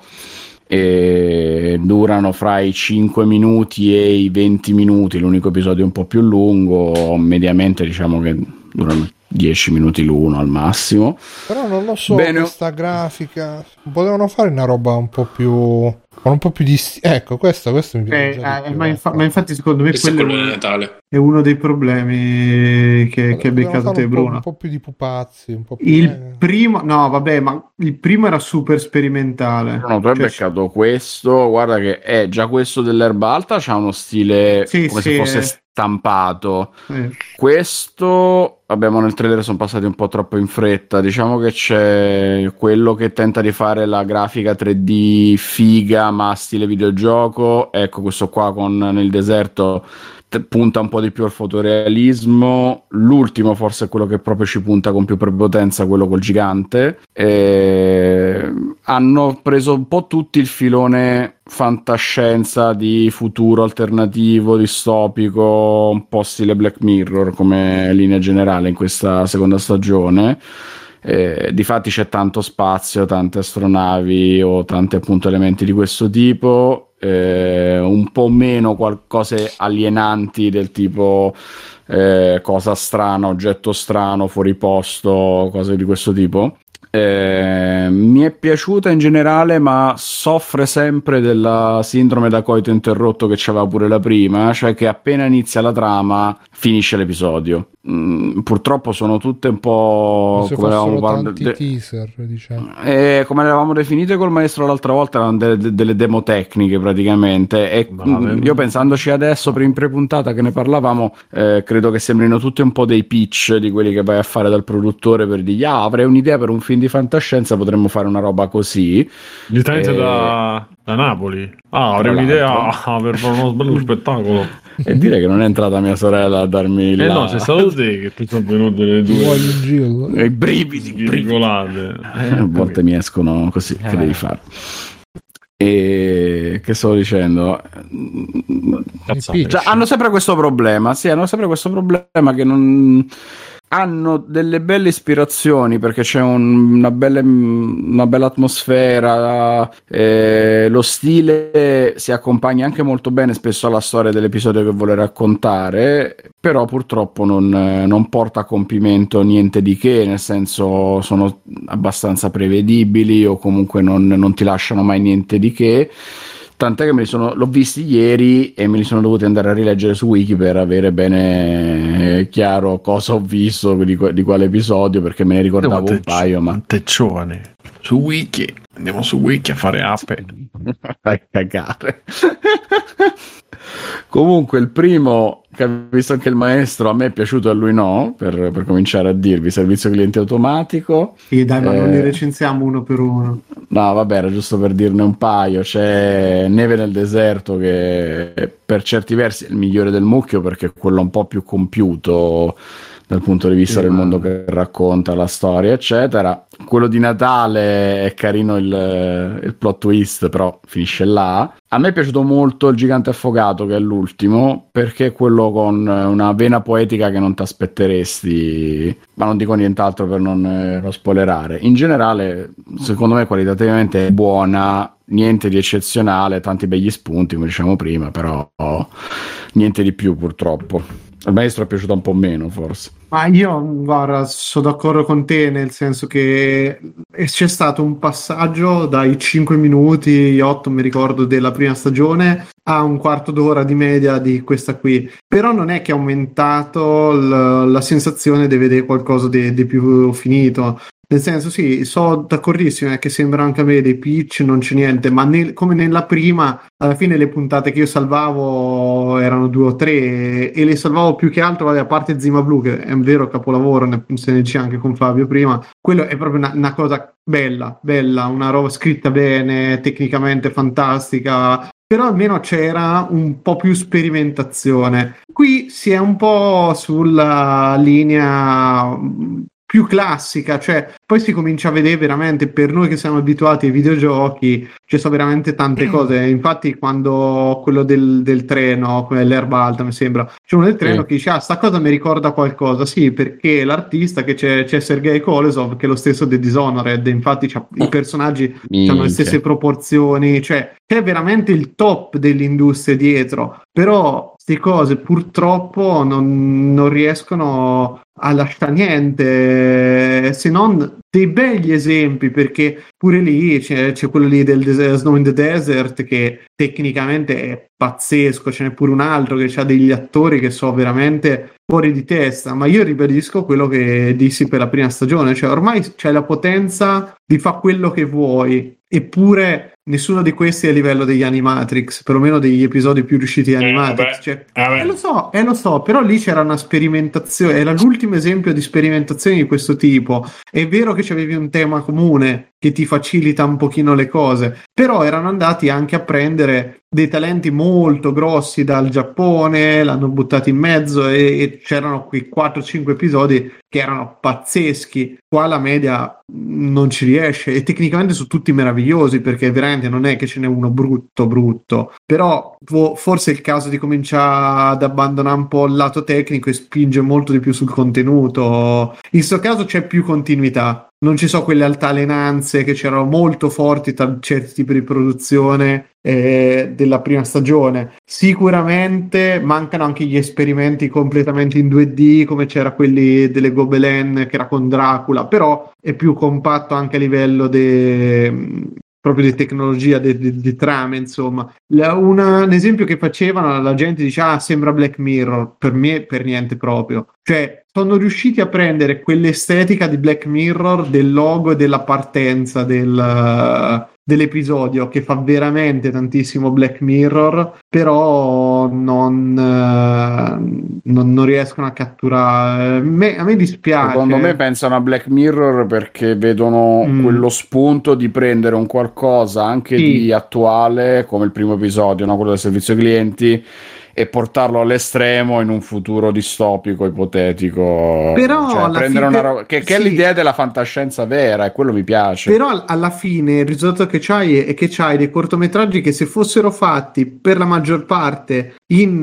e durano fra i 5 minuti e i 20 minuti. L'unico episodio è un po' più lungo, mediamente diciamo che durano 10 minuti l'uno al massimo. Però non lo so, questa grafica potevano fare una roba un po' più di ecco, questo mi piace ma infatti secondo me quello è uno dei problemi che hai beccato te, Bruno. Un po' più di pupazzi, un po' più il primo, no vabbè, ma il primo era super sperimentale. No, tu hai beccato questo, guarda che è già questo dell'erba alta, c'ha uno stile se fosse stampato. Questo abbiamo nel trailer, sono passati un po' troppo in fretta, diciamo che c'è quello che tenta di fare la grafica 3D figa ma stile videogioco, ecco questo qua con nel deserto punta un po' di più al fotorealismo. L'ultimo forse è quello che proprio ci punta con più prepotenza, quello col gigante. Hanno preso un po' tutti il filone fantascienza di futuro alternativo, distopico, un po' stile Black Mirror come linea generale in questa seconda stagione. Difatti c'è tanto spazio, tante astronavi o tanti appunto elementi di questo tipo, un po' meno cose alienanti del tipo cosa strana, oggetto strano, fuori posto, cose di questo tipo. Mi è piaciuta in generale, ma soffre sempre della sindrome da coito interrotto che c'aveva pure la prima, cioè che appena inizia la trama finisce l'episodio. Purtroppo sono tutte un po' come avevamo teaser, diciamo. Come le avevamo definite col maestro l'altra volta, erano delle demo tecniche praticamente, e io pensandoci adesso in pre-puntata che ne parlavamo, credo che sembrino tutte un po' dei pitch di quelli che vai a fare dal produttore per dirgli avrei un'idea per un film di fantascienza, potremmo fare una roba così. Direttamente da Napoli. Avrei un'idea per fare uno bello spettacolo. E dire che non è entrata mia sorella a darmi il no, c'è stato te che ti sono venute le due i brividi. A volte mi escono così, che devi fare. E che stavo dicendo? Cioè, hanno sempre questo problema, che non hanno delle belle ispirazioni, perché c'è una bella atmosfera, lo stile si accompagna anche molto bene spesso alla storia dell'episodio che vuole raccontare, però purtroppo non porta a compimento niente di che, nel senso sono abbastanza prevedibili o comunque non ti lasciano mai niente di che. tant'è che l'ho visti ieri e me li sono dovuti andare a rileggere su Wiki per avere bene chiaro cosa ho visto di quale episodio, perché me ne ricordavo un paio, ma teccione su Wiki, andiamo su Wiki a fare ape. Fai cagare. Comunque il primo, che ha visto anche il maestro, a me è piaciuto e a lui no, per cominciare a dirvi, servizio cliente automatico. Sì, dai, ma non li recensiamo uno per uno. No, vabbè, era giusto per dirne un paio. C'è Neve nel deserto, che per certi versi è il migliore del mucchio, perché è quello un po' più compiuto dal punto di vista del mondo che racconta, la storia, eccetera. Quello di Natale è carino il plot twist, però finisce là. A me è piaciuto molto Il gigante affogato, che è l'ultimo, perché è quello con una vena poetica che non ti aspetteresti, ma non dico nient'altro per non spoilerare. In generale, secondo me qualitativamente è buona, niente di eccezionale, tanti begli spunti, come diciamo prima, però niente di più purtroppo. Al maestro è piaciuto un po' meno, forse. Ma io, guarda, sono d'accordo con te, nel senso che c'è stato un passaggio dai 5 minuti, 8 mi ricordo, della prima stagione a un quarto d'ora di media di questa qui. Però non è che ha aumentato la sensazione di vedere qualcosa di più finito. Nel senso, sì, sono d'accordissimo, è che sembra anche a me dei pitch, non c'è niente, ma come nella prima, alla fine le puntate che io salvavo erano 2 o 3 e le salvavo più che altro, a parte Zima Blu, che è un vero capolavoro, se ne dice anche con Fabio prima, quello è proprio una cosa bella, una roba scritta bene, tecnicamente fantastica, però almeno c'era un po' più sperimentazione. Qui si è un po' sulla linea più classica, cioè poi si comincia a vedere veramente, per noi che siamo abituati ai videogiochi, ci sono veramente tante cose. Infatti quando quello del treno, l'erba alta mi sembra, c'è uno del treno che dice sta cosa mi ricorda qualcosa, sì, perché l'artista che c'è Sergei Kolesov, che è lo stesso di Dishonored, infatti i personaggi hanno le stesse proporzioni, cioè è veramente il top dell'industria dietro, però queste cose purtroppo non riescono a lasciare niente, se non dei begli esempi, perché pure lì c'è quello lì del Snow in the Desert, che tecnicamente è pazzesco, ce n'è pure un altro che ha degli attori che sono veramente fuori di testa, ma io ribadisco quello che dissi per la prima stagione, cioè ormai c'è la potenza di fare quello che vuoi, eppure nessuno di questi è a livello degli Animatrix, perlomeno degli episodi più riusciti di Animatrix. Lo so, però lì c'era una sperimentazione, era l'ultimo esempio di sperimentazione di questo tipo. È vero che c'avevi un tema comune che ti facilita un pochino le cose, però erano andati anche a prendere dei talenti molto grossi dal Giappone, l'hanno buttato in mezzo e c'erano qui 4-5 episodi che erano pazzeschi. Qua la media non ci riesce, e tecnicamente sono tutti meravigliosi, perché veramente non è che ce n'è uno brutto, però forse è il caso di cominciare ad abbandonare un po' il lato tecnico e spinge molto di più sul contenuto. In questo caso c'è più continuità, non ci sono quelle altalenanze che c'erano molto forti tra certi tipi di produzione della prima stagione. Sicuramente mancano anche gli esperimenti completamente in 2D, come c'era quelli delle Gobelin, che era con Dracula, però è più compatto anche a livello proprio di tecnologia, di trame, insomma. Un esempio che facevano, la gente dice sembra Black Mirror, per me per niente proprio, cioè sono riusciti a prendere quell'estetica di Black Mirror, del logo e della partenza dell'episodio, che fa veramente tantissimo Black Mirror, però non riescono a catturare. A me dispiace. Secondo me pensano a Black Mirror perché vedono quello spunto di prendere un qualcosa anche di attuale, come il primo episodio, no? Quello del servizio clienti, e portarlo all'estremo in un futuro distopico ipotetico, però cioè prendere una roba che è l'idea della fantascienza vera, e quello mi piace. Però alla fine il risultato che c'hai è che c'hai dei cortometraggi che, se fossero fatti per la maggior parte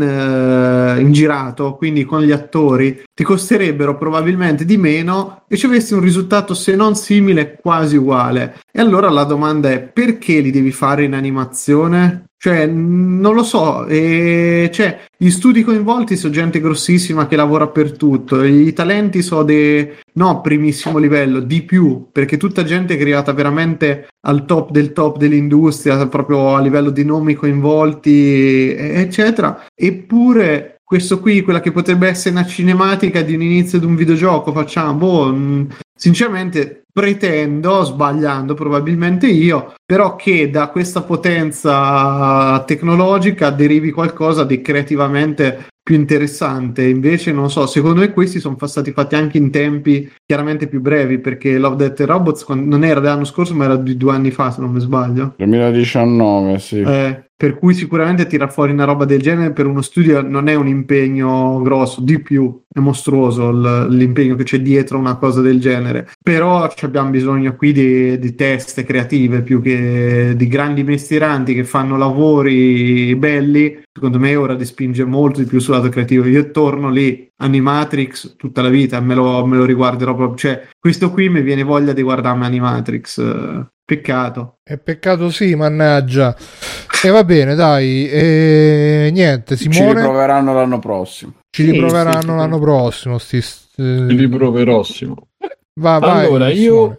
in girato, quindi con gli attori, ti costerebbero probabilmente di meno e ci avresti un risultato, se non simile, quasi uguale. E allora la domanda è: perché li devi fare in animazione? cioè non lo so, cioè gli studi coinvolti sono gente grossissima che lavora per tutto, i talenti sono no primissimo livello, di più, perché tutta gente creata veramente al top dell'industria, proprio a livello di nomi coinvolti, eccetera, eppure questo qui, quella che potrebbe essere una cinematica di un inizio di un videogioco, facciamo, sinceramente pretendo, sbagliando probabilmente io, però che da questa potenza tecnologica derivi qualcosa di creativamente più interessante. Invece non so, secondo me questi sono stati fatti anche in tempi chiaramente più brevi, perché Love, Death and Robots non era dell'anno scorso ma era di 2 anni fa, se non mi sbaglio, 2019, sì. Per cui sicuramente tirar fuori una roba del genere per uno studio non è un impegno grosso, di più è mostruoso l'impegno che c'è dietro una cosa del genere, però abbiamo bisogno qui di teste creative più che di grandi mestieranti che fanno lavori belli. Secondo me è ora di spingere molto di più sul lato creativo. Io torno lì, Animatrix tutta la vita, me lo riguarderò proprio, cioè questo qui mi viene voglia di guardarmi Animatrix. Peccato. È peccato, sì, mannaggia. E va bene, dai. Niente, Simone. Ci riproveranno l'anno prossimo. Ci riproveranno l'anno prossimo. Riproverossimo. Vai, allora, io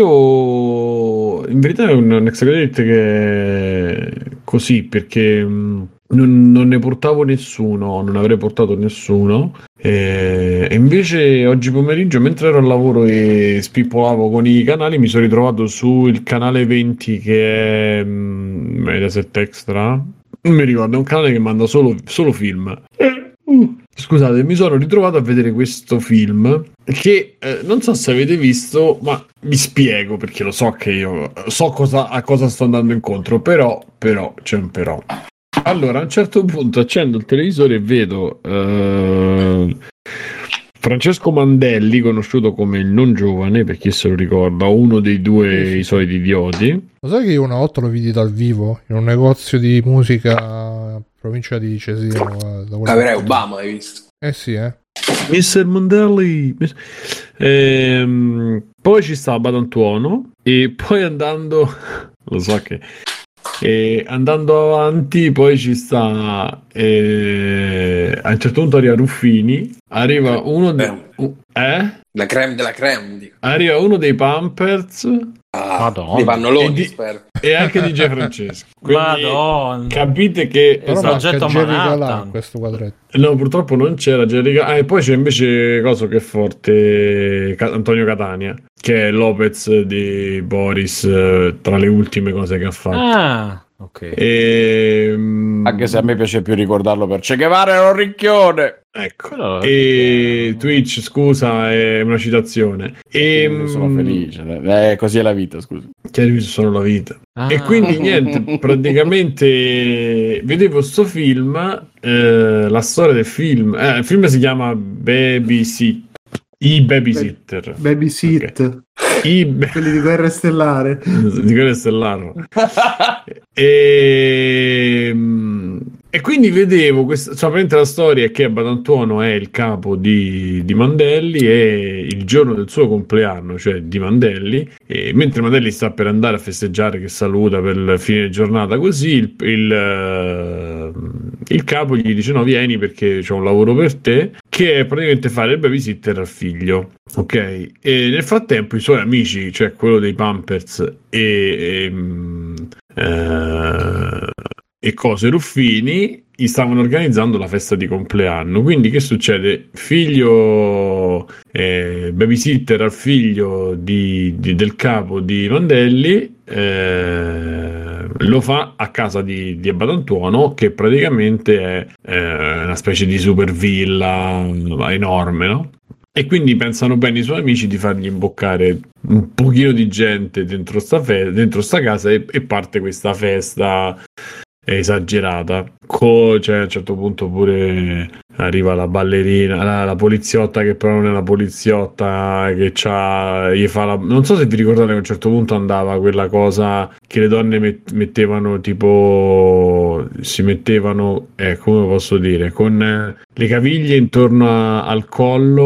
in verità è un extracredit che così, perché non ne portavo nessuno, non avrei portato nessuno. E invece oggi pomeriggio, mentre ero al lavoro e spippolavo con i canali, mi sono ritrovato sul canale 20 che è Mediaset Extra. Non mi ricordo, è un canale che manda solo film. Scusate, mi sono ritrovato a vedere questo film che non so se avete visto, ma vi spiego, perché lo so che io so a cosa sto andando incontro, però c'è un però. Allora, a un certo punto accendo il televisore e vedo Francesco Mandelli, conosciuto come il non giovane, per chi se lo ricorda, uno dei due i soliti idioti. Lo sai che io una volta lo vidi dal vivo in un negozio di musica provincia di Cesena. Avrei Obama, hai visto? Sì, Mr. Mandelli. Poi ci sta Badantuono e poi andando lo so che andando avanti poi ci sta a un certo punto arriva Ruffini, arriva uno la creme della creme, dico. Arriva uno dei Pampers, dei pannoloni, spero. E anche di G. Francesco. Madonna, capite che è soggetto Manhattan questo quadretto. No, purtroppo non c'era Jerry e poi c'è invece coso che è forte, Antonio Catania, che è Lopez di Boris, tra le ultime cose che ha fatto. Ok. Anche se a me piace più ricordarlo per Che Guevara era un ricchione. Ecco. E Twitch, scusa, è una citazione. Sono felice. Così è la vita, scusa. Che sono la vita. E quindi niente, praticamente vedevo sto film, la storia del film. Il film si chiama Babysitter. I Babysitter. Babysitter. Okay. Quelli di Guerra Stellare. Di Guerra Stellare. E quindi vedevo questa, solamente la storia è che Badantuono è il capo di Mandelli e il giorno del suo compleanno, cioè di Mandelli, e mentre Mandelli sta per andare a festeggiare, che saluta per la fine giornata così, il capo gli dice no, vieni perché c'è un lavoro per te, che è praticamente fare il babysitter al figlio, ok? E nel frattempo i suoi amici, cioè quello dei Pampers e cose Ruffini, gli stavano organizzando la festa di compleanno. Quindi che succede? Figlio babysitter al figlio del capo di Mandelli, lo fa a casa di Badantuono, che praticamente è una specie di super villa enorme, no? E quindi pensano bene i suoi amici di fargli imboccare un pochino di gente dentro sta casa e parte questa festa esagerata. Cioè, a un certo punto pure arriva la ballerina, la poliziotta, che però non è la poliziotta, che gli fa non so se vi ricordate che a un certo punto andava quella cosa che le donne mettevano, tipo si mettevano, come posso dire, con le caviglie intorno al collo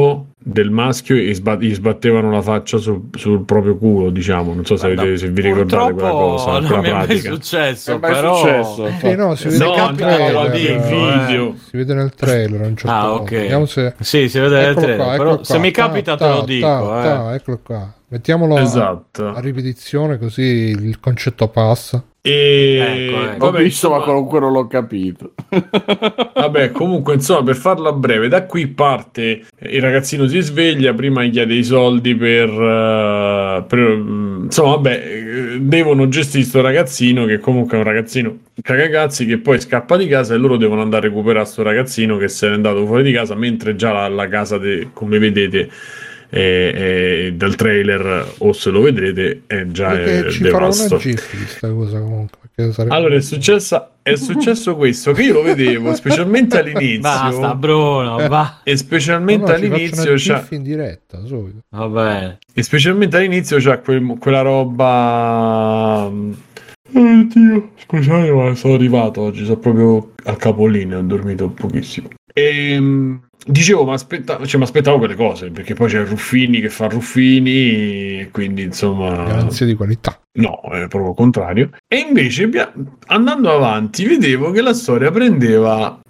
del maschio e gli sbattevano la faccia sul proprio culo, diciamo. Non so se vi ricordate quella cosa. Non mi è mai successo, però no, si vede video. Si vede nel trailer a un certo punto. Vediamo se... Sì, si vede nel trailer, però se mi capita te lo dico. Eccolo qua. Mettiamolo a ripetizione così il concetto passa. Ho visto, ma comunque non l'ho capito. Vabbè, comunque, insomma, per farla breve, da qui parte il ragazzino si sveglia, prima gli chiede i soldi per insomma, vabbè, devono gestire sto ragazzino, che comunque è un ragazzino cagacazzi, che poi scappa di casa e loro devono andare a recuperare sto ragazzino che se n'è andato fuori di casa, mentre già la casa, come vedete, dal trailer, o se lo vedrete, è già ci devasto. Farà una gif di sta cosa comunque, allora è successo questo, che io lo vedevo specialmente all'inizio. Basta Bruno, va. E specialmente all'inizio in diretta subito. Vabbè. E specialmente all'inizio c'ha quella roba. Oddio, scusate, ma sono arrivato oggi, sono proprio al capolinea, ho dormito pochissimo. Dicevo, mi aspettavo quelle cose, perché poi c'è Ruffini che fa Ruffini, e quindi insomma garanzia di qualità. No, è proprio il contrario. E invece andando avanti vedevo che la storia prendeva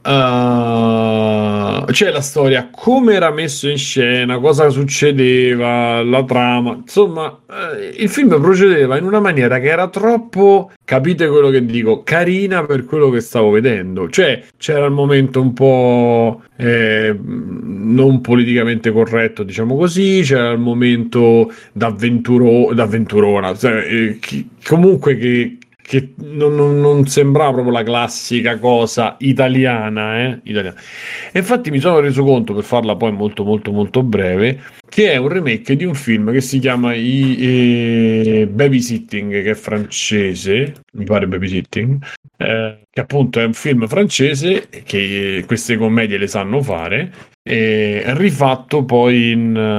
cioè la storia, come era messo in scena, cosa succedeva, la trama, insomma il film procedeva in una maniera che era troppo, capite quello che dico, carina per quello che stavo vedendo. Cioè c'era il momento un po' non politicamente corretto, diciamo così, c'era il momento d'avventurona, cioè, comunque che non sembrava proprio la classica cosa italiana. E infatti mi sono reso conto, per farla poi molto molto molto breve, che è un remake di un film che si chiama Babysitting, che è francese, mi pare Babysitting, che appunto è un film francese che queste commedie le sanno fare, rifatto poi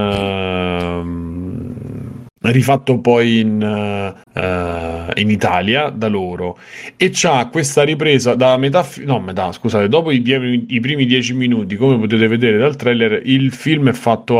in Italia da loro, e c'ha questa ripresa dopo i primi 10 minuti, come potete vedere dal trailer. Il film è fatto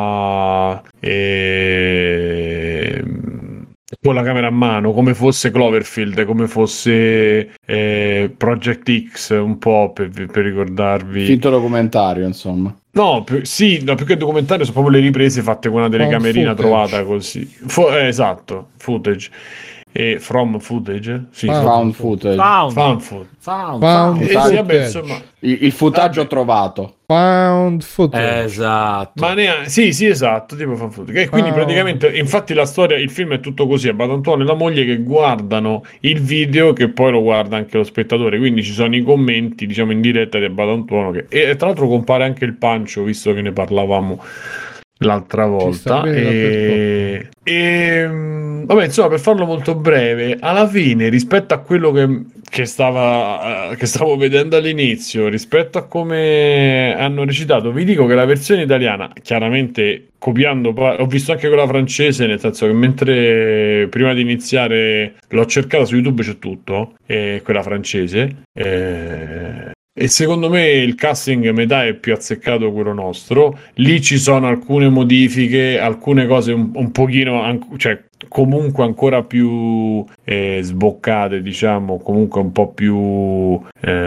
con la camera a mano, come fosse Cloverfield, come fosse Project X, un po' per ricordarvi. Finto documentario, insomma. No, più che documentario, sono proprio le riprese fatte con una telecamerina trovata così. Esatto, footage. From footage? Sì, found footage. Found footage. Vabbè, insomma, il footaggio trovato. Found footage. Esatto. Ma sì, esatto, tipo found footage. E quindi praticamente, infatti la storia, il film è tutto così, è Batantuono e la moglie che guardano il video, che poi lo guarda anche lo spettatore, quindi ci sono i commenti, diciamo, in diretta di Batantuono, e tra l'altro compare anche il Pancio, visto che ne parlavamo l'altra volta. Vabbè, insomma, per farlo molto breve, alla fine, rispetto a quello che stavo vedendo all'inizio, rispetto a come hanno recitato, vi dico che la versione italiana, chiaramente copiando, ho visto anche quella francese, nel senso che mentre prima di iniziare l'ho cercata su YouTube, c'è tutto, quella francese, e secondo me il casting metà è più azzeccato quello nostro. Lì ci sono alcune modifiche, alcune cose un pochino, cioè comunque ancora più sboccate, diciamo, comunque un po' più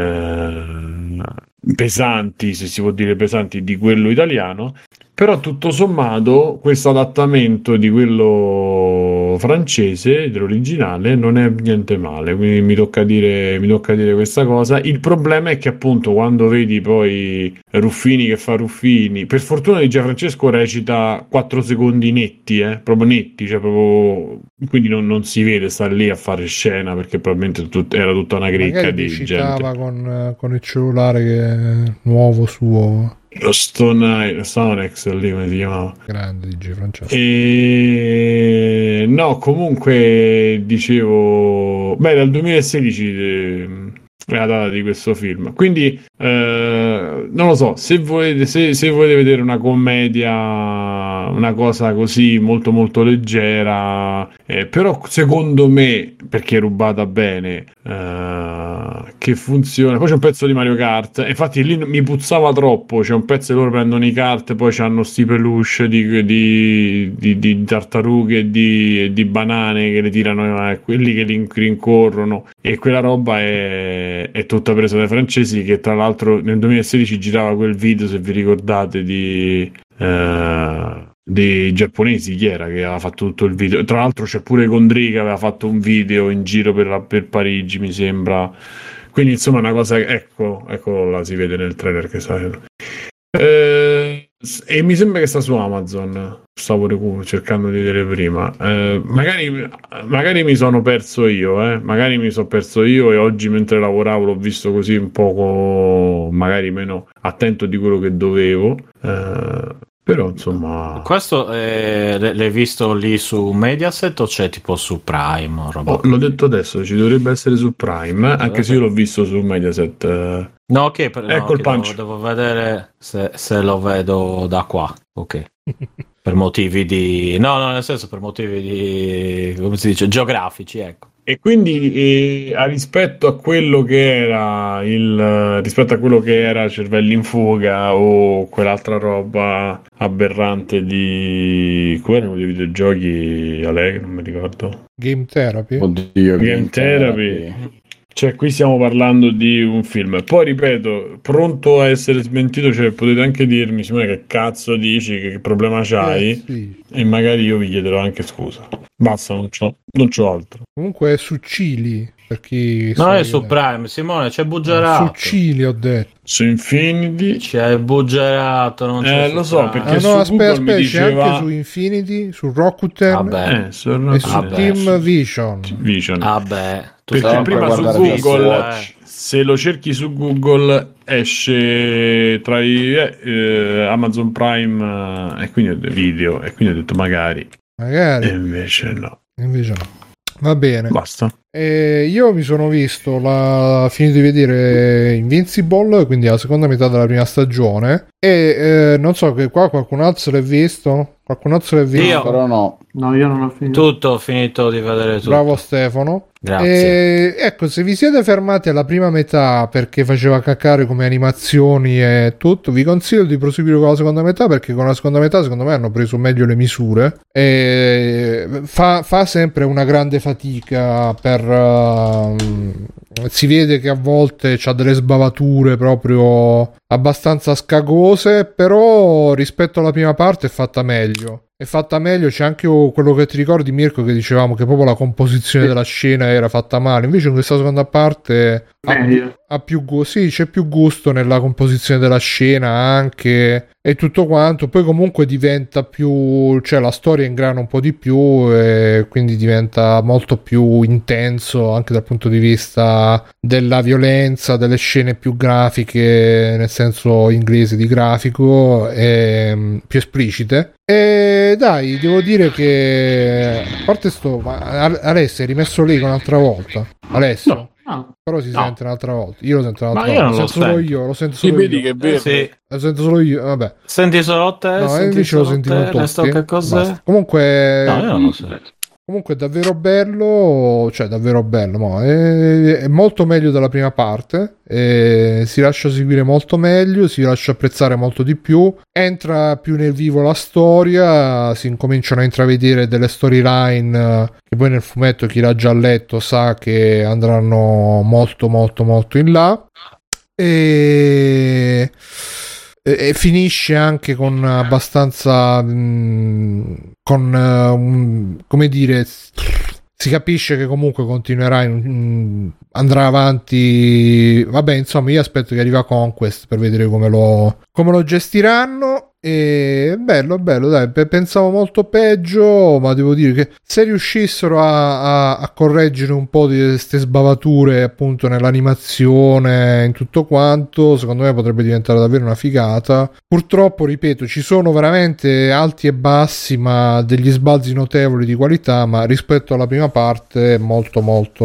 pesanti, se si può dire pesanti, di quello italiano. Però tutto sommato questo adattamento di quello francese, dell'originale, non è niente male, quindi mi tocca dire questa cosa. Il problema è che appunto quando vedi poi Ruffini che fa Ruffini, per fortuna di Gianfrancesco recita 4 secondi netti, proprio netti, cioè proprio, quindi non si vede stare lì a fare scena, perché probabilmente era tutta una cricca di gente. Con il cellulare che è nuovo suo. Lo Stonex lì, come si chiamava? Grande DJ Francesco. No, comunque dicevo, dal 2016 la data di questo film. Quindi non lo so, se volete vedere una commedia, una cosa così molto molto leggera, però secondo me, perché è rubata bene, che funziona. Poi c'è un pezzo di Mario Kart, infatti lì mi puzzava troppo, c'è un pezzo che loro prendono i kart, poi c'hanno sti peluche di tartarughe e di banane che le tirano, quelli che li rincorrono, e quella roba è tutta presa dai francesi, che tra l'altro nel 2016 girava quel video, se vi ricordate, dei giapponesi, chi era che aveva fatto tutto il video. Tra l'altro c'è pure Gondry che aveva fatto un video in giro per Parigi, mi sembra. Quindi insomma è una cosa, ecco là, si vede nel trailer che sta. E mi sembra che sta su Amazon, stavo cercando di vedere prima. Magari mi sono perso io, e oggi mentre lavoravo l'ho visto così un poco magari meno attento di quello che dovevo, però insomma. Questo l'hai visto lì su Mediaset o c'è tipo su Prime o roba? L'ho detto adesso, ci dovrebbe essere su Prime, anche se io l'ho visto su Mediaset. No, ok, ecco il punch. Devo vedere se lo vedo da qua, ok. Per motivi di... No, nel senso per motivi di... come si dice? Geografici, ecco. E quindi rispetto a quello che era Cervelli in fuga o quell'altra roba aberrante di... come erano dei videogiochi, Ale, non mi ricordo. Game Therapy? Oddio, Game Therapy. Cioè, qui stiamo parlando di un film. Poi ripeto, pronto a essere smentito, cioè potete anche dirmi, Simone, che cazzo dici, che problema c'hai? Sì. E magari io vi chiederò anche scusa. Basta, non c'ho altro. Comunque è su Cili, per chi... No, è su Prime, Simone, c'è buggerato. Su Cili ho detto. Su Infinity c'è buggerato, non c'è lo so, perché no, su aspetta, Google mi diceva... c'è anche su Infinity, su Rakuten e su Team Vision. Vabbè, perché prima su Google, se lo cerchi su Google esce tra Amazon Prime e quindi video, e quindi ho detto magari. E invece no. Va bene, basta. Io mi sono visto finito di vedere Invincible, quindi la seconda metà della prima stagione, e non so che qua qualcun altro l'ha visto? Io però no, io non ho finito. Ho finito di vedere tutto. Bravo Stefano. Grazie. Ecco, se vi siete fermati alla prima metà perché faceva caccare come animazioni e tutto, vi consiglio di proseguire con la seconda metà, perché con la seconda metà secondo me hanno preso meglio le misure e fa sempre una grande fatica si vede che a volte c'ha delle sbavature proprio abbastanza scagose, però rispetto alla prima parte è fatta meglio. C'è anche quello che ti ricordi, Mirko, che dicevamo che proprio la composizione della scena era fatta male, invece in questa seconda parte ha più sì, c'è più gusto nella composizione della scena anche, e tutto quanto. Poi comunque diventa più, cioè la storia ingrana un po' di più e quindi diventa molto più intenso anche dal punto di vista della violenza, delle scene più grafiche, nel senso inglese di grafico, e più esplicite. E dai, devo dire che a parte Alessio è rimesso lì un'altra volta. Alessio? No. Però si sente un'altra volta. Io lo sento un'altra volta. Lo sento solo io. Vedi che è vero. Sì. Lo sento solo io. Vabbè. Senti solo te? No, invece lo sentivo tutti. Che cos'è? Comunque. No, io non lo sento. Comunque è davvero bello, è molto meglio della prima parte, si lascia seguire molto meglio, si lascia apprezzare molto di più, entra più nel vivo la storia, si incominciano a intravedere delle storyline che poi nel fumetto, chi l'ha già letto sa che andranno molto molto molto in là, e finisce anche con abbastanza come dire, si capisce che comunque continuerà andrà avanti. Vabbè, insomma, io aspetto che arriva Conquest per vedere come lo gestiranno. E bello, dai, pensavo molto peggio, ma devo dire che se riuscissero a correggere un po' di queste sbavature appunto nell'animazione, in tutto quanto, secondo me potrebbe diventare davvero una figata. Purtroppo, ripeto, ci sono veramente alti e bassi, ma degli sbalzi notevoli di qualità, ma rispetto alla prima parte molto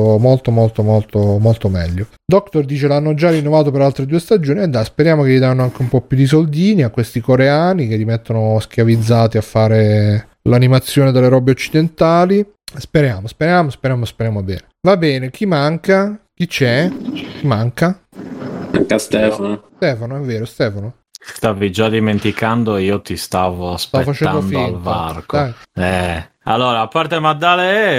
meglio. Doctor dice l'hanno già rinnovato per altre 2 stagioni, e dai, speriamo che gli danno anche un po' più di soldini a questi coreani che li mettono schiavizzati a fare l'animazione delle robe occidentali. Speriamo bene. Va bene, chi manca? Chi c'è? Chi manca? Manca Stefano. Stefano, è vero, Stefano. Stavi già dimenticando, io ti stavo aspettando al varco. Allora, a parte Maddale,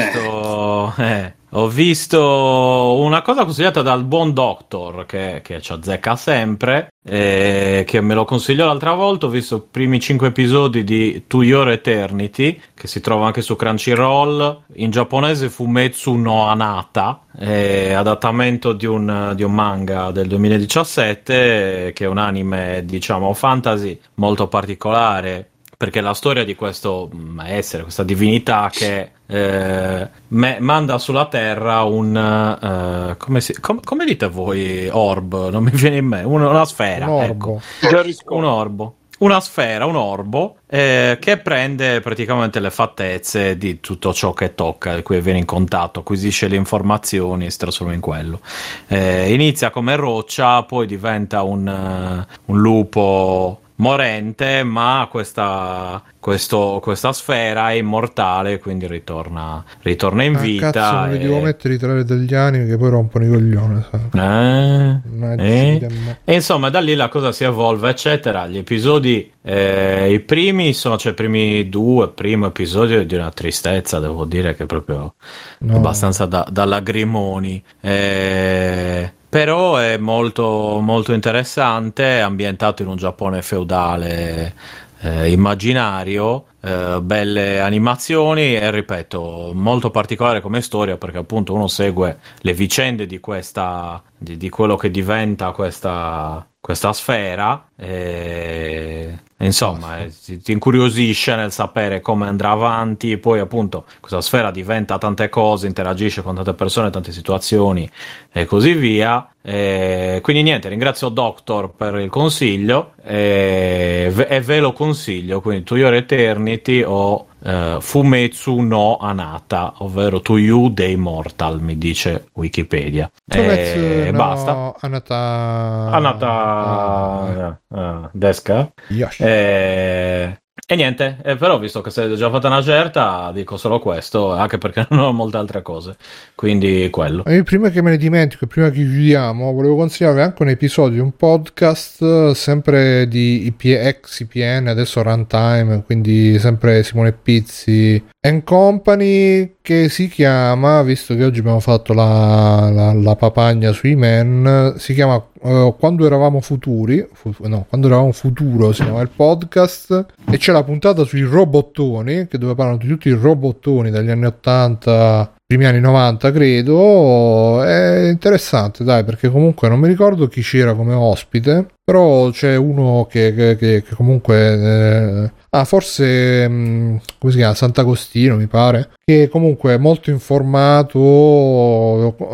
ho visto una cosa consigliata dal buon Doctor che ci azzecca sempre, che me lo consigliò l'altra volta. Ho visto i primi 5 episodi di To Your Eternity, che si trova anche su Crunchyroll, in giapponese Fumetsu no Anata, adattamento di un manga del 2017, che è un anime, diciamo, fantasy molto particolare, perché la storia di questo essere, questa divinità che manda sulla Terra un come dite voi, orb, non mi viene in mente, una sfera, un orbo, ecco. Un orbo, una sfera, un orbo, che prende praticamente le fattezze di tutto ciò che tocca, di cui viene in contatto, acquisisce le informazioni e si trasforma in quello. Inizia come roccia, poi diventa un lupo morente, ma questa sfera è immortale, quindi ritorna in vita. Cazzo, non mi devo mettere i trailer degli anime che poi rompono i coglioni, e insomma da lì la cosa si evolve, eccetera. Gli episodi, i primi sono, cioè i primi 2, primo episodio di una tristezza, devo dire, che è proprio abbastanza da lagrimoni, però è molto molto interessante, ambientato in un Giappone feudale, immaginario, belle animazioni e, ripeto, molto particolare come storia, perché appunto uno segue le vicende di questa di quello che diventa questa sfera, e insomma ti incuriosisce nel sapere come andrà avanti. Poi appunto questa sfera diventa tante cose, interagisce con tante persone, tante situazioni e così via. Quindi niente, ringrazio Doctor per il consiglio, e ve lo consiglio, quindi To Your Eternity o Fumetsu no Anata, ovvero To You the Immortal, mi dice Wikipedia. Basta. Anata Deska. E niente, però visto che sei già fatta una certa, dico solo questo, anche perché non ho molte altre cose, quindi quello. E prima che me ne dimentico, prima che chiudiamo, volevo consigliarvi anche un episodio, un podcast sempre di ex IPN, adesso Runtime, quindi sempre Simone Pizzi and Company, che si chiama, visto che oggi abbiamo fatto la papagna sui men, si chiama Quando eravamo futuro, si chiama il podcast, e c'è la puntata sui robottoni, che dove parlano di tutti i robottoni dagli anni 80, primi anni 90 credo. È interessante, dai, perché comunque non mi ricordo chi c'era come ospite, però c'è uno che comunque forse come si chiama, Sant'Agostino mi pare, che comunque è molto informato,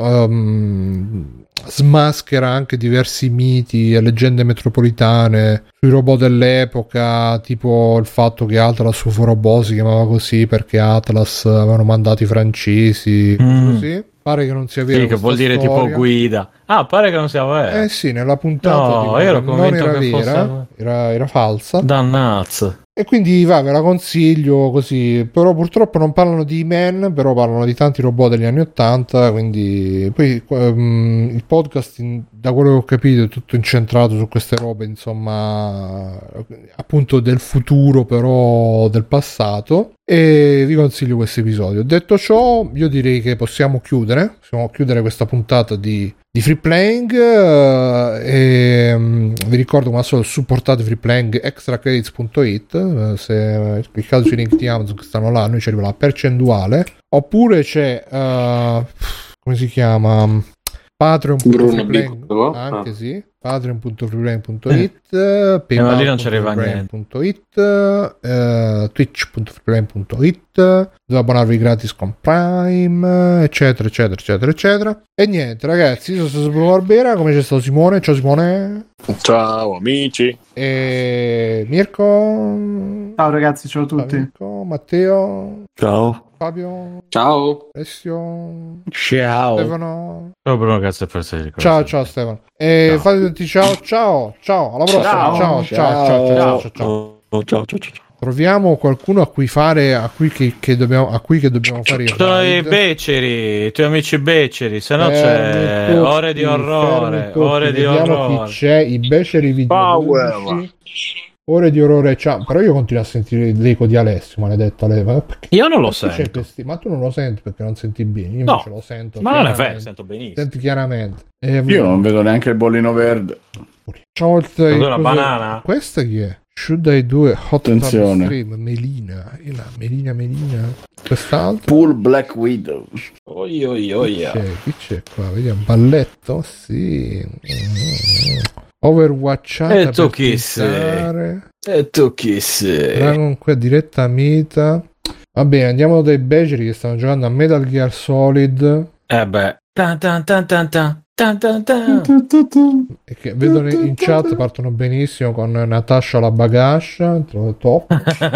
smaschera anche diversi miti e leggende metropolitane sui robot dell'epoca, tipo il fatto che Atlas UFO Robot si chiamava così perché Atlas avevano mandato i francesi, così. Pare che non sia vero. Sì, che vuol dire storia, tipo guida. Pare che non sia vero. Sì, nella puntata no, io ero convinto non era che vera, fosse... era falsa. Dannazzo. E quindi ve la consiglio così. Però purtroppo non parlano di Men, però parlano di tanti robot degli anni 80, quindi poi il podcast, da quello che ho capito, è tutto incentrato su queste robe, insomma, appunto del futuro, però del passato, e vi consiglio questo episodio. Detto ciò, io direi che possiamo chiudere questa puntata di Free Playing, e vi ricordo come al solito, supportate Free Playing, extracredits.it, se cliccate sui link di Amazon che stanno là, noi ci arriva la percentuale, oppure c'è come si chiama, Patreon.freeplaying anche sì, patreon.freeplaying.it, paypal.freeplaying.it, twitch.freeplaying.it, dove abbonarvi gratis con Prime, eccetera eccetera eccetera eccetera. E niente ragazzi, io sono stato Barbera, come c'è stato Simone? Ciao Simone. Ciao amici. E Mirko. Ciao ragazzi, ciao a tutti. Mirko, Matteo. Ciao. Fabio. Ciao. Alessio. Ciao. Stefano. Ciao Bruno, grazie per essere qui. Ciao Stefano. E fate tutti ciao. Alla prossima. Ciao. Troviamo qualcuno a cui dobbiamo fare il sono i beceri, i tuoi amici beceri, se no c'è ore di orrore. Chi c'è, i beceri videoludici. Ore di orrore, ciao. Però io continuo a sentire l'eco di Alessio, maledetta leva. Io non lo sento. Ma tu non lo senti perché non senti bene. Io invece lo sento. Ma non è vero, sento benissimo. Senti chiaramente. Io non vedo neanche il bollino verde. Ciao, una banana. Questa chi è? Should I do a hot attenzione stream? Melina. Quest'altro Pool Black Widow. Chi c'è qua? Vediamo. Balletto? Sì. Overwatchata. E tu chi sei? Dragon qua diretta Meta. Va bene, andiamo dai beceri che stanno giocando a Metal Gear Solid. E che vedono in chat partono benissimo con Natasha la bagascia, top.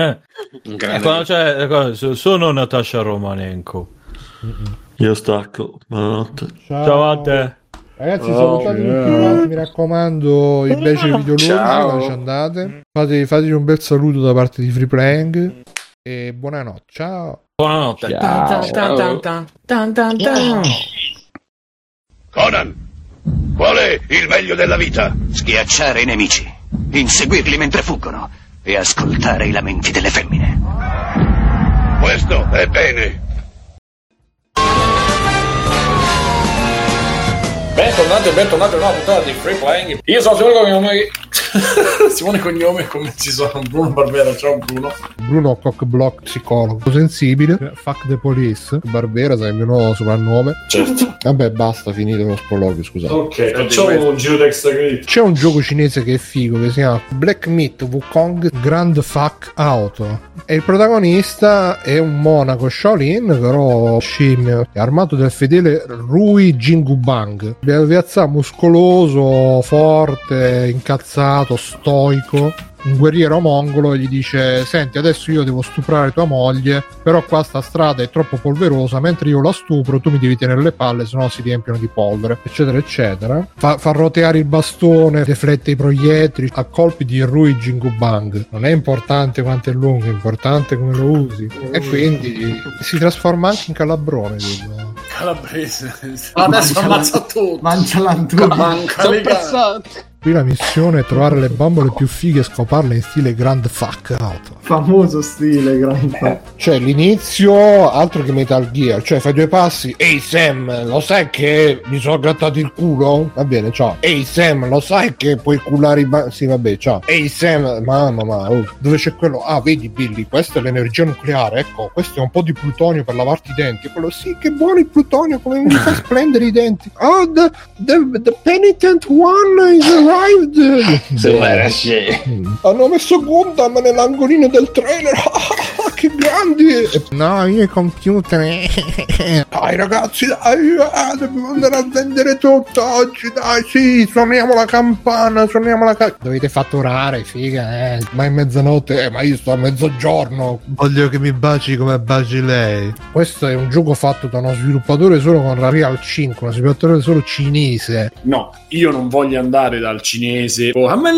Sono Natasha Romanenko. Io stacco, buonanotte. Ciao a te. Ragazzi, salutate tutti quanti, mi raccomando, i beceri videoludici, dove ci andate. Fategli un bel saluto da parte di Freeplaying e buonanotte. Ciao. Buonanotte. Conan, qual è il meglio della vita? Schiacciare i nemici, inseguirli mentre fuggono e ascoltare i lamenti delle femmine. Questo è bene. Bentornati a una nuova puntata di Free Playing. Io sono Simone Cognome, come ci sono Bruno Barbera. Ciao Bruno Cockblock, psicologo sensibile. Fuck the police. Barbera sarebbe il mio nuovo soprannome. Certo. Vabbè, basta, finito lo sproloquio, scusate. Ok, facciamo un giro d'extra credit. C'è un gioco cinese che è figo, che si chiama Black Myth Wukong Grand Fuck Auto. E il protagonista è un monaco Shaolin, però scimmio, è armato del fedele Rui Jingubang. Piazza muscoloso, forte, incazzato, stoico, un guerriero mongolo, e gli dice: senti, adesso io devo stuprare tua moglie, però qua sta strada è troppo polverosa, mentre io la stupro tu mi devi tenere le palle, sennò si riempiono di polvere, eccetera eccetera. Fa roteare il bastone, deflette i proiettili a colpi di Rui Jingubang. Non è importante quanto è lungo, è importante come lo usi. E quindi si trasforma anche in calabrone, dico. Calabrese. Adesso ammazza tutto. Mangia l'antura. Qui la missione è trovare le bambole più fighe e scoparle in stile Grand Fuck Auto. Famoso stile Grand Fuck. Cioè l'inizio altro che Metal Gear, cioè fai due passi. Ehi Sam, lo sai che mi sono grattato il culo? Va bene, ciao. Ehi Sam, lo sai che puoi cullare sì, vabbè, ciao. Ehi Sam, mamma, dove c'è quello? Ah, vedi Billy, questa è l'energia nucleare, ecco, questo è un po' di plutonio per lavarti i denti. E quello, sì, che buono il plutonio, come mi fa splendere i denti. Oh, the penitent one is arrived. Hanno messo Gundam nell'angolino del trailer. Che grandi. No, io i computer. Dai ragazzi, dai, dobbiamo andare a vendere tutto oggi, dai, sì, suoniamo la campana. Dovete fatturare, figa, ma è mezzanotte, ma io sto a mezzogiorno. Voglio che mi baci come baci lei. Questo è un gioco fatto da uno sviluppatore solo con Unreal 5, uno sviluppatore solo cinese. No, io non voglio andare dal cinese.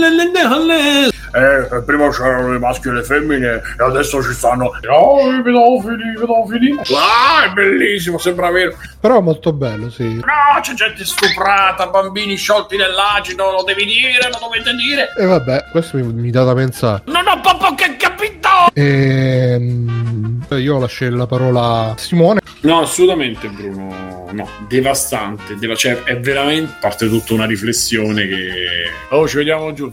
Prima c'erano i maschi e le femmine e adesso ci stanno i pedofili. Ah, è bellissimo, sembra vero. Però è molto bello, sì. No, c'è gente stuprata, bambini sciolti nell'acido, lo devi dire, lo dovete dire. E vabbè, questo mi dà da pensare. Non ho proprio che capito. Io lascio la parola a Simone. No, assolutamente Bruno, no, devastante, cioè è veramente parte tutta una riflessione che ci vediamo giù,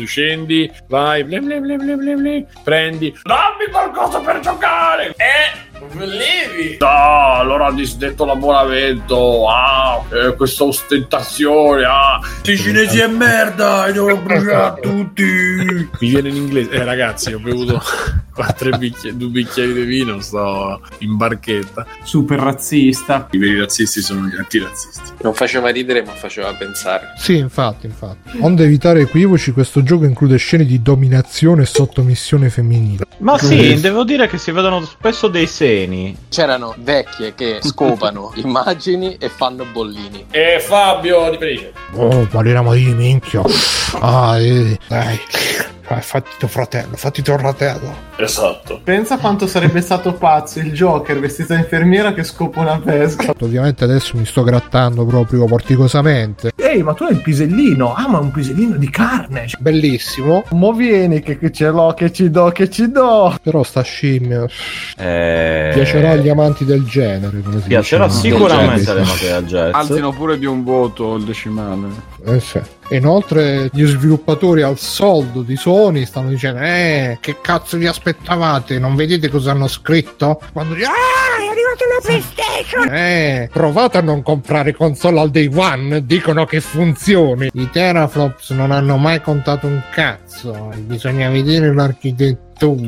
scendi, vai, prendi, dammi qualcosa per giocare e Bellevi? No, allora ha disdetto l'abbonamento. Questa ostentazione. I cinesi è merda, devo bruciare tutti. Mi viene in inglese. Ragazzi, ho bevuto 2 bicchieri di vino, sto in barchetta. Super razzista. I veri razzisti sono gli antirazzisti. Non faceva ridere, ma faceva pensare. Sì, infatti. Onde evitare equivoci, questo gioco include scene di dominazione e sottomissione femminile. Ma sì, devo dire che si vedono spesso dei seni. C'erano vecchie che scopano immagini e fanno bollini. E Fabio di Felice. Oh, parliamo di minchia. Dai. Fatti tuo fratello. Esatto. Pensa quanto sarebbe stato pazzo il Joker vestito da infermiera che scopa una pesca. Ovviamente adesso mi sto grattando proprio porticosamente. Ehi, ma tu hai il pisellino. Ma un pisellino di carne. Bellissimo. Mo vieni che ce l'ho, che ci do. Però sta scimmia piacerà agli amanti del genere, come si piacerà dice, sicuramente agli amanti del jazz. Alzino pure di un voto il decimale. Sì. Inoltre gli sviluppatori al soldo di Sony stanno dicendo che cazzo vi aspettavate? Non vedete cosa hanno scritto? Quando dicono è arrivata la PlayStation, provate a non comprare console al day one, dicono che funzioni. I teraflops non hanno mai contato un cazzo, bisogna vedere l'architettura.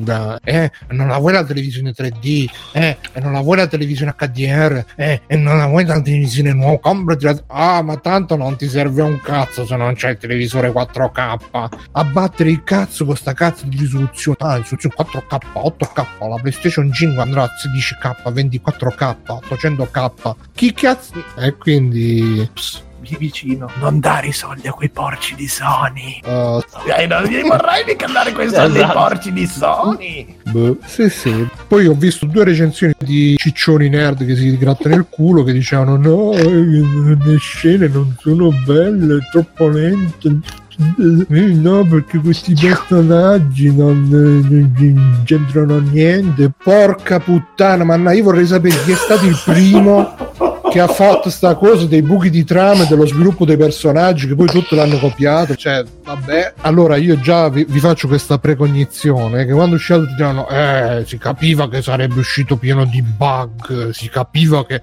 Non la vuoi la televisione 3D, non la vuoi la televisione HDR, e non la vuoi la televisione nuova, comprati ma tanto non ti serve un cazzo se non c'è il televisore 4K. A battere il cazzo con sta cazzo di risoluzione, risoluzione 4K, 8K, la PlayStation 5 andrà a 16K, 24K, 800K, chi cazzo? E quindi Vieni vicino, non dare i soldi a quei porci di Sony. Non vorrai mica dare quei soldi ai porci di Sony. Sì. Poi ho visto 2 recensioni di ciccioni nerd che si grattano il culo, che dicevano no, le scene non sono belle, troppo lente. No, perché questi personaggi non c'entrano niente. Porca puttana, ma io vorrei sapere chi è stato il primo che ha fatto sta cosa dei buchi di trama e dello sviluppo dei personaggi, che poi tutto l'hanno copiato. Cioè, vabbè. Allora io già vi faccio questa precognizione, che quando uscirà tutti diranno si capiva che sarebbe uscito pieno di bug, si capiva che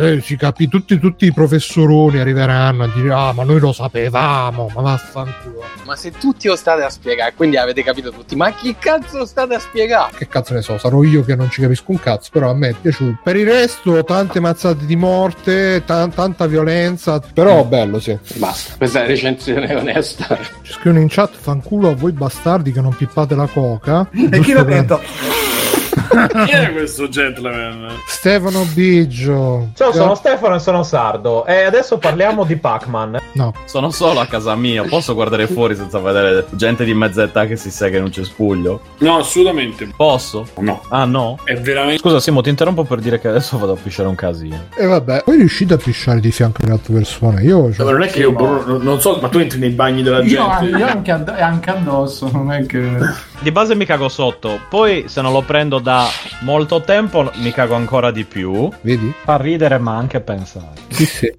tutti i professoroni arriveranno a dire ma noi lo sapevamo, ma vaffanculo. Ma se tutti lo state a spiegare, quindi avete capito tutti, ma chi cazzo lo state a spiegare? Che cazzo ne so, sarò io che non ci capisco un cazzo, però a me è piaciuto. Per il resto tante mazzate di morte, tanta violenza, però bello, sì. Basta, questa è la recensione onesta. Ci scrivono in chat: fanculo a voi bastardi che non pippate la coca. E chi l'ha detto? Chi è questo gentleman? Stefano Biggio. Ciao, sono Stefano e sono sardo. E adesso parliamo di Pac-Man. No. Sono solo a casa mia. Posso guardare fuori senza vedere gente di mezza età che si sega in un cespuglio? No, assolutamente. Posso? No. Ah, no? È veramente... Scusa Simo, ti interrompo per dire che adesso vado a pisciare un casino. E vabbè, poi riuscite a pisciare di fianco alle altre persone? Io ma non è che io non so, ma tu entri nei bagni della gente? Io anche addosso, non è che... Di base mi cago sotto, poi se non lo prendo da molto tempo mi cago ancora di più. Vedi? Fa ridere ma anche pensare. Sì.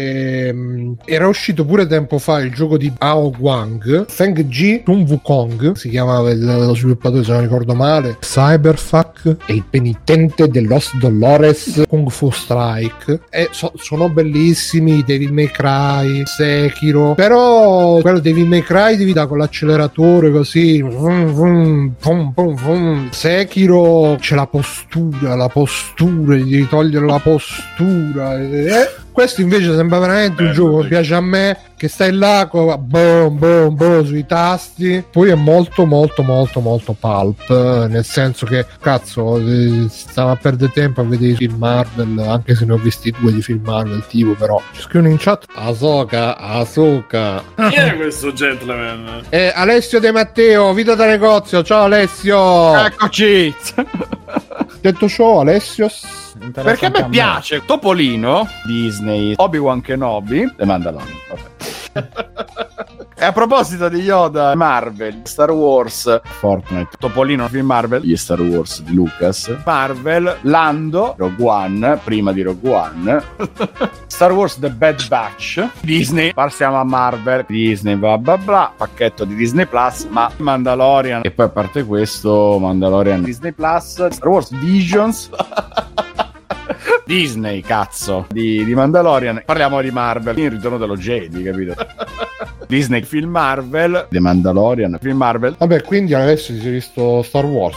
Era uscito pure tempo fa il gioco di Ao Guang, Feng Ji Sun Wukong si chiamava lo sviluppatore, se non ricordo male. Cyberfuck e il penitente de Los Dolores Kung Fu Strike, sono bellissimi. Devil May Cry, Sekiro, però quello Devil May Cry devi dare con l'acceleratore così, vum, vum, vum, vum, vum. Sekiro c'è la postura, devi togliere la postura. Questo invece sembra veramente un gioco che piace a me, che stai là boom sui tasti. Poi è molto pulp, nel senso che cazzo stava a perdere tempo a vedere i film Marvel, anche se ne ho visti 2 di film Marvel tipo, però ci scrivono in chat Ahsoka. Chi è questo gentleman? Alessio De Matteo, Vita da negozio. Ciao Alessio, eccoci. Detto ciò, Alessio, perché a me piace Topolino, Disney, Obi-Wan Kenobi e Mandalorian. E a proposito di Yoda, Marvel, Star Wars, Fortnite, Topolino film Marvel, gli Star Wars di Lucas, Marvel, Lando, Rogue One, prima di Rogue One, Star Wars The Bad Batch, Disney, passiamo a Marvel, Disney, bla bla bla, pacchetto di Disney Plus, ma Mandalorian, e poi a parte questo, Mandalorian, Disney Plus, Star Wars Visions, Disney, cazzo, di Mandalorian. Parliamo di Marvel, il ritorno dello Jedi, capito? Disney, film Marvel, The Mandalorian, film Marvel. Vabbè, quindi adesso si è visto Star Wars.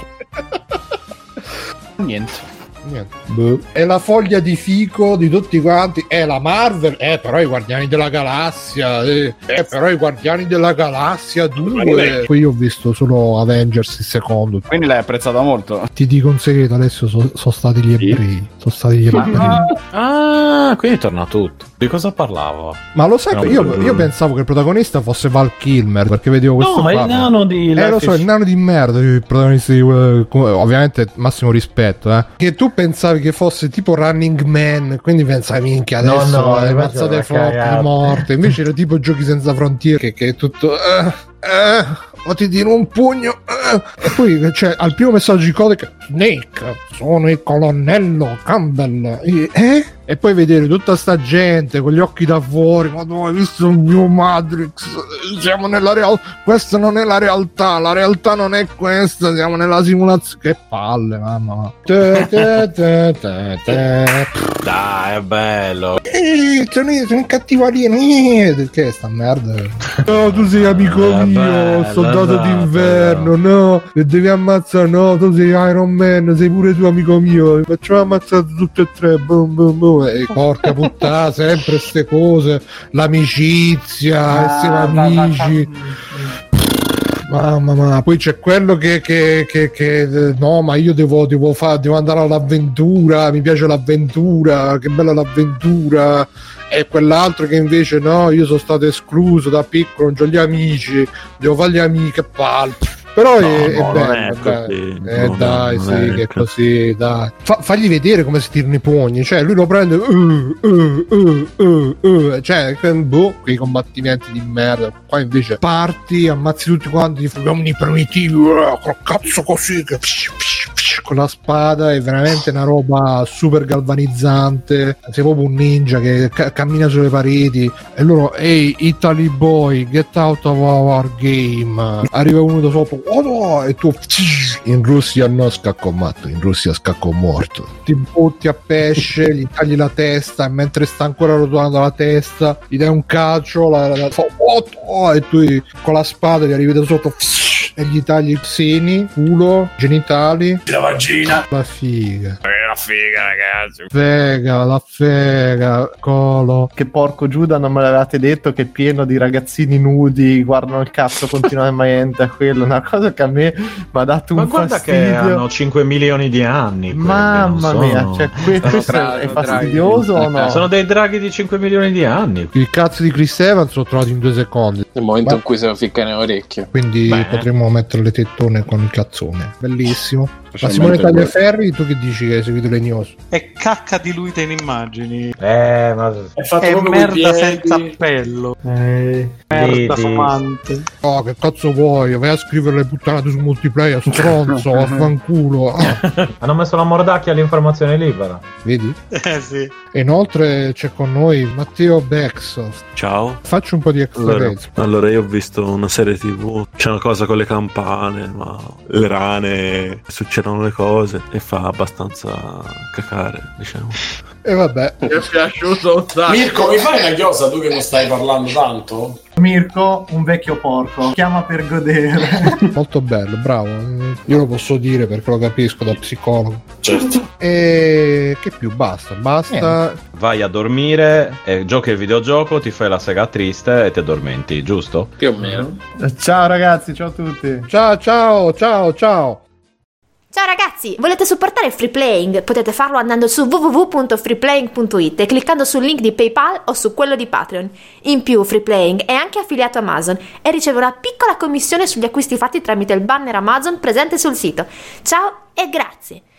Niente. È la foglia di fico di tutti quanti. È la Marvel, però i Guardiani della Galassia, però i Guardiani della Galassia 2. Poi io ho visto solo Avengers il secondo. Quindi l'hai apprezzata molto. Ti dico un segreto, adesso sono stati gli ebrei. Sono stati gli ebrei. Quindi torna tutto. Di cosa parlavo? Ma lo sai, io pensavo che il protagonista fosse Val Kilmer, perché vedevo questo. No, ma il nano di lo so, il nano di merda, il protagonista di ovviamente massimo rispetto, che tu pensavi che fosse tipo Running Man, quindi pensavi minchia adesso le mazzate forti morte, invece era tipo Giochi senza frontiere che è tutto o ti tiro un pugno e poi cioè, al primo messaggio di codice Snake, sono il colonnello Campbell e poi vedere tutta sta gente con gli occhi da fuori, ma tu hai visto un mio Matrix, siamo nella realtà, questa non è la realtà non è questa, siamo nella simulazione, che palle mamma. Dai, è bello. Sono in cattiveria, che è sta merda? No, tu sei amico mio, soldato d'inverno, no, e devi ammazzare, no, tu sei Iron Man, sei pure tu amico mio, facciamo ammazzare tutti e tre, boom boom boom. E porca puttana, sempre ste cose, l'amicizia, essere amici. Mamma, poi c'è quello che no, ma io devo andare all'avventura, mi piace l'avventura, che bella l'avventura. E quell'altro che invece no, io sono stato escluso da piccolo, non c'ho gli amici, devo fare gli amici, che palle. Però è bello, dai, sì, che è così, dai. Fagli vedere come si tirano i pugni, cioè lui lo prende, cioè, quei combattimenti di merda. Qua invece parti, ammazzi tutti quanti, uomini primitivi, col cazzo così, che con la spada, è veramente una roba super galvanizzante. Sei proprio un ninja che cammina sulle pareti e loro, ehi, Italy boy, get out of our game. Arriva uno da sotto, oh no, e tu in Russia no scacco matto, in Russia scacco morto, ti butti a pesce, gli tagli la testa e mentre sta ancora rotolando la testa gli dai un calcio, e tu con la spada gli arrivi da sotto e gli tagli i seni, culo, genitali, la vagina, la figa. La figa, ragazzi. La fega, colo. Che porco Giuda, non me l'avevate detto che è pieno di ragazzini nudi, guardano il cazzo continuamente a quello, una cosa che a me mi ha dato un fastidio. Ma guarda che hanno 5 milioni di anni. Mamma mia, cioè questo è fastidioso o no? Sono dei draghi di 5 milioni di anni. Il cazzo di Chris Evans l'ho trovato in 2 secondi. Nel momento in cui se lo ficca nelle orecchie. Quindi potremmo mettere le tettone con il cazzone. Bellissimo. Ma Simone Tagliaferri, tu che dici che hai seguito le news? È cacca diluita in immagini. Ma è merda senza appello. Merda fumante. Oh, che cazzo vuoi? Vai a scrivere le puttanate su multiplayer, stronzo, affanculo. Hanno messo la mordacchia all'informazione libera. Vedi? Sì. E inoltre c'è con noi Matteo Bexos. Ciao. Faccio un po' di extra allora io ho visto una serie TV, c'è una cosa con le campane, ma le rane, succedono le cose e fa abbastanza cacare, diciamo. E vabbè, mi è piaciuto un sacco. Mirko, mi fai una chiosa tu che non stai parlando tanto? Mirko, un vecchio porco, chiama per godere. Molto bello, bravo. Io lo posso dire perché lo capisco da psicologo. Certo. E che più? Basta. Vai a dormire, giochi il videogioco, ti fai la sega triste e ti addormenti, giusto? Più o meno. Ciao ragazzi, ciao a tutti. Ciao. Ciao ragazzi, volete supportare il free playing? Potete farlo andando su www.freeplaying.it e cliccando sul link di PayPal o su quello di Patreon. In più, free playing è anche affiliato a Amazon e riceve una piccola commissione sugli acquisti fatti tramite il banner Amazon presente sul sito. Ciao e grazie!